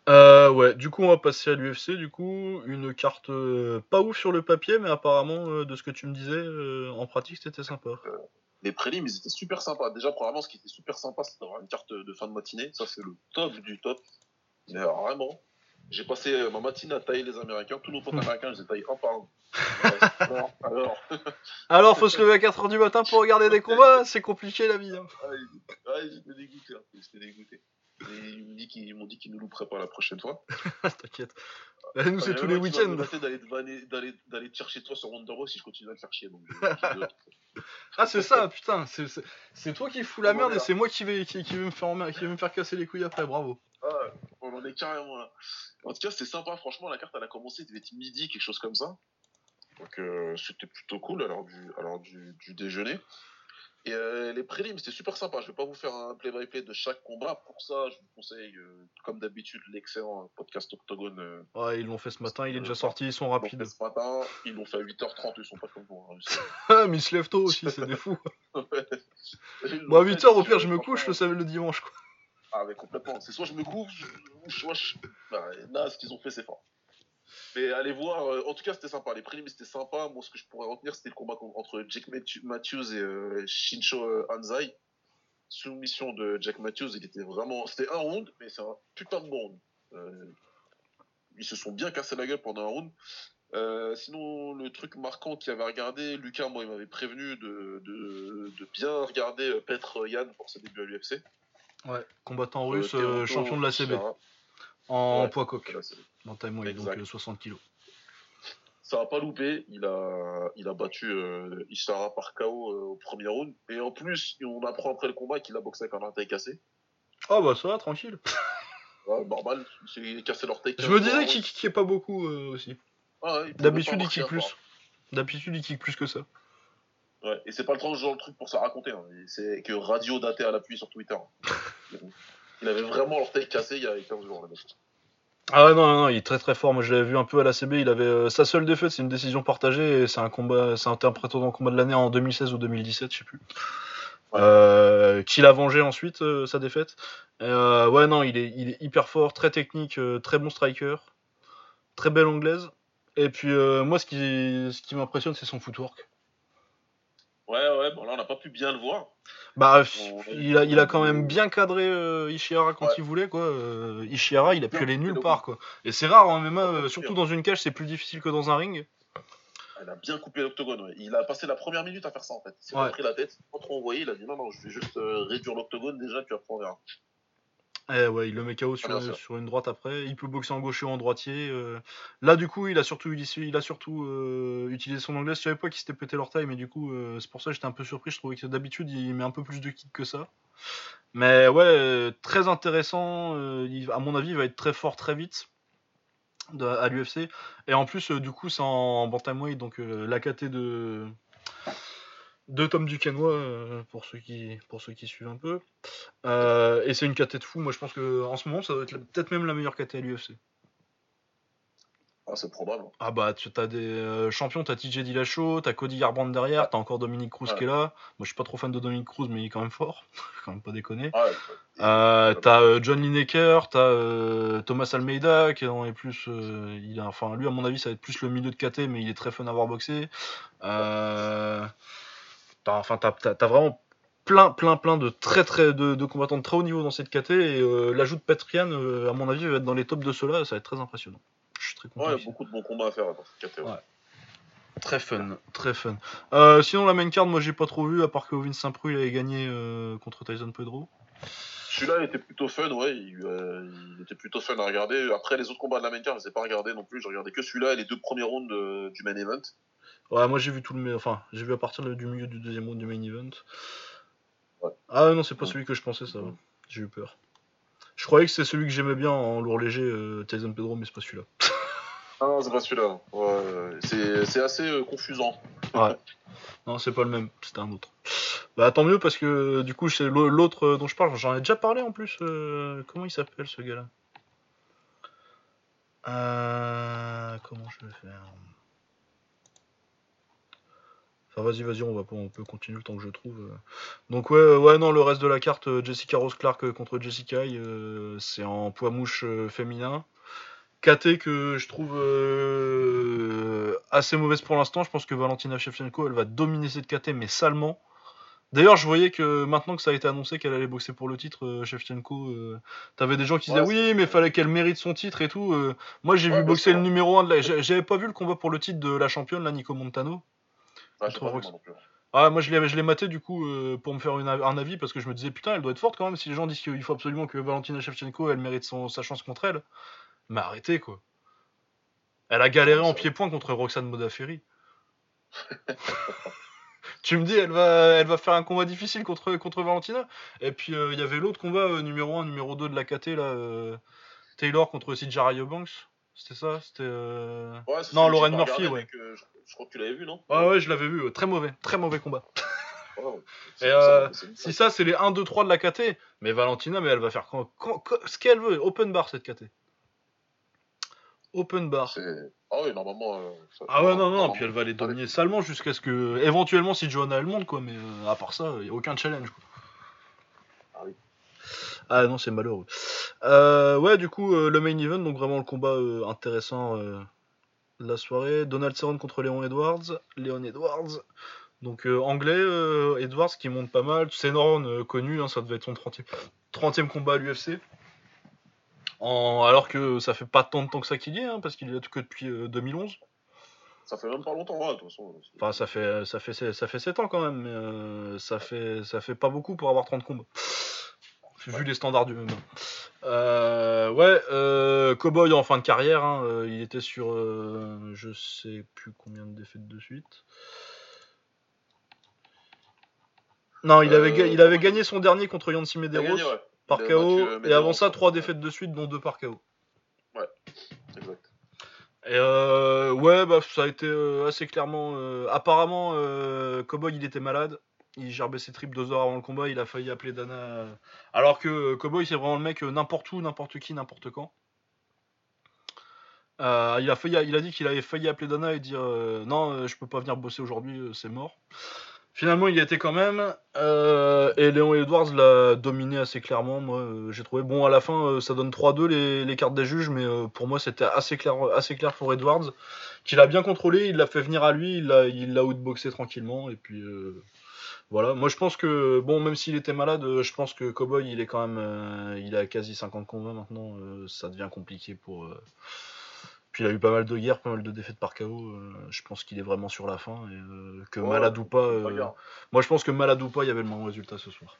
Euh, ouais, du coup, on va passer à l'U F C. Du coup, une carte euh, pas ouf sur le papier, mais apparemment, euh, de ce que tu me disais, euh, en pratique, c'était sympa. Euh, les prélims, ils étaient super sympas. Déjà, premièrement, ce qui était super sympa, c'était d'avoir une carte de fin de matinée. Ça, c'est le top du top. Mais alors, vraiment, j'ai passé euh, ma matinée à tailler les Américains. Tous nos potes américains, je les ai taillés un par un. Ouais, alors, alors. Alors, faut se lever à quatre heures du matin pour regarder des combats, c'est compliqué la vie. Hein. Ouais, ouais, j'étais dégoûté. Hein. J'étais dégoûté. Et ils m'ont dit qu'ils m'ont dit qu'ils nous louperaient pas la prochaine fois. T'inquiète. Bah, nous, Ah, c'est il y a tous même les un qui va me week-ends. menacer d'aller te vanner- d'aller d'aller te chercher toi sur Ronda Rousey si je continue à le faire chier. Donc, euh, j'ai dit, ok. Ah, c'est ça, putain. C'est, c'est, c'est toi qui fous la On en merde est et là. c'est moi qui vais, qui, qui vais me faire, emmer- qui vais me faire casser les couilles après, bravo. Ah, on en est carrément là. En tout cas, c'était sympa. Franchement, la carte, elle a commencé, il devait être midi, quelque chose comme ça. Donc, euh, c'était plutôt cool à l'heure du, à l'heure du, du déjeuner. Et euh, les prélims, c'était super sympa. Je vais pas vous faire un play-by-play de chaque combat. Pour ça, je vous conseille, euh, comme d'habitude, l'excellent podcast Octogone. Euh, Ouais, ils l'ont fait ce matin, il est euh, déjà voilà. sorti, ils sont Ils l'ont fait rapides. ce matin. Ils l'ont fait à huit heures trente. Ils sont pas comme vous. Hein, Ah, mais ils se lèvent tôt aussi, c'est des fous. Ils Bon, à l'ont fait, huit heures, au donc, pire, euh, je me couche le, franchement. le dimanche, quoi. Ah, mais complètement. C'est soit je me couche, ou soit je. Bah, là, ce qu'ils ont fait, c'est fort. Mais allez voir, euh, en tout cas c'était sympa, les prélims c'était sympa, moi ce que je pourrais retenir c'était le combat entre Jake Matthews et euh, Shincho euh, Hanzai. Soumission de Jack Matthews, il était vraiment, c'était un round, mais c'est un putain de bon round. Euh, ils se sont bien cassé la gueule pendant un round. Euh, sinon, le truc marquant qu'il avait regardé, Lucas, moi, il m'avait prévenu de, de, de bien regarder euh, Petr Yan pour ses débuts à l'U F C. Ouais, combattant Euh, russe, euh, champion Teruto de la C B, Ishihara. en Ouais, poids c'est coq, là, c'est dans time weight, donc exact. euh, soixante kilos. Ça a pas loupé, il a, il a battu euh, Ishihara par K O euh, au premier round. Et en plus, on apprend après le combat qu'il a boxé avec un orteil cassé. Ah bah ça va, tranquille. Ouais, normal, il s'est cassé l'orteil Je quinze me fois disais en qu'il round. kickait pas beaucoup euh, aussi. Ah ouais, il pouvait même pas D'habitude, il marcher kick apparemment. plus. D'habitude, il kick plus que ça. Ouais, et c'est pas le genre de truc pour ça raconter. Hein. C'est que Radio daté à l'appui sur Twitter. Il avait vraiment l'orteil cassé il y a quinze jours, le mec. Ah ouais, non, non, non, il est très très fort. Moi, je l'avais vu un peu à la C B. Il avait euh, sa seule défaite, c'est une décision partagée. Et c'est un combat, c'est un prétendant combat de l'année en deux mille seize ou deux mille dix-sept, je sais plus. Ouais. Euh, qu'il a vengé ensuite euh, sa défaite. Euh, ouais, non, il est, il est hyper fort, très technique, euh, très bon striker, très belle anglaise. Et puis euh, moi, ce qui, ce qui m'impressionne, c'est son footwork. Ouais, ouais, bon là on n'a pas pu bien le voir. Bah, On a eu il a, il a beaucoup quand même de. bien cadré euh, Ishihara quand Ouais, il voulait, quoi. Euh, il a Ishihara, il a pu bien aller coupé nulle le part, quoi. Et c'est rare en M M A, il a bien euh, coupé, surtout hein. dans une cage, c'est plus difficile que dans un ring. Il a bien coupé l'octogone, ouais. Il a passé la première minute à faire ça en fait. Il s'est pas Ouais. pris la tête, pas trop envoyé, il a dit non, non, je vais juste euh, réduire l'octogone déjà, puis après on verra. Eh ouais, il le met K O Très sur, bien une- sûr. sur une droite après. Il peut boxer en gaucher ou en droitier. euh. Là, du coup, il a surtout, il a surtout euh, utilisé son anglais. Je savais pas qu'il s'était pété l'orteil, mais du coup, euh, c'est pour ça que j'étais un peu surpris. Je trouvais que d'habitude, il met un peu plus de kick que ça. Mais ouais, euh, très intéressant. euh, il- à mon avis, il va être très fort très vite de- à l'U F C. Et en plus, euh, du coup, c'est en bantamweight, donc euh, l'A K T de de Tom Duquesnoy euh, pour ceux qui pour ceux qui suivent un peu. Euh, et c'est une K T de fou. Moi, je pense que en ce moment, ça doit être la- peut-être même la meilleure K T à l'U F C. Ah, c'est probable. Ah bah, tu as des euh, champions, t'as T J Dillashaw, t'as Cody Garbrandt derrière, Ouais, t'as encore Dominique Cruz ouais, qui est là. Moi, je suis pas trop fan de Dominique Cruz, mais il est quand même fort. Faut quand même pas déconner. ouais. Et, Euh, voilà. t'as euh, John Lineker, t'as euh, Thomas Almeida qui est plus, euh, il a, enfin lui à mon avis ça va être plus le milieu de K T, mais il est très fun à voir boxer. Euh, t'as, enfin t'as, t'as, t'as vraiment plein, plein, plein de très, très de, de combattants de très haut niveau dans cette K T et euh, l'ajout de Petrian, euh, à mon avis, va être dans les tops de ceux-là, ça va être très impressionnant. Je suis très content. Ouais, Ici. beaucoup de bons combats à faire dans cette catégorie. Ouais. Très fun, très fun. Euh, sinon, la main card, moi j'ai pas trop vu, à part que Ovin Saint-Preux il avait gagné euh, contre Tyson Pedro. Celui-là, il était plutôt fun, ouais. Il, euh, il était plutôt fun à regarder. Après, les autres combats de la main card, je les ai pas regardés non plus. Je regardais que celui-là et les deux premiers rounds de- du main event. Ouais, moi j'ai vu tout le, enfin, j'ai vu à partir du milieu du deuxième round du main event. Ouais. Ah non, c'est pas Donc, celui que je pensais, ça va. donc, J'ai eu peur. Je croyais que c'est celui que j'aimais bien en lourd léger, euh, Tyson Pedro, mais c'est pas celui-là. Ah non, c'est pas celui-là. Ouais, c'est, c'est assez euh, confusant. Ouais. Non, c'est pas le même, c'était un autre. Bah tant mieux parce que du coup, c'est l'autre dont je parle, j'en ai déjà parlé en plus. Euh, comment il s'appelle ce gars-là euh, Comment je vais faire Enfin, vas-y, vas-y, on, va, on peut continuer le temps que je trouve. euh. Donc, ouais, euh, ouais, non, le reste de la carte, euh, Jessica Rose Clark euh, contre Jessica, euh, c'est en poids mouche euh, féminin. K T que je trouve euh, assez mauvaise pour l'instant. Je pense que Valentina Shevchenko, elle va dominer cette K T, mais salement. D'ailleurs, je voyais que maintenant que ça a été annoncé qu'elle allait boxer pour le titre, euh, Shevchenko, euh, t'avais des gens qui disaient Ouais, c'est. oui, mais fallait qu'elle mérite son titre et tout. euh. Moi, j'ai vu Ouais, bien boxer le sûr. numéro un de la. J'avais pas vu le combat pour le titre de la championne, là, Nico Montano, Ah, j'ai contre pas vu Rox. moi non plus. Ah, moi, je l'ai, je l'ai maté du coup euh, pour me faire une, un avis parce que je me disais putain, elle doit être forte quand même. Si les gens disent qu'il faut absolument que Valentina Shevchenko, elle mérite son, sa chance contre elle, mais arrêtez quoi. Elle a Non, galéré mais en c'est vrai. pied-point contre Roxane Modafferi. Tu me dis, elle va, elle va faire un combat difficile contre, contre Valentina. Et puis, il euh, y avait l'autre combat, euh, numéro un, numéro deux de la K T, là, euh, Taylor contre Sijara Eubanks. C'était ça C'était. Euh... Ouais, c'est Non, celui que j'ai Lauren pas Murphy, regardé, ouais. mais que je, je crois que tu l'avais vu, non? Ouais, ouais, je l'avais vu. euh, très mauvais, très mauvais combat. Ouais, Et c'est pour ça, non, euh, mais c'est une si blague. ça, c'est les un, deux, trois de la K T. Mais Valentina, mais elle va faire quand, quand- quand- ce qu'elle veut. Open bar, cette K T. Open bar. C'est. Ah oui, normalement, euh, ça- Ah ouais, non, non, non, puis normalement, elle va les allez. dominer salement jusqu'à ce que. Éventuellement, si Johanna elle monte, quoi. Mais euh, à part ça, il n'y a aucun challenge, quoi. Ah oui. Ah non, c'est malheureux. Euh, ouais, du coup, euh, le main event, donc vraiment le combat euh, intéressant euh, de la soirée. Donald Cerrone contre Léon Edwards. Léon Edwards. Donc euh, anglais, euh, Edwards qui monte pas mal. Cerrone euh, connu, hein, ça devait être son trentième, trentième combat à l'U F C. En... Alors que ça fait pas tant de temps que ça qu'il y est, hein, parce qu'il est là que depuis euh, deux mille onze. Ça fait même pas longtemps, ouais, de toute façon. Enfin, ça fait, ça fait, ça fait sept ans quand même, mais euh, ça, fait, ça fait pas beaucoup pour avoir trente combats. Vu Ouais. les standards du M M A. Euh, ouais, euh, Cowboy en fin de carrière, hein, euh, il était sur euh, je sais plus combien de défaites de suite. Non, il avait, Euh, il avait Cowboy, gagné son dernier contre Yancy il a Medeiros gagné, ouais. Il par a battu K O, euh, et avant Medeiros, ça, ouais. trois Ouais, défaites de suite, dont deux par K O. ouais, exact. Et euh, ouais, bah, ça a été euh, assez clairement. Euh, apparemment, euh, Cowboy il était malade. Il gerbait ses tripes deux heures avant le combat. Il a failli appeler Dana. euh, Alors que euh, Cowboy, c'est vraiment le mec euh, n'importe où, n'importe qui, n'importe quand. Euh, il, a failli, il a dit qu'il avait failli appeler Dana et dire euh, non, euh, je peux pas venir bosser aujourd'hui, euh, c'est mort. Finalement, il y était quand même. Euh, et Léon Edwards l'a dominé assez clairement. Moi, euh, j'ai trouvé. Bon, à la fin, euh, ça donne trois deux les, les cartes des juges, mais euh, pour moi, c'était assez clair, assez clair pour Edwards. Qu'il a bien contrôlé, il l'a fait venir à lui, il l'a, il l'a outboxé tranquillement. Et puis euh, voilà. Moi, je pense que, bon, même s'il était malade, euh, je pense que Cowboy, il est quand même. Euh, il a quasi cinquante combats maintenant. Euh, ça devient compliqué pour. Euh, puis il a eu pas mal de guerres, pas mal de défaites par K O. Euh, je pense qu'il est vraiment sur la fin. Et euh, que Ouais, malade ou faut pas. qu'il me Euh, bagarre. moi, je pense que malade ou pas, il y avait le même résultat ce soir.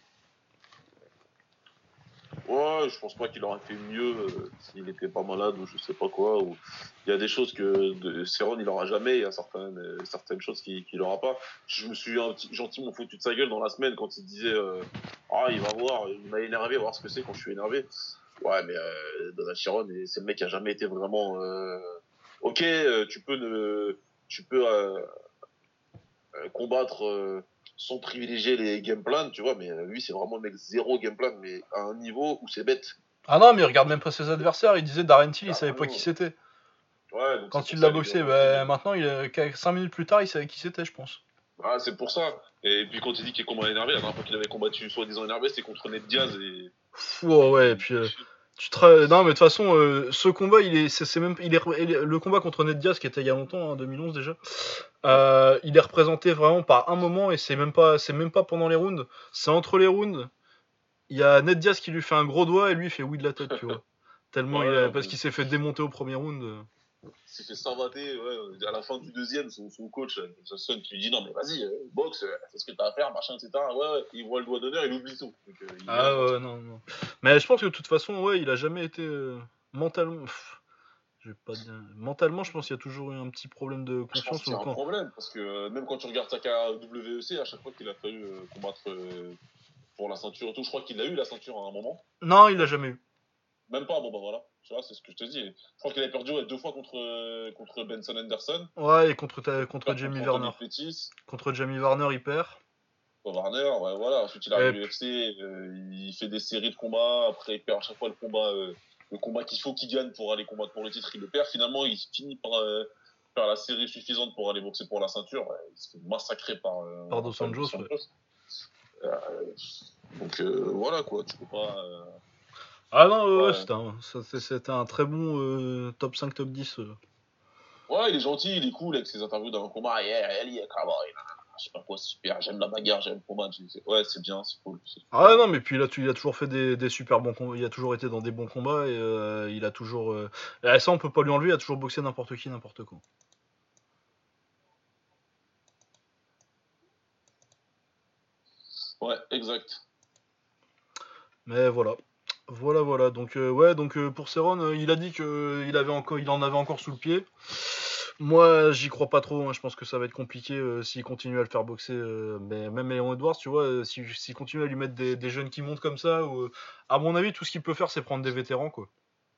Ouais, je pense pas qu'il aurait fait mieux euh, s'il était pas malade ou je sais pas quoi. Ou il y a des choses que de Céron il aura jamais, il y a certaines euh, certaines choses qu'il qu'il aura pas. Je me suis un petit- gentiment foutu de sa gueule dans la semaine quand il disait euh, ah il va voir, il m'a énervé, il va voir ce que c'est quand je suis énervé. Ouais, mais euh, Donald Chiron, c'est le mec qui a jamais été vraiment. Euh... Ok, euh, tu peux ne, tu peux euh, euh, combattre euh, sans privilégier les game plans, tu vois, mais euh, lui c'est vraiment le mec zéro game plan, mais à un niveau où c'est bête. Ah non, mais il regarde même pas ses adversaires. Il disait Darren Till, il Ah, savait pas qui vraiment. c'était. Ouais, donc c'est Quand pour il l'a ça, les boxé, gars, ok. bah, maintenant, il est... cinq minutes plus tard, il savait qui c'était, je pense. Ah, c'est pour ça. Et puis quand il dit qu'il est combat énervé, la dernière fois qu'il avait combattu soi-disant énervé, c'était contre Ned Diaz et. Pff, ouais, ouais, et Il... puis. Euh, tu te... Non, mais de toute façon, euh, ce combat, il est, c'est, c'est même, il est, le combat contre Ned Diaz qui était il y a longtemps, hein, deux mille onze déjà. Ouais. Euh, il est représenté vraiment par un moment et c'est même pas, c'est même pas pendant les rounds, c'est entre les rounds. Il y a Ned Diaz qui lui fait un gros doigt et lui il fait oui de la tête, tu vois. Tellement il Ouais, a, en parce plus. qu'il s'est fait démonter au premier round. euh. Il s'est fait savater, ouais. À la fin du deuxième, son, son coach, Johnson, qui lui dit non, mais vas-y, euh, boxe, euh, fais ce que t'as à faire, machin, et cetera. Ouais, ouais. Il voit le doigt d'honneur, il oublie tout. Donc euh, il vient Ah tranquille. ouais, non, non. Mais je pense que de toute façon, ouais, il a jamais été euh, mentalement. Pff, je vais pas dire. Mentalement, je pense qu'il y a toujours eu un petit problème de Je pense confiance qu'il y ou a un quand. problème, parce que euh, même quand tu regardes sa carrière W E C, à chaque fois qu'il a fallu euh, combattre euh, pour la ceinture et tout, je crois qu'il a eu la ceinture à un moment. Non, il l'a jamais eu. Même pas, bon bah voilà. Tu vois, c'est ce que je te dis. Je crois qu'il a perdu ouais, deux fois contre, euh, contre Benson Anderson. Ouais, et contre, ta- Il contre perd Jamie contre Warner. Anthony Pettis. Contre Jamie Warner, il perd. Warner, ouais, voilà. Ensuite, il Et arrive à puis- l'U F C, euh, il fait des séries de combats. Après, il perd à chaque fois le combat, euh, le combat qu'il faut qu'il gagne pour aller combattre pour le titre. Il le perd. Finalement, il finit par, euh, faire la série suffisante pour aller boxer pour la ceinture, ouais, il se fait massacrer par, euh, Par Dos Anjos, Dos ouais. Anjos. Euh, donc euh, voilà quoi, tu peux pas. Euh, Ah non, ouais, ouais, ouais. c'était un, ça, c'est- c'était un très bon euh, top cinq, top dix. euh. Ouais, il est gentil, il est cool avec ses interviews dans le combat. Yeah, yeah, yeah, cowboy, je sais pas quoi, c'est super, j'aime la bagarre, j'aime le combat. C'est- Ouais, c'est bien, c'est cool. c'est Ah cool. non, mais puis là, tu, il a toujours fait des, des super bons combats. Il a toujours été dans des bons combats et euh, il a toujours. Euh... et ça, on peut pas lui enlever. Il a toujours boxé n'importe qui, n'importe quand. Ouais, exact. Mais voilà. Voilà, voilà. Donc, euh, ouais, donc euh, pour Cerrone, euh, il a dit qu'il avait encore, il en avait encore sous le pied. Moi, j'y crois pas trop. Hein. Je pense que ça va être compliqué euh, s'il continue à le faire boxer. Euh, mais même Léon Edwards, tu vois, euh, s'il s'il continue à lui mettre des, des jeunes qui montent comme ça, ou, euh, à mon avis, tout ce qu'il peut faire, c'est prendre des vétérans, quoi.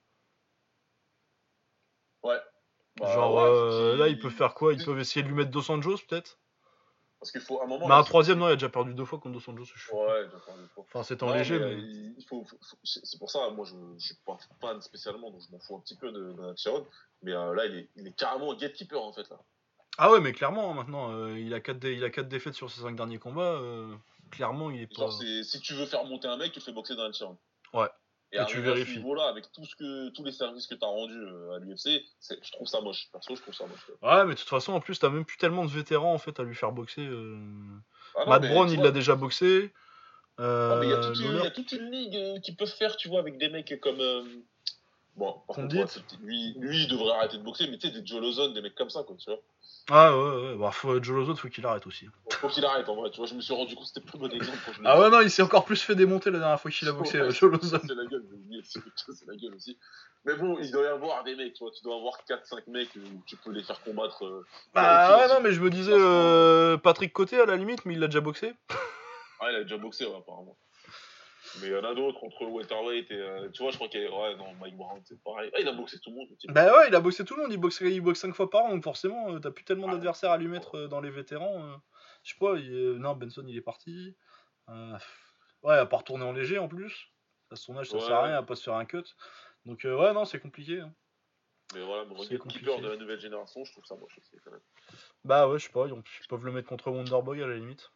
Ouais. Bah Genre, ouais, faut euh, là, il peut qu'il. faire quoi? Ils peuvent essayer de lui mettre Dos Anjos, peut-être? Parce qu'il faut, à un moment, Mais là, un ce qu'il troisième, faut. non, il a déjà perdu deux fois contre Dos Anjos. Je suis fou. Ouais, d'accord, d'accord. Enfin, c'était en Non, léger, mais euh, mais. il faut, faut- faut- c'est c'est pour ça, moi, je, je suis pas fan spécialement, donc je m'en fous un petit peu de, de Chiron. Mais euh, là, il est, il est carrément gatekeeper, en fait, là. Ah ouais, mais clairement, hein, maintenant, euh, il a quatre dé- il a quatre défaites sur ses cinq derniers combats. euh, clairement, il est pas. Genre, c'est, si tu veux faire monter un mec, tu le fais boxer dans Chiron. Ouais. Et Et tu arriver à ce vérifies. niveau-là, avec tout ce que, tous les services que t'as rendus euh, à l'U F C, c'est, je trouve ça moche. Perso, je trouve ça moche. Ouais. Ouais, mais de toute façon, en plus, t'as même plus tellement de vétérans en fait à lui faire boxer. euh. Ah non, Matt mais Brown, tu il l'a vois, déjà boxé. ouais, mais il y a Euh, toute une, il Lawler, y a toute une ligue euh, qui peuvent faire, tu vois, avec des mecs comme. euh, Bon, par contre, ouais, Condit. c'est peut-être- lui, lui, il devrait arrêter de boxer, mais tu sais, des Joe Lawson, des mecs comme ça, quoi, tu vois. Ah ouais, ouais, bah, faut, Joe Lozot, faut qu'il arrête aussi. Bon, faut qu'il arrête, en vrai, tu vois, je me suis rendu compte que c'était pas le bon exemple quand je le Ah ouais, dis. non, il s'est encore plus fait démonter la dernière fois qu'il a boxé, Ouais, euh, Joe c'est Lozon. c'est la gueule, j'ai oublié, c'est c'est la gueule aussi. Mais bon, il doit y avoir des mecs, tu vois, tu dois avoir quatre cinq mecs où tu peux les faire combattre. Euh, tu vois, au-dessus Bah d'un ouais, non, certain mais je me disais classement. Euh... euh, Patrick Côté à la limite, mais il l'a déjà boxé. Ah, il a déjà boxé, ouais, apparemment. Mais il y en a d'autres entre welterweight et. Euh, tu vois, je crois qu'il y a. Ouais, non, Mike Brown, c'est pareil. Ah, il a boxé tout le monde, le type. Bah ouais, il a boxé tout le monde, il boxe, il boxe cinq fois par an, donc forcément, euh, t'as plus tellement Ah, d'adversaires à lui mettre euh, dans les vétérans. euh. Je sais pas, il est- non, Benson il est parti. Euh, Ouais, à part tourner en léger en plus. À son âge, ça sert à ouais. rien à pas se faire un cut. Donc euh, ouais, non, c'est compliqué. hein. Mais voilà, mon C'est gatekeeper compliqué. de la nouvelle génération, je trouve ça moche aussi, quand même. Bah ouais, je sais pas, ils ils peuvent le mettre contre Wonderboy à la limite.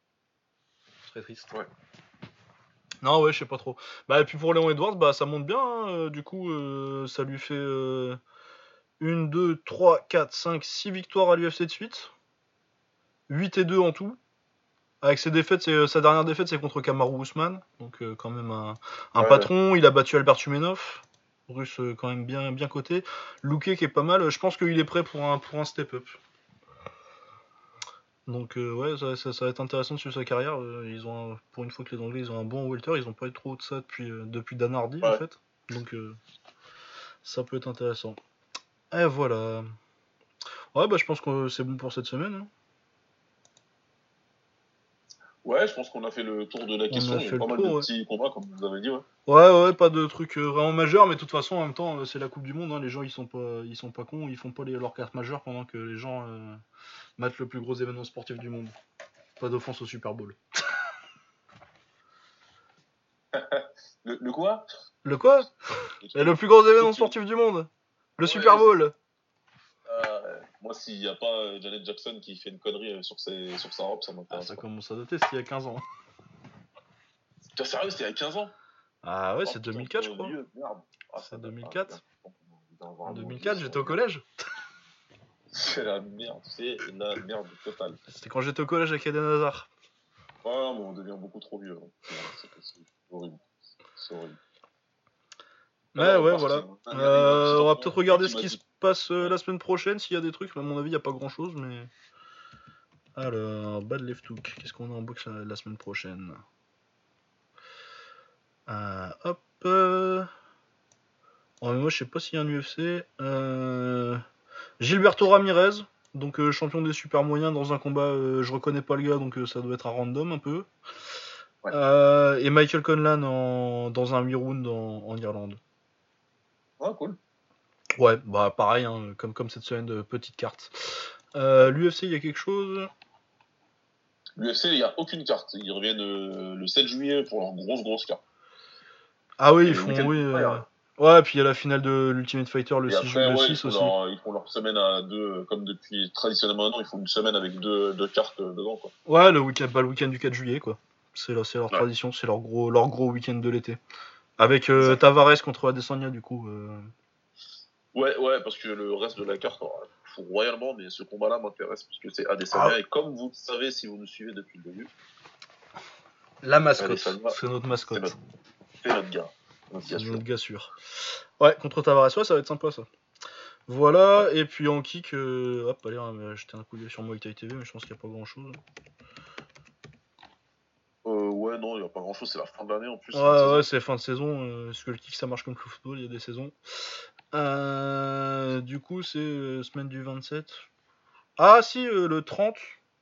Très triste. Ouais. Non, ouais, je sais pas trop. Bah, et puis pour Léon Edwards, bah ça monte bien. hein, euh, du coup, euh, ça lui fait euh, une, deux, trois, quatre, cinq, six victoires à l'U F C de suite. huit et deux en tout. Avec ses défaites, c'est, euh, sa dernière défaite, c'est contre Kamaru Usman. Donc, euh, quand même un, un Ouais. patron. Il a battu Albert Tumenov. Russe, euh, quand même bien, bien coté. Luque qui est pas mal. Je pense qu'il est prêt pour un, pour un step-up. Donc, euh, ouais, ça, ça- ça va être intéressant de suivre sa carrière. Euh, ils ont un- pour une fois que les Anglais ils ont un bon welter, ils ont pas eu trop de ça depuis, euh, depuis Dan Hardy en Ouais. fait. Donc, euh, ça peut être intéressant. Et voilà. Ouais, bah je pense que c'est bon pour cette semaine. hein. Ouais, je pense qu'on a fait le tour de la On question. a Il y fait a le pas mal de tour, ouais. petits combats, comme vous avez dit, ouais. Ouais, ouais, pas de trucs euh, vraiment majeurs, mais de toute façon, en même temps, euh, c'est la Coupe du Monde. hein, les gens, ils sont pas, ils sont pas cons, ils font pas les, leurs cartes majeures pendant que les gens euh, matent le plus gros événement sportif du monde. Pas d'offense au Super Bowl. Le, le quoi? Le quoi? Le Et truc- le plus gros le événement truc qui- sportif du monde. Le Ouais, Super c'est Bowl. Ah, ouais. Moi, s'il n'y a pas euh, Janet Jackson qui fait une connerie euh, sur, ses, sur sa robe, ça Ah, m'intéresse ça pas. commence à dater, c'était il y a quinze ans. T'es sérieux, c'était il y a quinze ans? Ah ouais, Oh, c'est putain, deux mille quatre, je oh, crois. vieux, merde. Ah, C'est ça date. deux mille Ah, quatre. merde. Il doit avoir En un deux bon mille vieux, quatre, c'est j'étais au la merde. collège. C'est la merde, c'est la merde totale. C'était quand j'étais au collège avec Eden Hazard. Ouais, non, mais on devient beaucoup trop vieux. hein. C'est c'est- c'est horrible. C'est horrible. Mais Alors, ouais, parce voilà. qu'il y a un- il y a un Euh, petit on va enfant peut-être regarder qui ce m'a qui se dit. passe euh, Ouais. la semaine prochaine, s'il y a des trucs. Mais à mon avis, il n'y a pas grand chose. Mais alors, Bad Left Hook. Qu'est-ce qu'on a en boxe la, la semaine prochaine? Euh, Hop. Euh... Oh, mais moi, je sais pas s'il y a un U F C. Euh... Gilberto Ramirez. Donc, euh, champion des super moyens dans un combat. Euh, je reconnais pas le gars, donc euh, ça doit être un random un peu. Ouais. Euh, et Michael Conlan en, dans un huit rounds en, en Irlande. Ah, cool. Ouais, bah pareil, hein, comme, comme cette semaine de petite carte. Euh, L'U F C, il y a quelque chose? L'U F C, il n'y a aucune carte. Ils reviennent euh, le sept juillet pour leur grosse, grosse carte. Ah oui, Et ils le font, week-end oui. prochain, il y euh, a- Ouais, et puis il y a la finale de l'Ultimate Fighter le Et six, après, le ouais, ils six font, aussi. leur, ils font leur semaine à deux, comme depuis traditionnellement maintenant, ils font une semaine avec deux, deux cartes euh, dedans, quoi. Ouais, le week-end, bah, le week-end du quatre juillet, quoi. C'est leur, c'est leur Ouais, tradition, c'est leur gros, leur gros week-end de l'été. Avec euh, exactement. Tavares contre Adesanya, du coup. euh. Ouais, ouais, parce que le reste de la carte, alors, faut royalement, mais ce combat-là m'intéresse, parce que c'est Ah, Adesanya, et comme vous le savez si vous nous suivez depuis le début, la mascotte, Adesanya, c'est notre c'est mascotte. notre, c'est notre gars, notre C'est gars notre sûr. gars sûr. Ouais, contre Tavares, ouais, ça va être sympa ça. Voilà, et puis en kick, euh, hop, allez, on va jeter un coup d'œil sur Muay Thai T V, mais je pense qu'il n'y a pas grand chose. Euh, ouais, non, il n'y a pas grand-chose, c'est la fin de l'année en plus, fin de Ouais, ouais, saison. c'est fin de saison, euh, parce que le kick ça marche comme le football, il y a des saisons. Euh, du coup, c'est euh, semaine du vingt-sept. Ah, si, euh, le trente.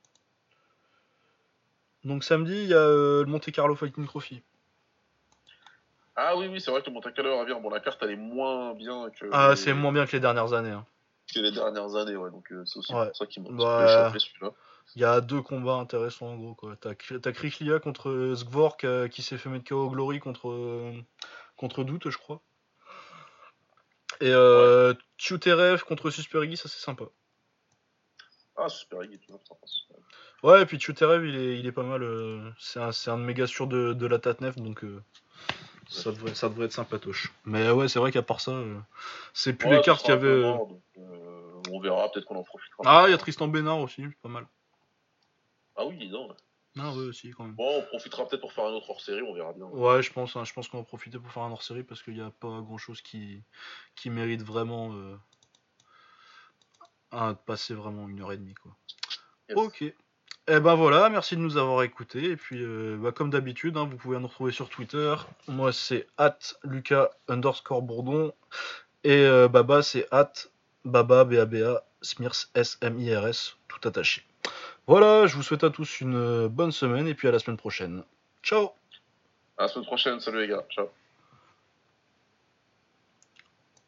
Donc samedi, il y a euh, le Monte Carlo Fighting Trophy. Ah oui, oui, c'est vrai que le Monte Carlo revient. Bon, la carte, elle est moins bien que Ah, c'est les, moins bien que les dernières années. Hein. que les dernières années, ouais, donc euh, c'est aussi Ouais. pour ça qu'il m'a un petit peu Bah, échappé celui-là. il y a deux combats intéressants en gros. Quoi. T'as, t'as Kriklia contre euh, Zgvork euh, qui s'est fait mettre K O au Glory contre, euh, contre Doute, je crois. Et Ouais. euh, Tchuterev contre Susperigi, ça c'est sympa. Ah, Super League, toujours sympa. Super League. Ouais, et puis Tchuterev, il est, il est pas mal. euh, c'est, un, c'est un de méga sûr de, de la Tatnef, donc euh, Ouais, ça, devrait, ça devrait être sympatoche. Mais ouais, c'est vrai qu'à part ça, euh, c'est plus les ouais, ce cartes qu'il sera y un avait. peu euh. mort, donc euh, on verra, peut-être qu'on en profitera Ah, pour il y a faire. Tristan Bénard aussi, pas mal. Ah oui, non. Ouais. Ah ouais, aussi, quand même. Bon, on profitera peut-être pour faire un autre hors-série, on verra bien. Ouais, je pense, hein, je pense qu'on va profiter pour faire un hors-série parce qu'il n'y a pas grand-chose qui, qui mérite vraiment euh, à passer vraiment une heure et demie, quoi. Yes. Ok. Eh ben voilà, merci de nous avoir écoutés. Et puis, euh, bah, comme d'habitude, hein, vous pouvez nous retrouver sur Twitter. Moi, c'est at Lucas underscore Bourdon. Et euh, Baba, c'est at Baba, B A B A, Smirs, S M I R S, tout attaché. Voilà, je vous souhaite à tous une bonne semaine et puis à la semaine prochaine. Ciao! À la semaine prochaine, salut les gars, ciao.